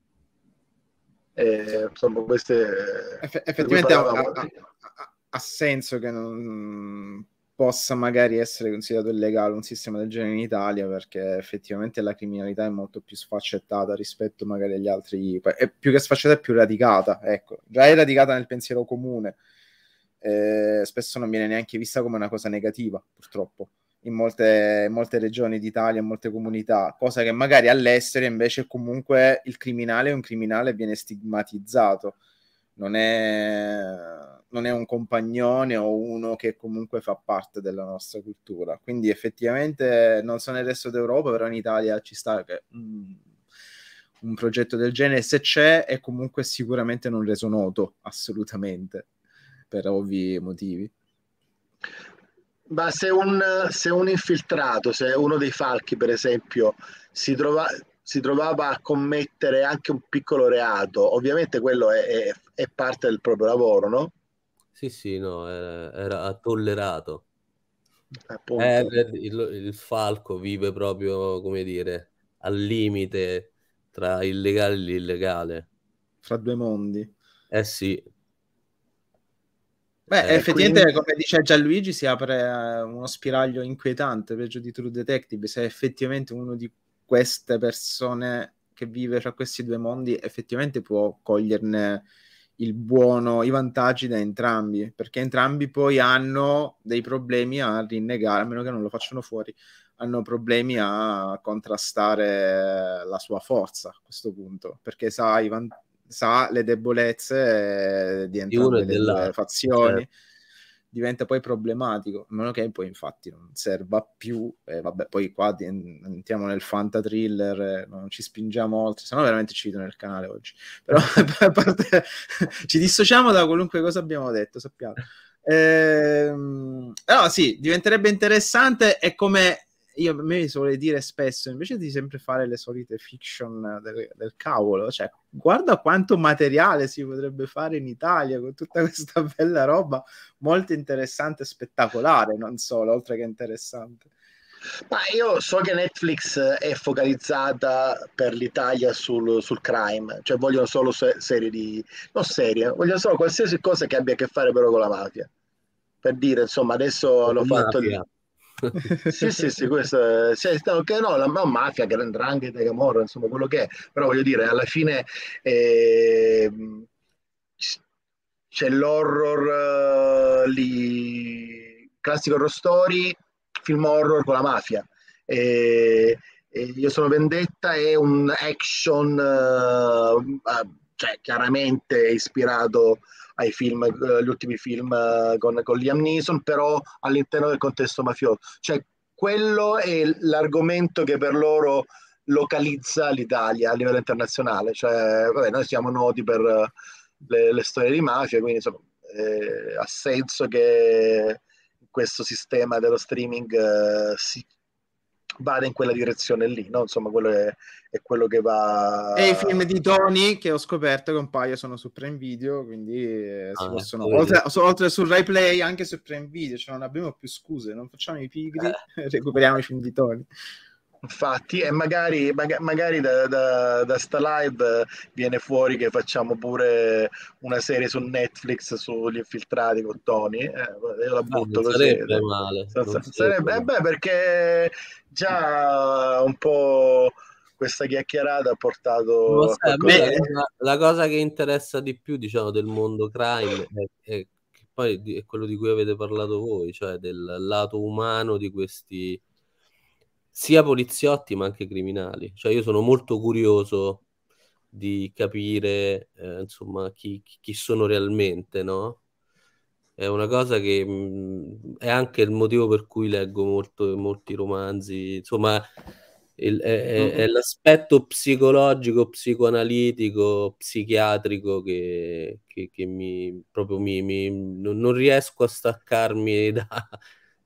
E, insomma, queste, Eff- di cui effettivamente ha, parlavamo. ha- ha- ha senso che non possa magari essere considerato illegale un sistema del genere in Italia, perché effettivamente la criminalità è molto più sfaccettata rispetto magari agli altri, è più che sfaccettata, è più radicata, ecco, già è radicata nel pensiero comune, eh, spesso non viene neanche vista come una cosa negativa, purtroppo, in molte, in molte regioni d'Italia, in molte comunità, cosa che magari all'estero invece comunque il criminale è un criminale e viene stigmatizzato. Non è, non è un compagnone o uno che comunque fa parte della nostra cultura. Quindi effettivamente non so nel resto d'Europa, però in Italia ci sta che un, un progetto del genere, se c'è, è comunque sicuramente non reso noto, assolutamente, per ovvi motivi. Ma se un, se un infiltrato, se uno dei falchi, per esempio, si trova, si trovava a commettere anche un piccolo reato, ovviamente quello è, è, è parte del proprio lavoro, no? Sì, sì, no, era, era tollerato. Eh, Appunto. il, il falco vive proprio, come dire, al limite tra il legale e l'illegale. Fra due mondi. Eh sì. Beh, Eh, effettivamente, quindi, come dice Gianluigi, si apre eh, uno spiraglio inquietante, peggio di True Detective, se effettivamente uno di queste persone che vive tra questi due mondi effettivamente può coglierne il buono, i vantaggi da entrambi, perché entrambi poi hanno dei problemi a rinnegare, a meno che non lo facciano fuori, hanno problemi a contrastare la sua forza a questo punto, perché sa, i van- sa le debolezze eh, di di uno e entrambe le due dell'altro. fazioni. Certo. Diventa poi problematico, a meno che poi infatti non serva più, eh, vabbè, poi qua di- entriamo nel fanta thriller, eh, non ci spingiamo oltre, sennò veramente ci vedo nel canale oggi, però a parte, ci dissociamo da qualunque cosa abbiamo detto, sappiamo. Ehm, però sì, diventerebbe interessante, e come io a me mi suole dire spesso, invece di sempre fare le solite fiction del, del cavolo, cioè guarda quanto materiale si potrebbe fare in Italia con tutta questa bella roba, molto interessante e spettacolare, non solo, oltre che interessante. ma io so che Netflix è focalizzata per l'Italia sul, sul crime, cioè vogliono solo se- serie di... non serie, vogliono solo qualsiasi cosa che abbia a che fare però con la mafia. Per dire, insomma, adesso hanno fatto il... Mafia. Sì, sì, sì, questo è... Cioè, no, che no, la ma- mafia, che 'ndrangheta, Camorra, insomma, quello che è. Però voglio dire, alla fine eh, c'è l'horror eh, lì, classico horror story, film horror con la mafia. E, e Io sono Vendetta è un action, eh, eh, cioè chiaramente ispirato ai film, eh, gli ultimi film eh, con, con Liam Neeson, però all'interno del contesto mafioso. Cioè, quello è l'argomento che per loro localizza l'Italia a livello internazionale. Cioè, vabbè, noi siamo noti per eh, le, le storie di mafia, quindi insomma, eh, ha senso che questo sistema dello streaming eh, si vada in quella direzione lì, no? Insomma, quello è, è quello che E i film va. di Tony che ho scoperto che un paio sono su Prime Video, quindi eh, si Ah, possono, ecco, vedi. oltre, oltre sul Rai Play, anche su Prime Video, cioè non abbiamo più scuse, non facciamo i pigri, Eh, recuperiamo i film di Tony. Infatti, e magari, maga- magari da, da, da sta live eh, viene fuori che facciamo pure una serie su Netflix sugli infiltrati con Tony. Eh, io la ah, non butto così. sarebbe male, non Senza- sarebbe Sarebbe, eh male. beh, perché già un po' questa chiacchierata ha Ma portato a sai, a me la qualcosa. Beh, cosa, la cosa che interessa di più, diciamo, del mondo crime è, è che poi di- è quello di cui avete parlato voi, cioè del lato umano di questi sia poliziotti ma anche criminali. Cioè io sono molto curioso di capire, eh, insomma, chi, chi- chi sono realmente, no? È una cosa che mh, è anche il motivo per cui leggo molto, molti romanzi, insomma, il- è, è- è l'aspetto psicologico, psicoanalitico, psichiatrico che, che- che mi proprio mi, mi- non, non riesco a staccarmi da,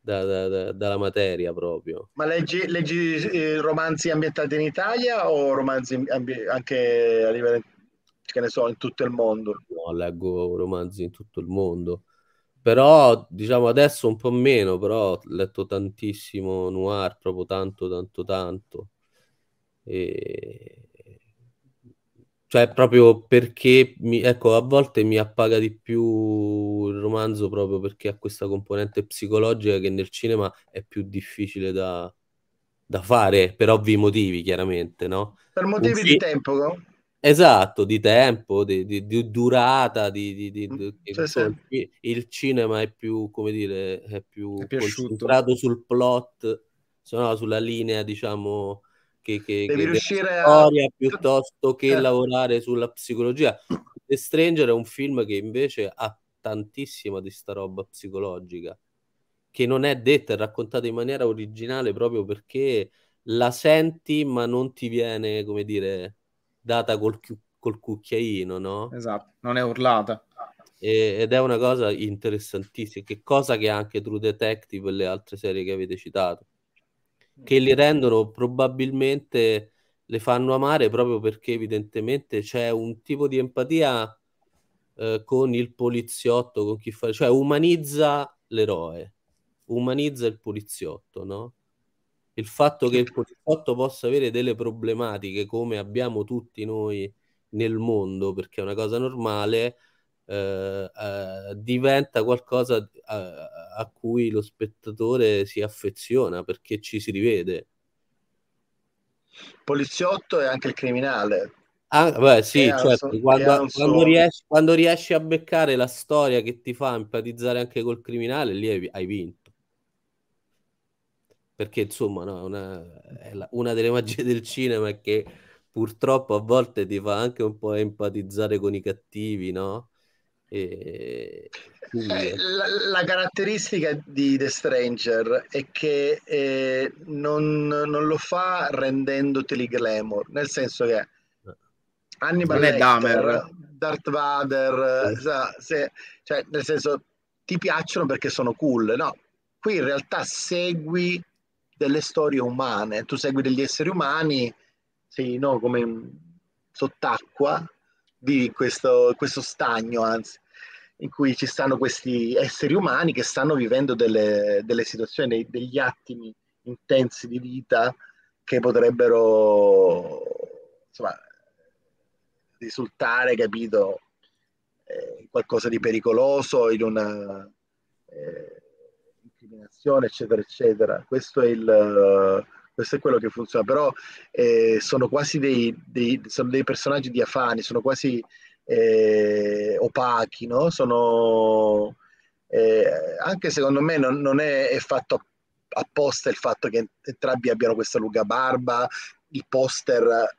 da, da, da, dalla materia proprio. Ma leggi, leggi eh, romanzi ambientati in Italia o romanzi ambi- anche a livello, che ne so, in tutto il mondo? No, leggo romanzi in tutto il mondo, però diciamo adesso un po' meno, però ho letto tantissimo noir, proprio tanto, tanto, tanto. E... Cioè, proprio perché, mi, ecco, a volte mi appaga di più il romanzo proprio perché ha questa componente psicologica che nel cinema è più difficile da, da fare, per ovvi motivi, chiaramente, no? Per Un motivi di film, tempo, no? esatto, di tempo, di, di- di durata, di, di- di- Mm, di- che, sì, sì. insomma, il il cinema è più, come dire, è È più piaciuto. concentrato sul plot, se no sulla linea, diciamo, che, che- Devi che della riuscire a... storia piuttosto che eh, lavorare sulla psicologia. The Stranger è un film che invece ha tantissima di sta roba psicologica, che non è detta e raccontata in maniera originale proprio perché la senti, ma non ti viene, come dire, data col, chi- col cucchiaino, no? Esatto, non è urlata. E- ed è una cosa interessantissima, che cosa che ha anche True Detective e le altre serie che avete citato, che li rendono probabilmente, le fanno amare proprio perché evidentemente c'è un tipo di empatia eh, con il poliziotto, con chi fa, cioè umanizza l'eroe, umanizza il poliziotto, no? Il fatto che il poliziotto possa avere delle problematiche come abbiamo tutti noi nel mondo, perché è una cosa normale, eh, eh, diventa qualcosa a, a cui lo spettatore si affeziona perché ci si rivede. poliziotto e anche il criminale, Ah, beh, che sì, ha, un certo, suo- che ha quando, un quando suo... riesci, quando riesci a beccare la storia che ti fa empatizzare anche col criminale, lì hai, hai vinto. Perché insomma, no, una, è la- una delle magie del cinema è che purtroppo a volte ti fa anche un po' empatizzare con i cattivi, no? E quindi Eh, eh, La, la caratteristica di The Stranger è che eh, non, non lo fa rendendoteli glamour, nel senso che Hannibal Non è Dahmer. Lecter, Darth Vader, eh, sa- se- cioè, nel senso ti piacciono perché sono cool, no? Qui in realtà segui delle storie umane, tu segui degli esseri umani, sì, no, come in- sott'acqua, di questo, questo stagno, anzi, in cui ci stanno questi esseri umani che stanno vivendo delle, delle situazioni, dei- degli attimi intensi di vita che potrebbero, insomma, risultare, capito, eh, qualcosa di pericoloso, in una eh, incriminazione, eccetera, eccetera. Questo è il, questo è quello che funziona, però eh, sono quasi dei, dei, sono dei personaggi diafani, sono quasi eh, opachi, no? Sono, eh, anche secondo me non, non è, è fatto apposta il fatto che entrambi abbiano questa lunga barba, il poster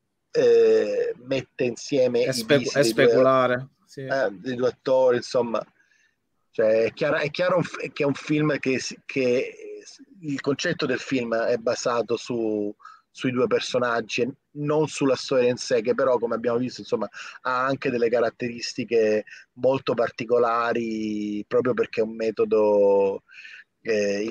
eh, mette insieme È, i specu- visi è dei due, speculare. Sì. eh, dei due attori, insomma. Cioè, è chiaro, è chiaro un f- che è un film che, si- che il concetto del film è basato su- sui due personaggi e non sulla storia in sé, che però, come abbiamo visto, insomma, ha anche delle caratteristiche molto particolari proprio perché è un metodo eh,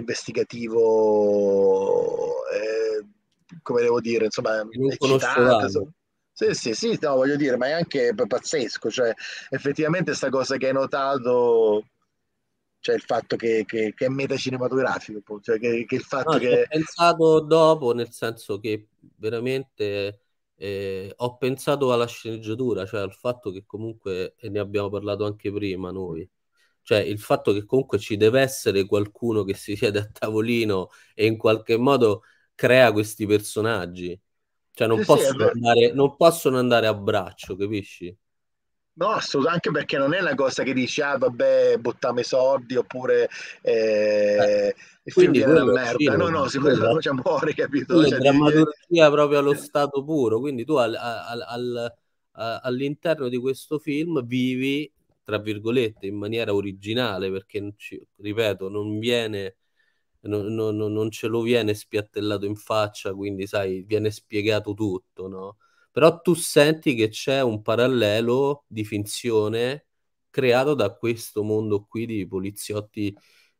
investigativo, eh, come devo dire, insomma, che non eccitante. conoscevamo. Insomma. Sì, sì, sì, no, voglio dire, ma è anche p- pazzesco, cioè effettivamente sta cosa che hai notato, cioè il fatto che, che- che è metacinematografico, appunto, cioè che, che il fatto No, ci ho che... pensato dopo, nel senso che veramente eh, ho pensato alla sceneggiatura, cioè al fatto che comunque, e ne abbiamo parlato anche prima noi, cioè il fatto che comunque ci deve essere qualcuno che si siede a tavolino e in qualche modo crea questi personaggi. Cioè non Sì, sì, è possono vero. andare, non possono andare a braccio, capisci? No, assolutamente, anche perché non è una cosa che dici, ah vabbè, buttiamo i soldi, oppure Eh, eh, il film quindi viene una quello è merda. No, no, cinema, si quella, faccia muore, capito? quella è Cioè, devi, devi- drammaturgia proprio allo stato puro. Quindi tu al- al- al- a- all'interno di questo film vivi, tra virgolette, in maniera originale, perché, non ci- ripeto, non viene, non, non- non- non ce lo viene spiattellato in faccia, quindi sai, viene spiegato tutto, no? Però tu senti che c'è un parallelo di finzione creato da questo mondo qui di poliziotti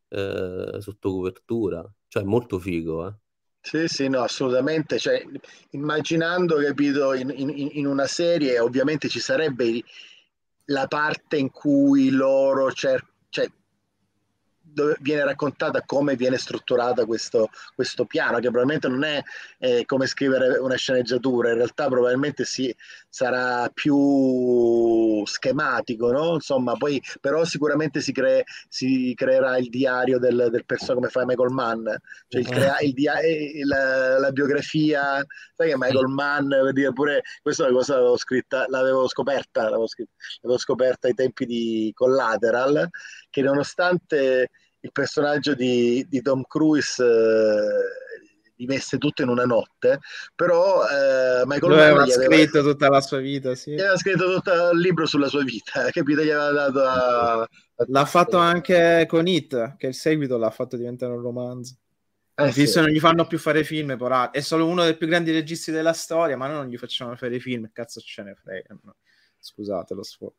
eh, sotto copertura, cioè molto figo, eh. Sì, sì, no, assolutamente. Cioè, immaginando, capito, in, in- in una serie ovviamente ci sarebbe il- la parte in cui loro cer- cioè, dove viene raccontata come viene strutturata questo, questo piano, che probabilmente non è eh, come scrivere una sceneggiatura, in realtà probabilmente si, sarà più schematico, no? Insomma, poi però sicuramente si, cre- si creerà il diario del, del personaggio come fa Michael Mann, cioè il crea- il dia- eh, la, la biografia, sai che Michael Mann, per dire pure, questa è una cosa l'avevo scritta, l'avevo scoperta, l'avevo scritta, l'avevo scoperta ai tempi di Collateral, che nonostante il personaggio di, di Tom Cruise eh, gli messe tutto in una notte, però eh, Michael Lo Mann aveva gli aveva, scritto tutta la sua vita, sì. gli aveva scritto tutto il libro sulla sua vita, capito? Gli aveva dato a, a L'ha fatto tutto. anche con It, che il seguito l'ha fatto diventare un romanzo. Eh sì. Visto che non gli fanno più fare film, porà. È solo uno dei più grandi registi della storia, ma noi non gli facciamo fare film, cazzo ce ne frega. No. Scusate lo sfogo.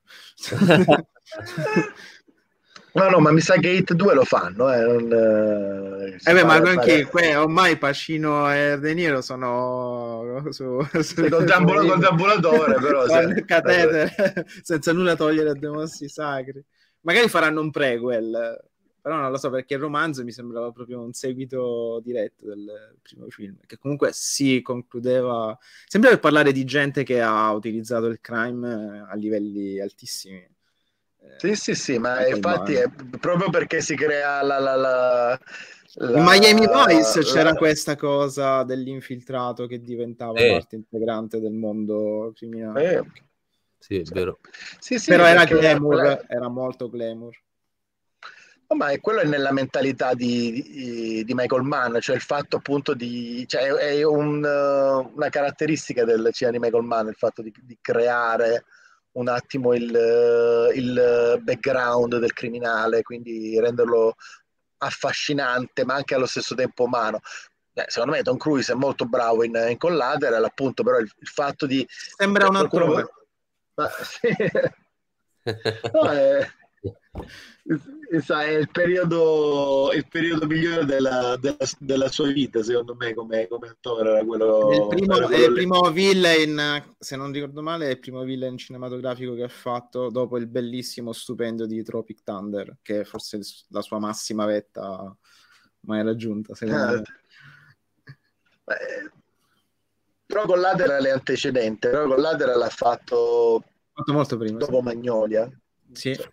No, no, ma mi sa che Hit due lo fanno, eh, non, eh, Eh si beh, ma pare, anche pare... que- ormai Pacino e De Niro sono su, su, Sì, col, deambula- col deambulatore, però... con se- il catetere senza nulla togliere dai mossi sacri. Magari faranno un prequel, però non lo so, perché il romanzo mi sembrava proprio un seguito diretto del primo film, che comunque si concludeva sempre per parlare di gente che ha utilizzato il crime a livelli altissimi. Sì, sì, sì, ma Michael infatti Mann. è proprio perché si crea la... la, la, In Miami la, Vice la... c'era questa cosa dell'infiltrato che diventava Eh, parte integrante del mondo criminale. eh, sì, è vero. sì, sì, Però era perché... glamour, era molto glamour. No, ma è quello è nella mentalità di, di- di Michael Mann, cioè il fatto appunto di, cioè è è un, eh, una caratteristica del cinema di Michael Mann, il fatto di, di creare un attimo il, eh, il background del criminale, quindi renderlo affascinante, ma anche allo stesso tempo umano. Beh, secondo me Tom Cruise è molto bravo in, in Collateral, appunto, però il, il fatto di... Sembra Cioè, un qualcuno... attore. Ma, sì. No, è, sa, è il periodo, il periodo migliore della, della- della sua vita, secondo me, come, come attore, era È il quello, era primo, è quello il lì. primo villain, se non ricordo male, è il primo villain cinematografico che ha fatto dopo il bellissimo stupendo di Tropic Thunder, che è forse la sua massima vetta mai raggiunta, secondo Ah, me. eh, però Collateral è antecedente, però Collateral l'ha fatto Fatto molto prima, sì. dopo Magnolia. Sì. Cioè,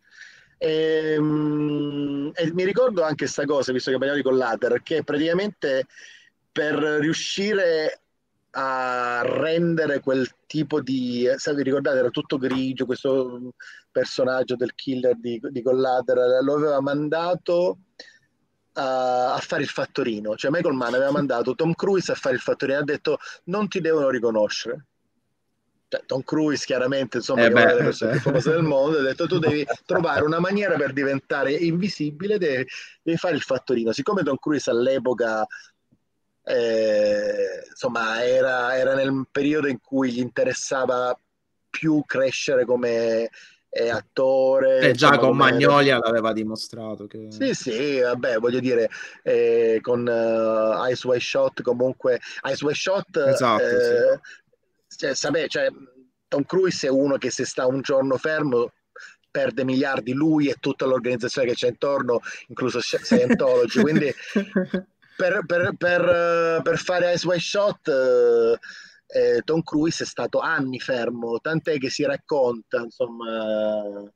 ehm, e, mi ricordo anche questa cosa, visto che parliamo di Collateral, che praticamente per riuscire a rendere quel tipo di, se vi ricordate, era tutto grigio, questo personaggio del killer di, di Collateral, lo aveva mandato a, a fare il fattorino, cioè Michael Mann aveva mandato Tom Cruise a fare il fattorino, ha detto non ti devono riconoscere. Cioè, Tom Cruise chiaramente, insomma, Eh che è una beh, delle eh persone beh. più famose del mondo, ha detto tu devi trovare una maniera per diventare invisibile, devi, devi fare il fattorino. Siccome Tom Cruise all'epoca eh, insomma, era, era nel periodo in cui gli interessava più crescere come eh, attore, Eh, già insomma, con come reg- Magnolia l'aveva dimostrato che... sì, sì, vabbè, voglio dire, eh, con uh, Eyes Wide Shot comunque, Eyes Wide Shot, Esatto, sì. eh, cioè, sapè, cioè, Tom Cruise è uno che se sta un giorno fermo perde miliardi, lui e tutta l'organizzazione che c'è intorno, incluso Scientology, quindi per, per, per, per fare Eyes Wide Shot eh, eh, Tom Cruise è stato anni fermo, tant'è che si racconta, insomma,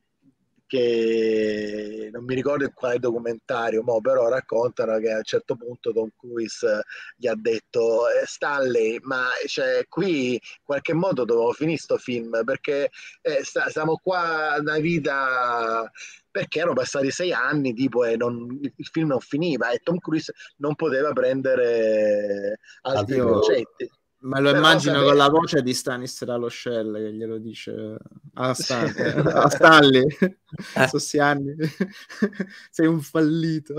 che non mi ricordo in quale documentario, mo, però raccontano che a un certo punto Tom Cruise gli ha detto eh, Stanley, ma cioè, qui in qualche modo dovevo finire sto film perché eh, sta, stiamo qua una vita perché erano passati sei anni tipo e non, il film non finiva e Tom Cruise non poteva prendere altri Altri Io prodotti. progetti, me lo però immagino con sapete la voce di Stanislas Rochelle che glielo dice a, sì. Stan, eh, a Stanley, Eh, sono sei anni, sei un fallito.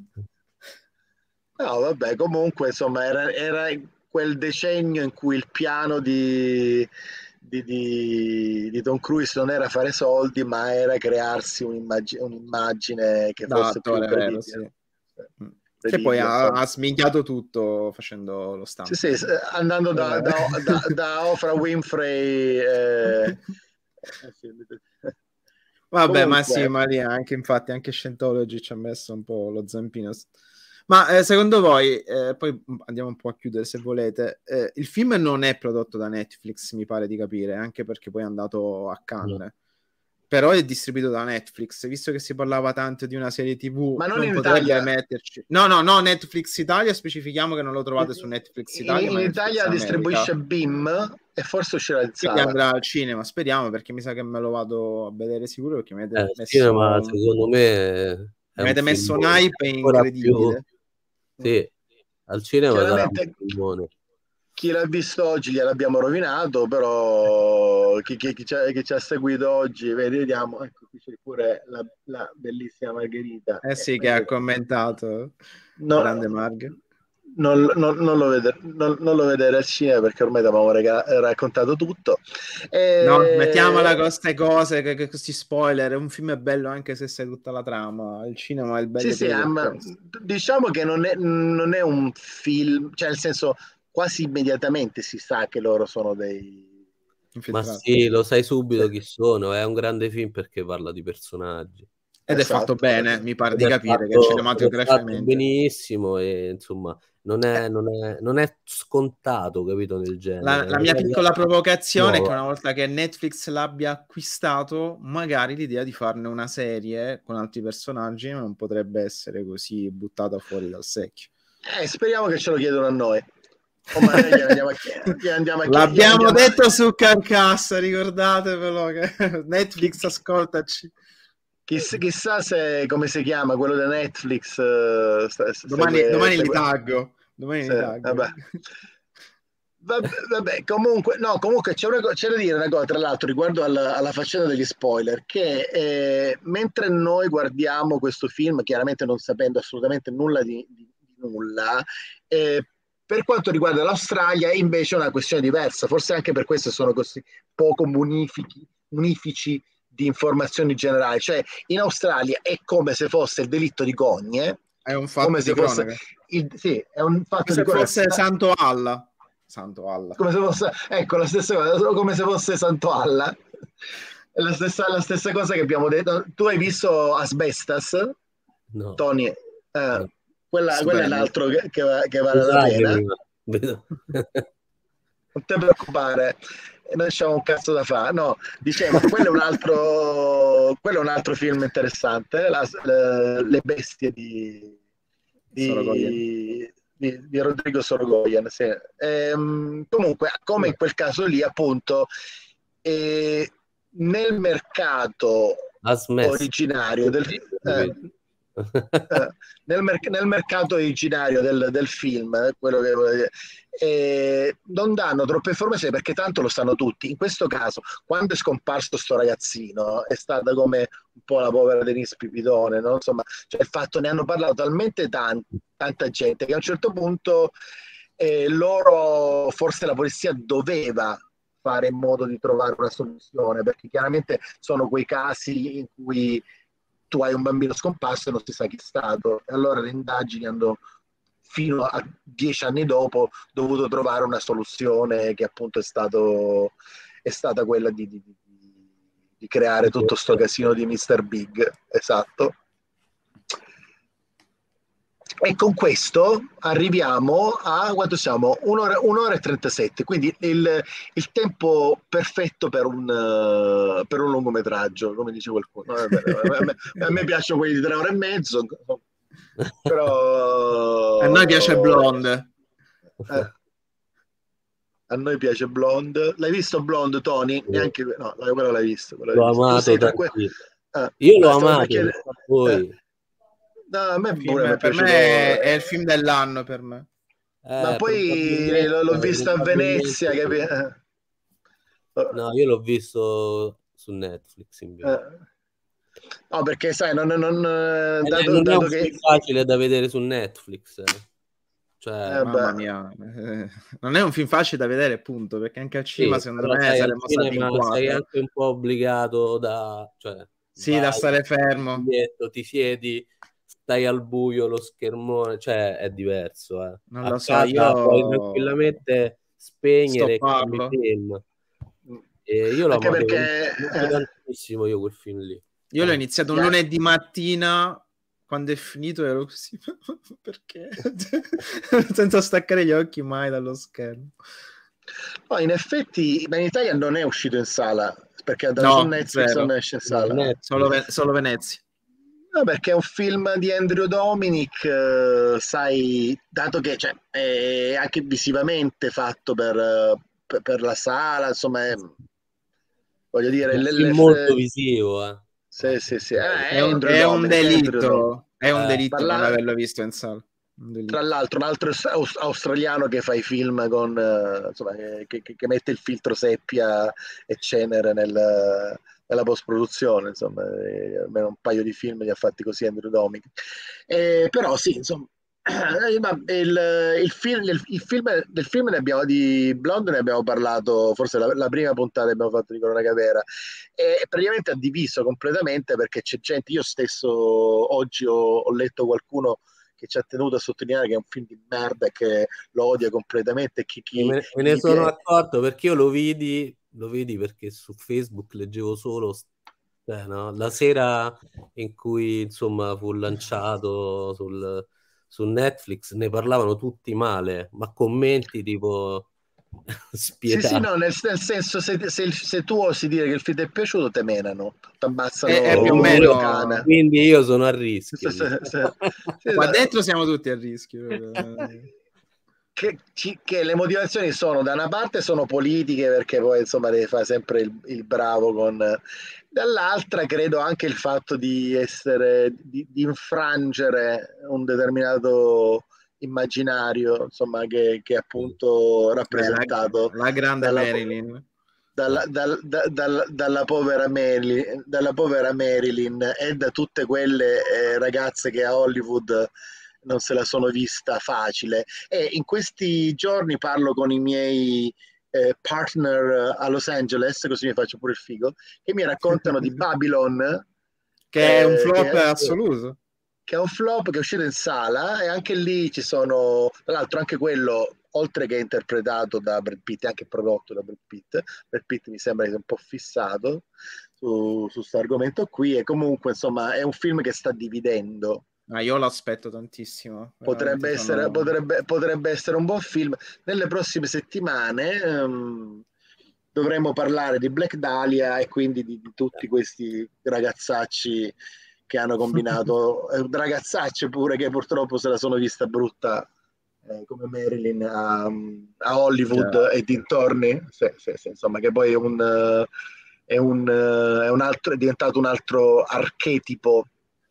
No, vabbè, comunque, insomma, era, era quel decennio in cui il piano di, di, di, di Tom Cruise non era fare soldi, ma era crearsi un'immagine, un'immagine che Da fosse più attore, vero, sì. credibile. Mm. Che poi Credibile, ha, insomma. ha sminchiato tutto facendo lo Sì, stunt. sì, s- andando da, da, da, da Oprah Winfrey. eh, eh, sì. Vabbè, ma sì, Comunque, ma lì anche infatti anche Scientology ci ha messo un po' lo zampino. Ma eh, secondo voi, eh, poi andiamo un po' a chiudere se volete, eh, il film non è prodotto da Netflix, mi pare di capire, anche perché poi è andato a Cannes. No. Però è distribuito da Netflix, visto che si parlava tanto di una serie tivù, ma non non in potrebbe Italia. metterci. No, no, no, Netflix Italia, specifichiamo che non lo trovate su Netflix In, Italia, in ma Netflix Italia America. distribuisce B I M e forse uscirà in Quindi sala. andrà al cinema, speriamo, perché mi sa che me lo vado a vedere sicuro, perché mi avete Eh, il messo, cinema, secondo me, è mi un avete messo un filmone hype ancora più... incredibile. Sì, al cinema sarà un Chiaramente filmone. chi l'ha visto oggi gliel'abbiamo rovinato, però chi, chi- chi ci ha, chi ci ha seguito oggi, vediamo, ecco qui c'è pure la, la bellissima Margherita. Eh Eh, sì, che ha Margherita. commentato, No, grande Marg. non, non- non lo vede- non- non lo vedere al cinema perché ormai ti abbiamo raga- raccontato tutto. No, mettiamola con E... queste cose, che, che questi spoiler, un film è bello anche se sai tutta la trama, il cinema è il Sì, bello sì, proprio per ehm, questo. diciamo che non è, non è un film, cioè nel senso quasi immediatamente si sa che loro sono dei... Ma Infiltrato. sì, lo sai Sì, subito chi sono. È un grande film perché parla di personaggi. Ed è fatto esatto, bene, esatto. mi pare Ed di è capire che fatto, ed è fatto cinematograficamente. benissimo e insomma non Eh, è, non è- non è scontato, capito, nel La, genere. la mia Magari è piccola provocazione è che nuova. una volta che Netflix l'abbia acquistato, magari l'idea di farne una serie con altri personaggi non potrebbe essere così buttata fuori dal secchio. eh, speriamo che ce lo chiedono a noi. O magari gliene andiamo a chiedere. Gliene andiamo a chiedere. Gliene L'abbiamo andiamo a- detto su Carcassa, ricordatevelo che chi- Netflix chi- ascoltaci. Chissà, chissà se come si chiama quello di Netflix. eh, sta- Domani, segue, domani li segue. taggo. Domani Sì, li taggo. vabbè. Vabbè, vabbè, comunque, no, comunque c'è, una co- c'è da dire una cosa, tra l'altro, riguardo alla, alla faccenda degli spoiler, che eh, mentre noi guardiamo questo film, chiaramente non sapendo assolutamente nulla di, di- di nulla, eh, per quanto riguarda l'Australia invece è una questione diversa, forse anche per questo sono così poco munifici, munifici di informazioni generali, cioè in Australia è come se fosse il delitto di Gogne, È un come fatto di se fosse, cronaca. il, sì, è un fatto di Se cronaca fosse Santo Alla. Santo Alla. come se fosse, ecco, la stessa cosa, solo come se fosse Santo Alla. È la stessa, la stessa cosa che abbiamo detto. Tu hai visto Asbestas, No, Tony? Eh, no. quella, quello è un Stupendo. altro che, che va- che Mi vale la sa che pena. mi va. Vedo. Non ti preoccupare, noi c'è un cazzo da fare. No, dicevo, quello è un altro, quello è un altro film interessante, la- le, le bestie di, Sorogoyen. di, di, di Rodrigo Sorogoyen. Sì. Ehm, comunque, come in quel caso lì, appunto, eh, nel mercato Ha smesso. originario del, eh, eh, nel, mer- nel mercato originario del, del film, eh, quello che volevo dire, eh, non danno troppe informazioni perché tanto lo sanno tutti. In questo caso, quando è scomparso sto ragazzino, è stata come un po' la povera Denise Pipitone, no? Insomma, cioè il fatto ne hanno parlato talmente tanti, tanta gente che a un certo punto eh, loro, forse la polizia doveva fare in modo di trovare una soluzione, perché chiaramente sono quei casi in cui tu hai un bambino scomparso e non si sa chi è stato. E allora le indagini hanno, fino a dieci anni dopo, dovuto trovare una soluzione che appunto è, stato, è stata quella di, di, di creare tutto sto casino di mister Big. Esatto. E con questo arriviamo a quanto siamo? Un'ora, un'ora e trentasette, quindi il, il tempo perfetto per un, uh, per un lungometraggio, come dice qualcuno. A me, a me piacciono quelli di tre ore e mezzo, però... A noi piace Blonde. Eh, a noi piace Blonde. L'hai visto Blonde, Tony? Neanche no, quello l'hai visto. Quello l'hai L'ho visto. Tu amato sei per que... tantissimo. eh, Io l'ho no, stavo per amato, non chiedere... so eh, voi. no, a me pure mi Film, è per piaciuto. me è il film dell'anno per me. Ma Eh, poi probabilmente, l- l'ho visto a Venezia, probabilmente sì. capi- eh. No, io l'ho visto su Netflix invece. Eh. No, perché sai, non, non- eh, Eh, dato, non è un dato film che facile da vedere su Netflix. eh. Cioè, Eh Mamma beh. mia, eh, non è un film facile da vedere, appunto, perché anche al cinema sì, secondo però me sai, al saremmo stati in cinema sei quattro. anche un po' obbligato da... Cioè, Sì, da vai, stare fermo. biglietto, ti siedi, stai al buio, lo schermone, cioè è diverso. Eh. Non A lo so, casa puoi io tranquillamente spegnere e cambi stopparlo. film. E io l'ho Anche amato perché molto eh, tantissimo, io quel film lì. Io l'ho Tanto. iniziato un yeah. lunedì mattina, quando è finito ero così, perché? Senza staccare gli occhi mai dallo schermo. No, in effetti, ma in Italia non è uscito in sala, perché è andato su No, Netflix, non zero. esce in No, sala. Solo, Netflix. Ve- solo Venezia. No, perché è un film di Andrew Dominic, eh, sai, dato che cioè, è anche visivamente fatto per, eh, per- per la sala, insomma, è- voglio È dire, un l- film molto l- visivo, eh. sì, sì, sì, eh, È è un, Andrew è un Dominic, è Andrew Dominic. delitto, è un Eh, delitto non Parla- averlo visto in sala. Un Tra delitto. l'altro, un altro aus- australiano che fa i film con, eh, insomma, che, che- che mette il filtro seppia e cenere nel- nella post-produzione, insomma, eh, almeno un paio di film li ha fatti così Andrew Dominik. Eh, però sì, insomma, eh, ma il, il film, il, il film- del film ne abbiamo, di Blonde ne abbiamo parlato, forse la, la prima puntata che abbiamo fatto di Corona Capera, e praticamente ha diviso completamente perché c'è gente, io stesso oggi ho, ho letto qualcuno che ci ha tenuto a sottolineare che è un film di merda e che lo odia completamente e che e chi, me, me chi ne gli sono piace... accorto perché io lo vidi, lo vidi perché su Facebook leggevo solo eh, no? La sera in cui insomma fu lanciato sul, su Netflix, ne parlavano tutti male, ma commenti tipo Sì, sì, spietati. no, nel, nel senso se, se, se tu osi dire che il film ti è piaciuto, te menano, ti È, è E più o ammazzano quindi come io, meno... cane. quindi io sono a rischio, Se- se- diciamo. se- sì, Qua no. dentro siamo tutti a rischio. eh. Che, ci- che le motivazioni sono da una parte sono politiche perché poi insomma deve fare sempre il, il bravo con dall'altra credo anche il fatto di essere di, di infrangere un determinato immaginario insomma che, che è appunto Beh, la, rappresentato la grande dalla, Marilyn. dalla, dal- da- dal- dalla povera Marilyn, dalla povera Marilyn e da tutte quelle eh, ragazze che a Hollywood non se la sono vista facile. E in questi giorni parlo con i miei eh, partner a Los Angeles, così mi faccio pure il figo, che mi raccontano di Babylon, Che è un eh, flop che, assoluto. che è un flop che è uscito in sala e anche lì ci sono, tra l'altro anche quello, oltre che interpretato da Brad Pitt, è anche prodotto da Brad Pitt, Brad Pitt mi sembra che sia un po' fissato su questo argomento qui e comunque insomma è un film che sta dividendo. Ah, io lo aspetto tantissimo. Veramente Potrebbe essere, sono... potrebbe, potrebbe essere un buon film. Nelle prossime settimane ehm, dovremo parlare di Black Dahlia e quindi di, di tutti questi ragazzacci che hanno combinato, eh, ragazzacce pure che purtroppo se la sono vista brutta eh, come Marilyn a, a Hollywood Già. e dintorni. Sì, sì, sì, insomma, che poi è un, eh, è un, eh, è un altro, è diventato un altro archetipo.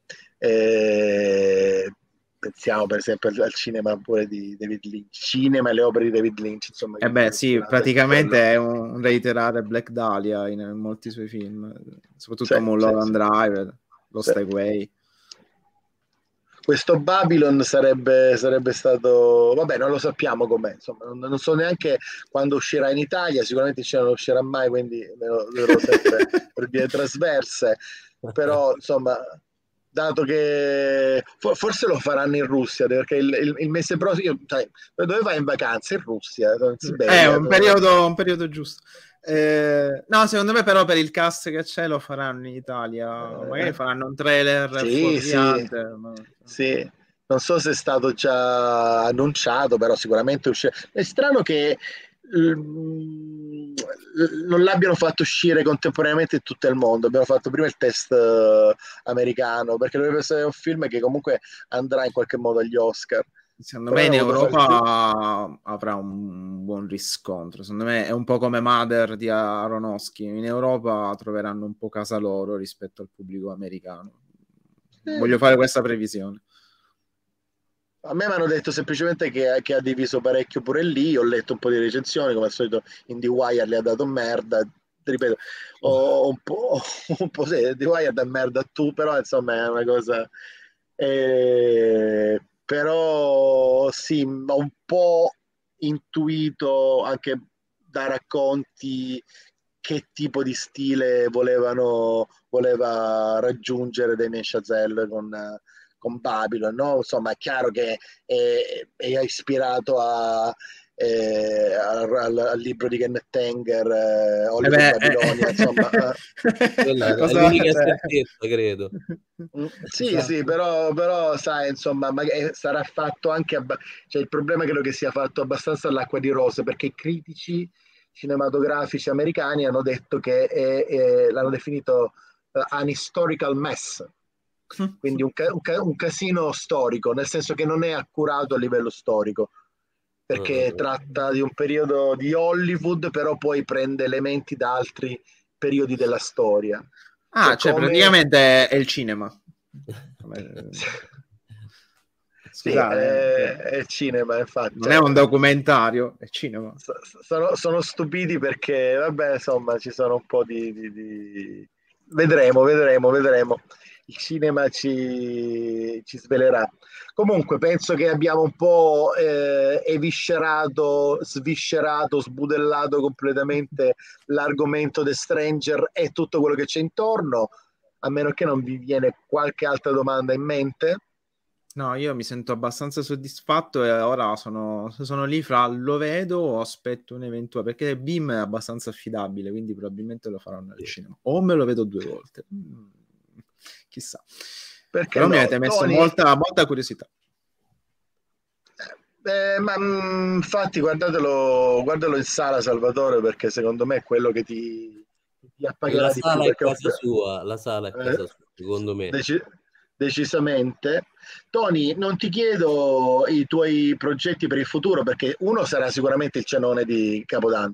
Eh, pensiamo per esempio al, al cinema pure di David Lynch, cinema e le opere di David Lynch, insomma, Eh che si beh, è sì, ispirato anche praticamente quello. è un reiterare Black Dahlia in, in molti suoi film, Sì, soprattutto sì, Mulholland sì, Drive, sì. Lost Highway. Questo Babylon sarebbe, sarebbe stato, vabbè, non lo sappiamo com'è, insomma, non, non so neanche quando uscirà in Italia, sicuramente in Cina non uscirà mai, quindi me lo vedrò sempre per vie trasverse, però insomma, dato che for- forse lo faranno in Russia, perché il, il- il mese prossimo, io, sai, dove vai in vacanza? In Russia, in È Siberia. un periodo, un periodo giusto. Eh, no, secondo me però per il cast che c'è lo faranno in Italia, magari Eh, faranno un trailer sì, sì, fuorviante. Ma... sì. Non so se è stato già annunciato, però sicuramente uscirà. È strano che mm, non l'abbiano fatto uscire contemporaneamente in tutto il mondo. Abbiamo fatto prima il test eh, americano, perché dovrebbe essere un film che comunque andrà in qualche modo agli Oscar. Secondo Però me in hanno voluto fare il film. Europa avrà un buon riscontro. Secondo me è un po' come Mother di Aronofsky. In Europa troveranno un po' casa loro rispetto al pubblico americano. Voglio fare questa previsione. A me mi hanno detto semplicemente che, che ha diviso parecchio pure lì. Ho letto un po' di recensioni, come al solito IndieWire le ha dato merda. Ti ripeto, ho un po', un po' sì, IndieWire dà merda a tu, però insomma è una cosa. Eh, però sì, ho un po' intuito anche da racconti che tipo di stile volevano, voleva raggiungere Damien Chazelle con, con Babylon, no? Insomma, è chiaro che è, è ispirato a, eh, al, al- al libro di Kenneth Anger, eh, Eh Hollywood beh, Babilonia, eh. insomma. eh. Quella è Cosa- l'unica cioè- certezza, credo. Mm, Sì, Esatto. sì, però, però sai, insomma, ma- eh, sarà fatto anche, abba- cioè il problema credo che sia fatto abbastanza all'acqua di rose, perché i critici cinematografici americani hanno detto che è- è- l'hanno definito eh, an historical mess, quindi un, ca- un ca- un casino storico, nel senso che non è accurato a livello storico, perché Uh, tratta di un periodo di Hollywood, però poi prende elementi da altri periodi della storia. Ah, Cioè cioè come... praticamente è il cinema. Come- Sì, Scusate, è, eh, è cinema, infatti. non è Cioè, un documentario, è cinema. so- sono, sono stupiti perché, vabbè, insomma, ci sono un po' di, di- di- Vedremo, vedremo, vedremo. Il cinema ci, ci svelerà. Comunque, penso che abbiamo un po' eh, eviscerato, sviscerato, sbudellato completamente l'argomento The Stranger e tutto quello che c'è intorno, a meno che non vi viene qualche altra domanda in mente. No, io mi sento abbastanza soddisfatto e ora sono, sono lì fra lo vedo o aspetto un eventuale, perché Beam è abbastanza affidabile, quindi probabilmente lo faranno al sì. cinema. O me lo vedo due volte. Mm, chissà. Perché Però mi no? avete messo Tony, molta, molta curiosità. eh, ma mh, infatti guardatelo, guardalo in sala, Salvatore, perché secondo me è quello che ti, ti La appagherà di più. sala è Perché ho- casa sua, la sala è eh, casa sua, secondo me. deci- decisamente. Tony, non ti chiedo i tuoi progetti per il futuro, perché uno sarà sicuramente il cenone di Capodanno.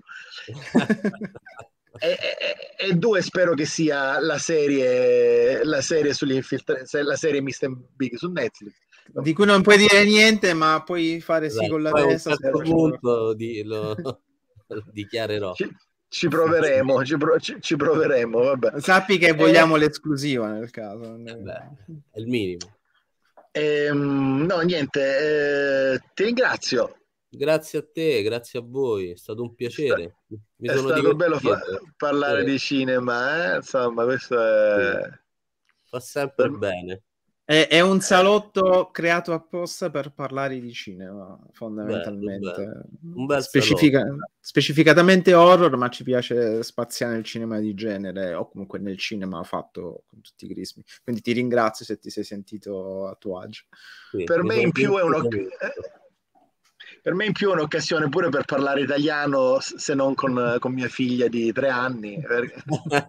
E, e- e due, spero che sia la serie, la serie sugli infiltrati, la serie mister Big su Netflix. Di cui non puoi dire niente, ma puoi fare sì Esatto. con la Poi a un testa. certo Su... punto di- lo, lo dichiarerò. Ci, ci proveremo, ci, pro- ci- ci proveremo, vabbè. Sappi che Eh, vogliamo l'esclusiva nel caso. Eh beh, è il minimo. ehm, no, niente, eh, ti ringrazio. Grazie a te, grazie a voi, è stato un È, sta- piacere. Mi è sono stato bello fa- divertito. parlare Eh, di cinema, eh? Insomma, questo sì. è... Fa per sempre me- bene. È, è un eh, salotto creato apposta per parlare di cinema, Bello, fondamentalmente. bello. Un bel Specifica- salotto. specificatamente horror, ma ci piace spaziare nel cinema di genere o comunque nel cinema fatto con tutti i crismi. Quindi ti ringrazio se ti sei sentito a tuo agio. Sì, per mi me sono in più è sentito un'oc- molto. eh, per me in più è un'occasione pure per parlare italiano, s- se non con, con mia figlia di tre anni, perché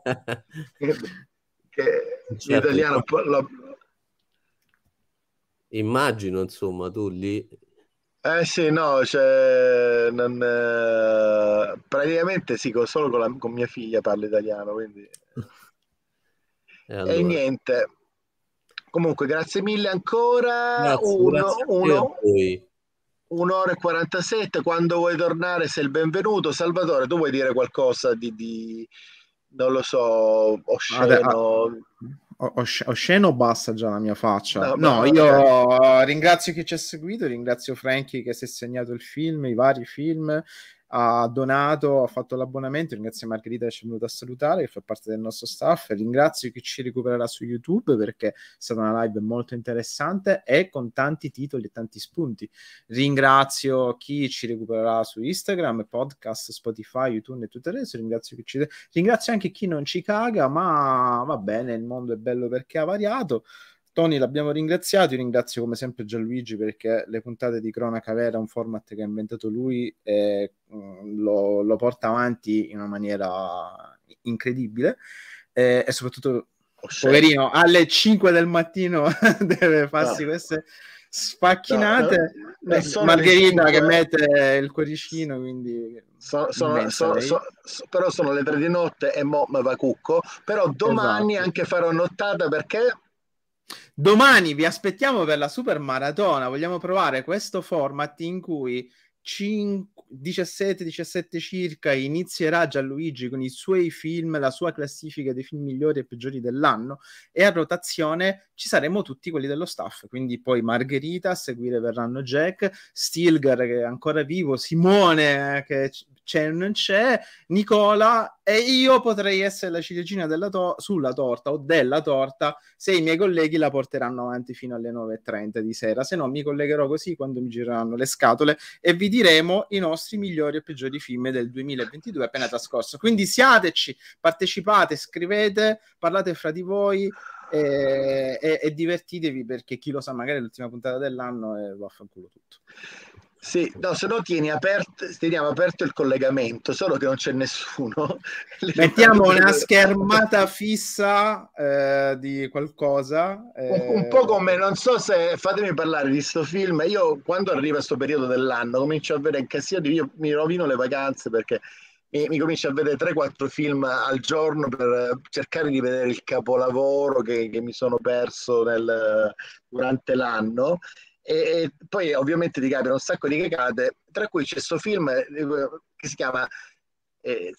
che Certo, l'italiano po- lo- immagino, insomma, tu lì. eh sì, no, cioè, non, eh, praticamente sì, con- solo con, la- con mia figlia parlo italiano, quindi... E E allora, niente, comunque grazie mille ancora, grazie, un, grazie a te e a uno, voi. un'ora e quarantasette, quando vuoi tornare sei il benvenuto. Salvatore, tu vuoi dire qualcosa di, di non lo so, Ade- ah, osceno? o- osc- osceno basta già la mia faccia. No, No, ma- io ok. eh, ringrazio chi ci ha seguito, ringrazio Frankie che si è segnato il film, i vari film, ha donato, ha fatto l'abbonamento, ringrazio Margherita che ci è venuta a salutare, che fa parte del nostro staff, ringrazio chi ci recupererà su YouTube perché è stata una live molto interessante e con tanti titoli e tanti spunti. Ringrazio chi ci recupererà su Instagram, podcast, Spotify, YouTube e tutto il resto, ringrazio chi ci... ringrazio anche chi non ci caga, ma va bene, il mondo è bello perché ha variato. Tony l'abbiamo ringraziato, io ringrazio come sempre Gianluigi perché le puntate di Cronaca Vera è un format che ha inventato lui e mh, lo, lo porta avanti in una maniera incredibile e, e soprattutto, Osceno. poverino, alle cinque del mattino deve farsi No. queste sfacchinate. No, no, non Eh, sono Margherita le che cinque. mette il cuoricino, quindi So- sono- immensa so- lei. so- so- però sono le tre di notte e mo me va cucco. Però domani Esatto. anche farò nottata perché Domani vi aspettiamo per la super maratona. Vogliamo provare questo format in cui diciassette diciassette circa inizierà Gianluigi con i suoi film, la sua classifica dei film migliori e peggiori dell'anno, e a rotazione ci saremo tutti quelli dello staff, quindi poi Margherita, a seguire verranno Jack, Stilgar che è ancora vivo, Simone che c'è non c'è, Nicola, e io potrei essere la ciliegina della to- sulla torta o della torta se i miei colleghi la porteranno avanti fino alle nove e trenta di sera, se no mi collegherò così quando mi gireranno le scatole e vi diremo i nostri migliori e peggiori film del duemilaventidue appena trascorso. Quindi siateci, partecipate, scrivete, parlate fra di voi e, e, e divertitevi, perché chi lo sa, magari è l'ultima puntata dell'anno e vaffanculo tutto. Sì, no, se no tieni aperto, teniamo aperto il collegamento, solo che non c'è nessuno. Mettiamo una schermata fissa eh, di qualcosa. Eh... Un, un po' come, non so se, fatemi parlare di sto film, io quando arriva sto periodo dell'anno comincio a vedere un casino di, io mi rovino le vacanze perché mi, mi comincio a vedere tre quattro film al giorno per cercare di vedere il capolavoro che, che mi sono perso nel, durante l'anno. E poi ovviamente ti capita un sacco di cagate, tra cui c'è questo film che si chiama eh,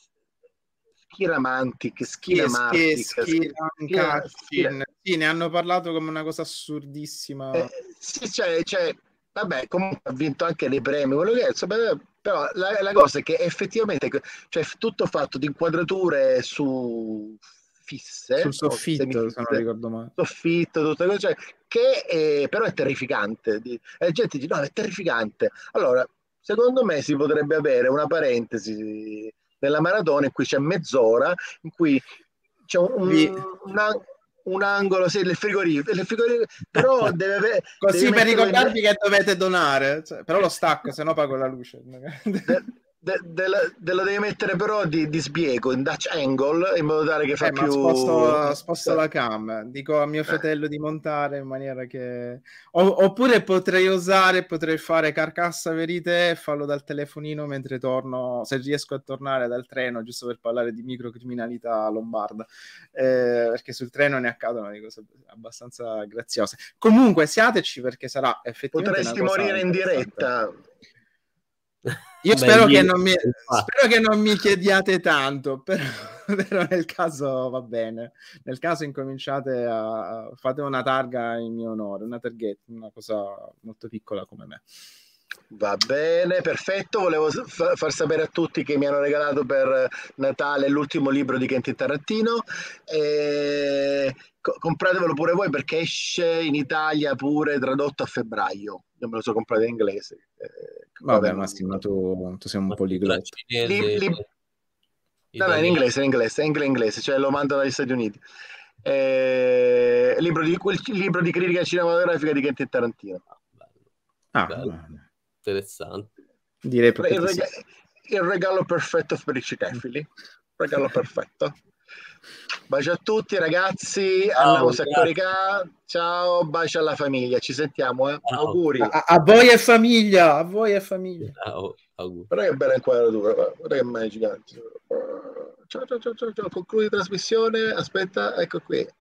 Schiramantic, Schiramantic, Schira, sì, ne hanno parlato come una cosa assurdissima. Eh, sì, cioè, cioè, vabbè, comunque ha vinto anche dei premi, quello che è, insomma, però la, la cosa è che effettivamente cioè, è tutto fatto di inquadrature su fisse, sul soffitto, se non ricordo male. Soffitto, tutte cose, cioè, che è, però è terrificante. E la gente dice, no, è terrificante. Allora, secondo me si potrebbe avere una parentesi nella maratona in cui c'è mezz'ora, in cui c'è un, Vi... una, un angolo, sì, il frigorifero, il frigorifero però deve avere... Così deve per ricordarvi in... che dovete donare, cioè, però lo stacco, se no pago la luce. De... De, de, de lo devi mettere però di, di sbiego in Dutch angle in modo tale che fa eh, più ma sposto, sposto la cam, dico a mio fratello eh. di montare in maniera che o, oppure potrei osare, potrei fare carcassa verite e farlo dal telefonino mentre torno, se riesco a tornare dal treno, giusto per parlare di microcriminalità lombarda, eh, perché sul treno ne accadono di cose abbastanza graziose. Comunque siateci, perché sarà effettivamente potresti una cosa morire in diretta. Io Beh, spero, che non mi, spero che non mi chiediate tanto, però, però nel caso va bene. Nel caso incominciate a, a fate una targa in mio onore, una targhetta, una cosa molto piccola come me. Va bene, perfetto. Volevo fa- far sapere a tutti che mi hanno regalato per Natale l'ultimo libro di Quentin Tarantino. E co- compratevelo pure voi perché esce in Italia pure tradotto a febbraio. Io me lo so comprato in inglese. Eh, vabbè, Massimo, tu, tu sei un poliglotto. Li, li... No, no, in inglese, in inglese, in inglese, cioè lo mando dagli Stati Uniti. Eh, libro di, quel libro di critica cinematografica di Quentin Tarantino. Ah, bello. Interessante. Direi il, rega- il regalo perfetto per i cinefili. Regalo perfetto. Bacio a tutti ragazzi, andiamo a coricare. Ciao, bacio alla famiglia, ci sentiamo, eh. Auguri. A, a voi e famiglia, a voi e famiglia. Ciao, auguri. Però che bella inquadratura, guarda che immagine gigante. Ciao, ciao, ciao, ciao, ciao, concludi trasmissione, aspetta, ecco qui.